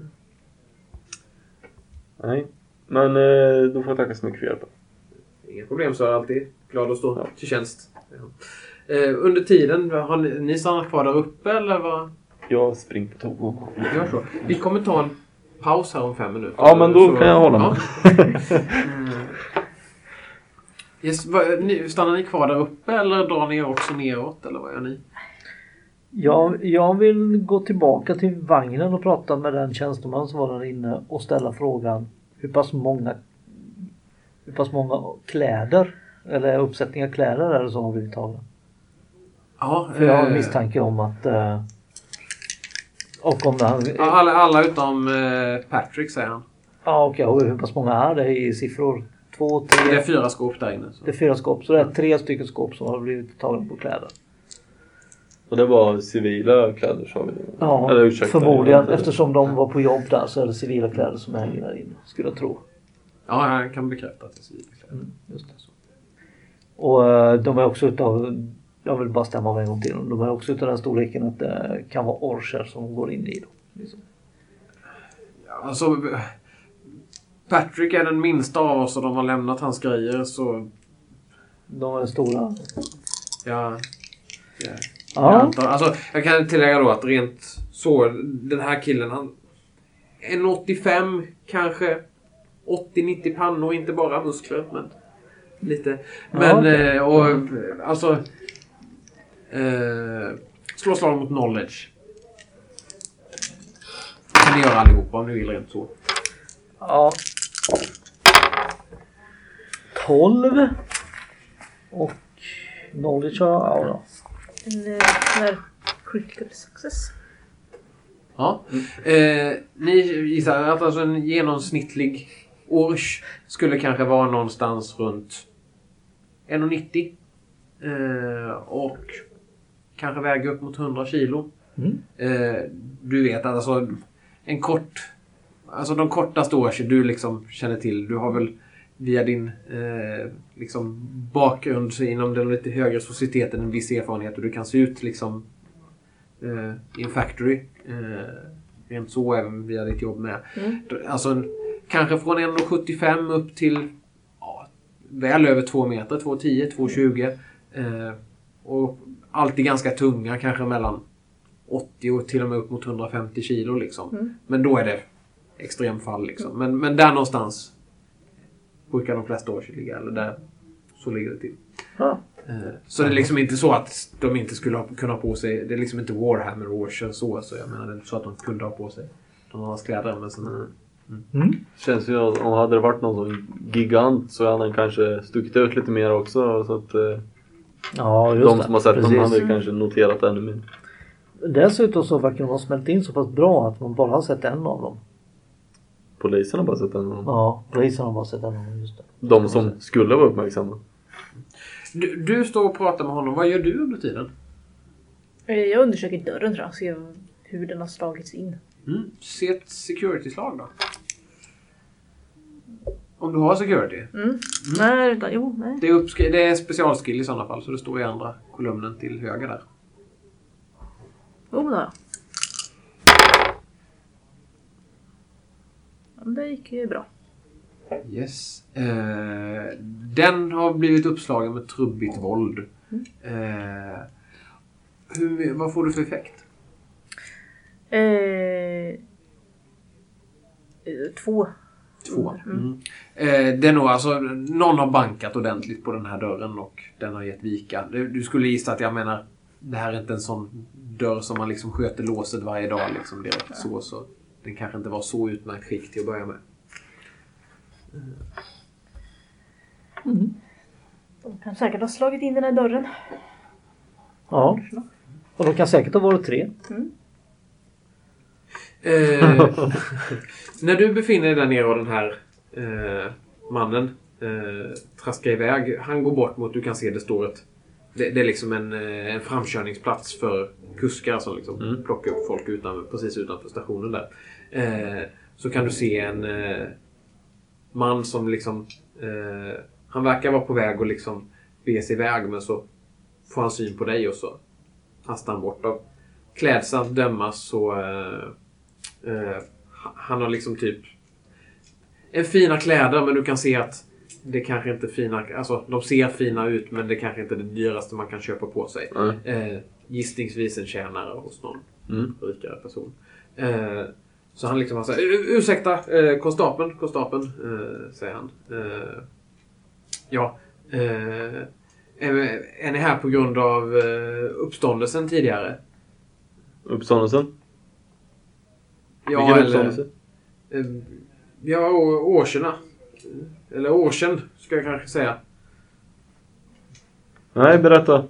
[SPEAKER 8] Nej. Men eh, då får jag tacka så mycket för hjälpen.
[SPEAKER 6] Inga problem, så är jag alltid glad att stå ja. till tjänst. Ja. Eh, under tiden, har ni, ni stannat kvar där uppe eller vad?
[SPEAKER 8] Jag springer på tåg.
[SPEAKER 6] Gör så. Vi kommer ta en paus här om fem minuter.
[SPEAKER 8] Ja, men då
[SPEAKER 6] så,
[SPEAKER 8] kan jag hålla mig.
[SPEAKER 6] Ja. mm. yes, vad, ni, stannar ni kvar där uppe eller drar ni också neråt eller vad gör ni?
[SPEAKER 7] Jag, jag vill gå tillbaka till vagnen och prata med den tjänsteman som var där inne och ställa frågan hur pass många hur pass många kläder eller uppsättningar kläder är det som har blivit tagna.
[SPEAKER 6] Ja,
[SPEAKER 7] för jag har en
[SPEAKER 6] eh,
[SPEAKER 7] misstanke om att eh, och om det han,
[SPEAKER 6] alla, alla utom eh, Patrick, säger han.
[SPEAKER 7] Ja, okej. Okay. Och hur pass många är det i siffror? Två, tre?
[SPEAKER 6] Det är fyra skåp där inne. Så.
[SPEAKER 7] Det är fyra skåp, så det är tre stycken skåp som har blivit tagna på kläder.
[SPEAKER 8] Och det var civila kläder, sa vi.
[SPEAKER 7] Ja,
[SPEAKER 8] eller, ursäkta,
[SPEAKER 7] förmodligen.
[SPEAKER 8] eller,
[SPEAKER 7] eftersom de var på jobb där så är det civila kläder som hänger där inne, skulle jag tro.
[SPEAKER 6] Ja, han kan bekräfta att det är civila kläder.
[SPEAKER 7] Mm, just det. Så. Och uh, de är också utav, jag vill bara stämma av en gång till dem, de är också utav den storleken att det kan vara orcher som går in i dem. Liksom.
[SPEAKER 6] Ja, alltså... Patrick är den minsta av oss och de har lämnat hans grejer, så...
[SPEAKER 7] De är stora.
[SPEAKER 6] Ja... ja.
[SPEAKER 7] Ja.
[SPEAKER 6] Jag antar, alltså, jag kan tillägga då att rent så, den här killen, han... en åttiofem kanske... åttio nittio pannor, inte bara muskler, men... Lite. Men,
[SPEAKER 7] Ja, okay.
[SPEAKER 6] eh, och... Alltså... Eh, slå slag mot knowledge. Kan ni göra allihopa om ni vill, rent så.
[SPEAKER 7] Ja. tolv. Och knowledge har ja då.
[SPEAKER 9] En eh, sån här critical success.
[SPEAKER 6] Ja. Eh, ni gissar att alltså en genomsnittlig orch skulle kanske vara någonstans runt en nittio. Eh, och kanske väga upp mot hundra kilo.
[SPEAKER 7] Mm.
[SPEAKER 6] Eh, du vet att alltså en kort... Alltså de kortaste orcher du liksom känner till. Du har väl via din eh, liksom bakgrund inom den lite högre societeten en viss erfarenhet. Och du kan se ut liksom eh, i en factory. Eh, rent så även via ditt jobb med.
[SPEAKER 9] Mm.
[SPEAKER 6] Alltså en, kanske från en sjuttiofem upp till ja, väl över två meter. två tio, två tjugo. Eh, och alltid ganska tunga. Kanske mellan åttio och till och med upp mot hundrafemtio kilo liksom.
[SPEAKER 9] Mm.
[SPEAKER 6] Men då är det extremfall liksom. Men, men där någonstans brukar de flesta år ligga. Eller där så ligger det till.
[SPEAKER 7] Ja.
[SPEAKER 6] Så det är liksom inte så att de inte skulle ha, kunna ha på sig, det är liksom inte Warhammer Warshare så, så jag menar det är inte så att de kunde ha på sig de har kläder men sen, mm.
[SPEAKER 7] Mm.
[SPEAKER 8] Känns ju om hade det varit någon sån gigant så hade han kanske stuckit ut lite mer också så att eh,
[SPEAKER 7] Ja, just
[SPEAKER 8] de
[SPEAKER 7] det.
[SPEAKER 8] som har sett
[SPEAKER 7] Precis.
[SPEAKER 8] dem hade kanske noterat ännu mer.
[SPEAKER 7] Dessutom så verkar de ha smält in så pass bra att man bara har sett en av dem.
[SPEAKER 8] Polisen har bara sett en av dem.
[SPEAKER 7] Ja, polisen har bara sett en av dem, just det.
[SPEAKER 8] De som skulle vara uppmärksamma.
[SPEAKER 6] Du, du står och pratar med honom, vad gör du under tiden?
[SPEAKER 9] Eh, Jag undersöker dörren tror jag, ser hur den har slagits in.
[SPEAKER 6] Mm. Se ett security-slag då. Om du har security.
[SPEAKER 9] Mm. Nej, utan, jo, nej.
[SPEAKER 6] Det är, uppskri- det är specialskill i sådana fall, så det står i andra kolumnen till höger där.
[SPEAKER 9] Jo, men då. Ja, men det gick ju bra.
[SPEAKER 6] Yes. Eh, den har blivit uppslagen med trubbigt våld.
[SPEAKER 9] Mm.
[SPEAKER 6] Eh, hur, vad får du för effekt?
[SPEAKER 9] Eh, eh, två.
[SPEAKER 6] Två.
[SPEAKER 9] Mm.
[SPEAKER 6] Mm. Eh, det är nog alltså, någon har bankat ordentligt på den här dörren och den har gett vika. Du, du skulle gissa att jag menar, det här är inte en sån dörr som man liksom sköter låset varje dag liksom direkt så, så den kanske inte var så utmärkt skick till att börja med.
[SPEAKER 9] Mm. De kan säkert ha slagit in den här dörren.
[SPEAKER 7] Ja. Och de kan säkert ha varit tre.
[SPEAKER 9] Mm.
[SPEAKER 6] Eh, när du befinner dig där nere och den här eh, mannen eh, traskar iväg, han går bort mot, du kan se det står ett, det, det är liksom en, eh, en framkörningsplats för kuskar som liksom
[SPEAKER 8] Mm.
[SPEAKER 6] plockar upp folk utanför, precis utanför stationen där. Eh, så kan du se en eh, man som liksom eh, han verkar vara på väg och liksom be sig iväg, men så får han syn på dig och så hastar han bort av klädsamt döma så eh, Uh, han har liksom typ en fina kläder, men du kan se att det kanske inte är fina, alltså de ser fina ut, men det kanske inte är det dyraste man kan köpa på sig.
[SPEAKER 8] Mm.
[SPEAKER 6] Uh, gissningsvis en tjänare hos någon
[SPEAKER 8] Mm.
[SPEAKER 6] rikare person. Uh, så han liksom har sagt, ursäkta, uh, konstapeln, konstapeln, uh, säger han. Uh, ja, uh, är, är ni här på grund av uh, uppståndelsen tidigare?
[SPEAKER 8] Uppståndelsen?
[SPEAKER 6] Ja,
[SPEAKER 8] Vilken
[SPEAKER 6] eller,
[SPEAKER 8] uppståndelse?
[SPEAKER 6] eh, ja, å- årsarna. Eller årsen, ska jag kanske säga.
[SPEAKER 8] Nej, berätta.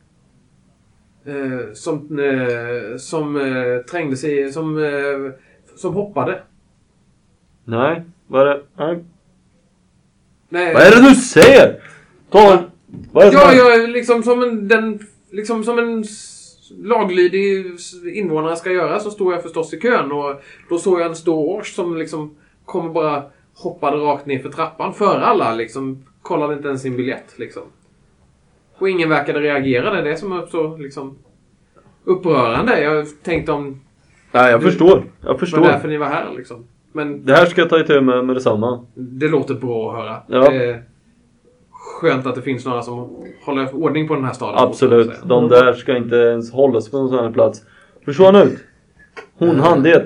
[SPEAKER 6] Eh, som eh, som eh, trängde sig, som, eh, som hoppade.
[SPEAKER 8] Nej, vad är det? Nej.
[SPEAKER 6] Nej,
[SPEAKER 8] Vad är det du säger? Ta vad är det som
[SPEAKER 6] Ja,
[SPEAKER 8] är-
[SPEAKER 6] jag liksom som en, den, liksom som en s- laglydig invånare ska göra, så stod jag förstås i kön och då såg jag en stor års som liksom kom och bara hoppade rakt ner för trappan före alla, liksom kollade inte ens sin biljett liksom. Och ingen verkade reagera, det är det som är så liksom upprörande. Jag tänkte om
[SPEAKER 8] Nej, jag
[SPEAKER 6] Du-
[SPEAKER 8] förstår. Jag
[SPEAKER 6] det var
[SPEAKER 8] förstår.
[SPEAKER 6] därför ni var här liksom. Men
[SPEAKER 8] Det här ska jag ta itu med med detsamma.
[SPEAKER 6] det låter bra att höra.
[SPEAKER 8] Ja.
[SPEAKER 6] Det är skönt att det finns några som håller ordning på den här staden.
[SPEAKER 8] Absolut. De där ska inte ens hållas på en sån här plats. Försvann ut. Hon, han, det.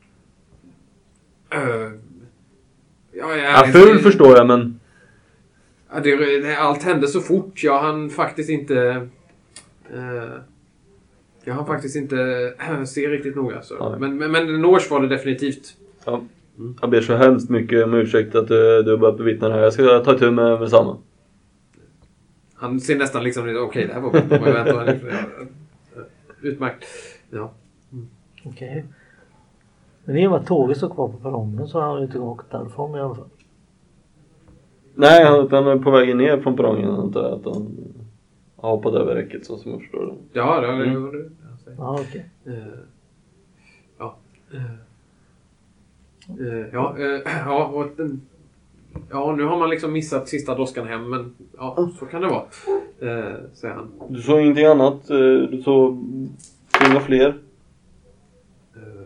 [SPEAKER 6] Uh, ja,
[SPEAKER 8] Ja, ful förstår jag, men...
[SPEAKER 6] Ja, det, det, allt hände så fort. Jag hann faktiskt inte... Uh, jag hann faktiskt inte uh, se riktigt noga. Så.
[SPEAKER 8] Ja.
[SPEAKER 6] Men, men, men Nors var det definitivt.
[SPEAKER 8] Ja. Jag ber så hemskt mycket om ursäkt att du, du börjat bevittna det här. Jag ska ta tur med, med samma.
[SPEAKER 6] Han ser nästan liksom... Okej, okay, det här var bra. Jag väntar, liksom, ja, uh, utmärkt. Ja.
[SPEAKER 7] Okej. Men i och med att tåget står kvar på perrongen så har han ju inte åkt därifrån i alla fall.
[SPEAKER 8] Nej, han, han är på väg ner från perrongen. Antar jag, att han har hoppat över räcket så som jag förstår det.
[SPEAKER 6] Ja, det var det.
[SPEAKER 8] Mm.
[SPEAKER 6] var det.
[SPEAKER 7] Ja, okej.
[SPEAKER 6] Uh, ja. Uh, uh, ja, uh, ja, och den, ja, nu har man liksom missat sista droskan hem, men ja, så kan det vara, uh, säger han.
[SPEAKER 8] Du såg ingenting annat? eh, Du såg inga fler?
[SPEAKER 6] Uh,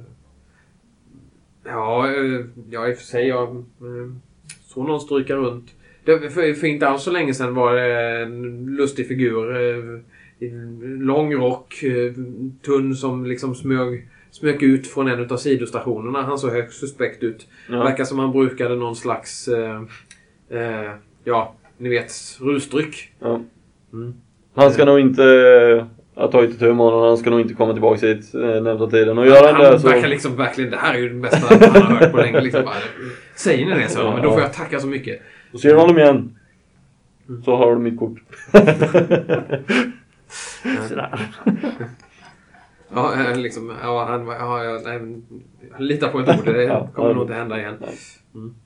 [SPEAKER 6] ja, uh, ja, i och för sig, jag uh, såg någon stryka runt. Det, för, för inte alls så länge sedan var det en lustig figur. Uh, lång rock, uh, tunn som liksom smög smög ut från en av sidostationerna. Han såg högst suspekt ut.
[SPEAKER 8] Ja.
[SPEAKER 6] Verkar som han brukade någon slags eh, eh, ja, ni vet, rusdryck.
[SPEAKER 8] Ja.
[SPEAKER 6] Mm.
[SPEAKER 8] Han ska nog inte ha tagit ett tur med honom. Han ska nog inte komma tillbaka hit eh, närmsta tiden. Och gör han,
[SPEAKER 6] han
[SPEAKER 8] det så...
[SPEAKER 6] verkar liksom verkligen, det här är ju det bästa han har hört på länge. Liksom bara, säger ni det så? Ja, men då får jag tacka så mycket.
[SPEAKER 8] Och ser du honom igen så har du mitt kort.
[SPEAKER 6] Ja, liksom, ja, han, ja, jag, nej, jag litar på ett ord. Det
[SPEAKER 8] ja,
[SPEAKER 6] kommer
[SPEAKER 8] ja,
[SPEAKER 6] nog inte hända igen. Mm.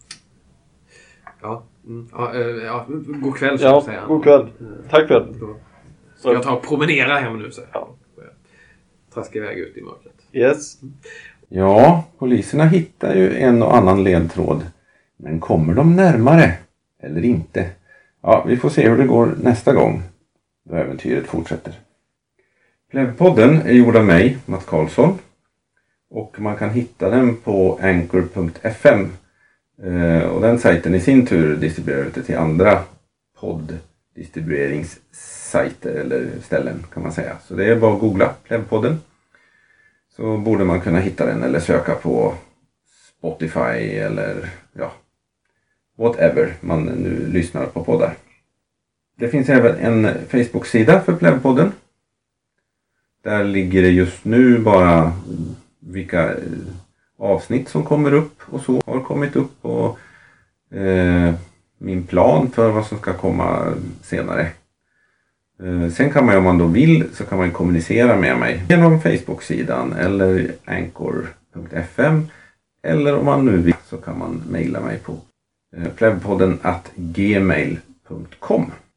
[SPEAKER 6] Ja, mm, ja, ja, god kväll så
[SPEAKER 8] Ja,
[SPEAKER 6] säger han.
[SPEAKER 8] god kväll. Tack för det.
[SPEAKER 6] Då ska jag ta och promenera hem nu så.
[SPEAKER 8] Ja.
[SPEAKER 6] Traska iväg ut i mörkret.
[SPEAKER 8] Yes.
[SPEAKER 1] Ja, poliserna hittar ju en och annan ledtråd. Men kommer de närmare? Eller inte? Ja, vi får se hur det går nästa gång. Då äventyret fortsätter. Plevpodden är gjord av mig, Mats Karlsson. Och man kan hitta den på anchor punkt f m. Eh, och den sajten i sin tur distribuerar ut det till andra podddistribueringssajter eller ställen kan man säga. Så det är bara att googla Plevpodden. Så borde man kunna hitta den eller söka på Spotify eller ja, whatever man nu lyssnar på poddar. Det finns även en Facebook-sida för Plevpodden. Där ligger det just nu bara vilka avsnitt som kommer upp och så har kommit upp och eh, min plan för vad som ska komma senare. Eh, sen kan man, om man då vill, så kan man kommunicera med mig genom Facebook-sidan eller anchor punkt f m, eller om man nu vill så kan man mejla mig på eh, plevpodden at gmail punkt com.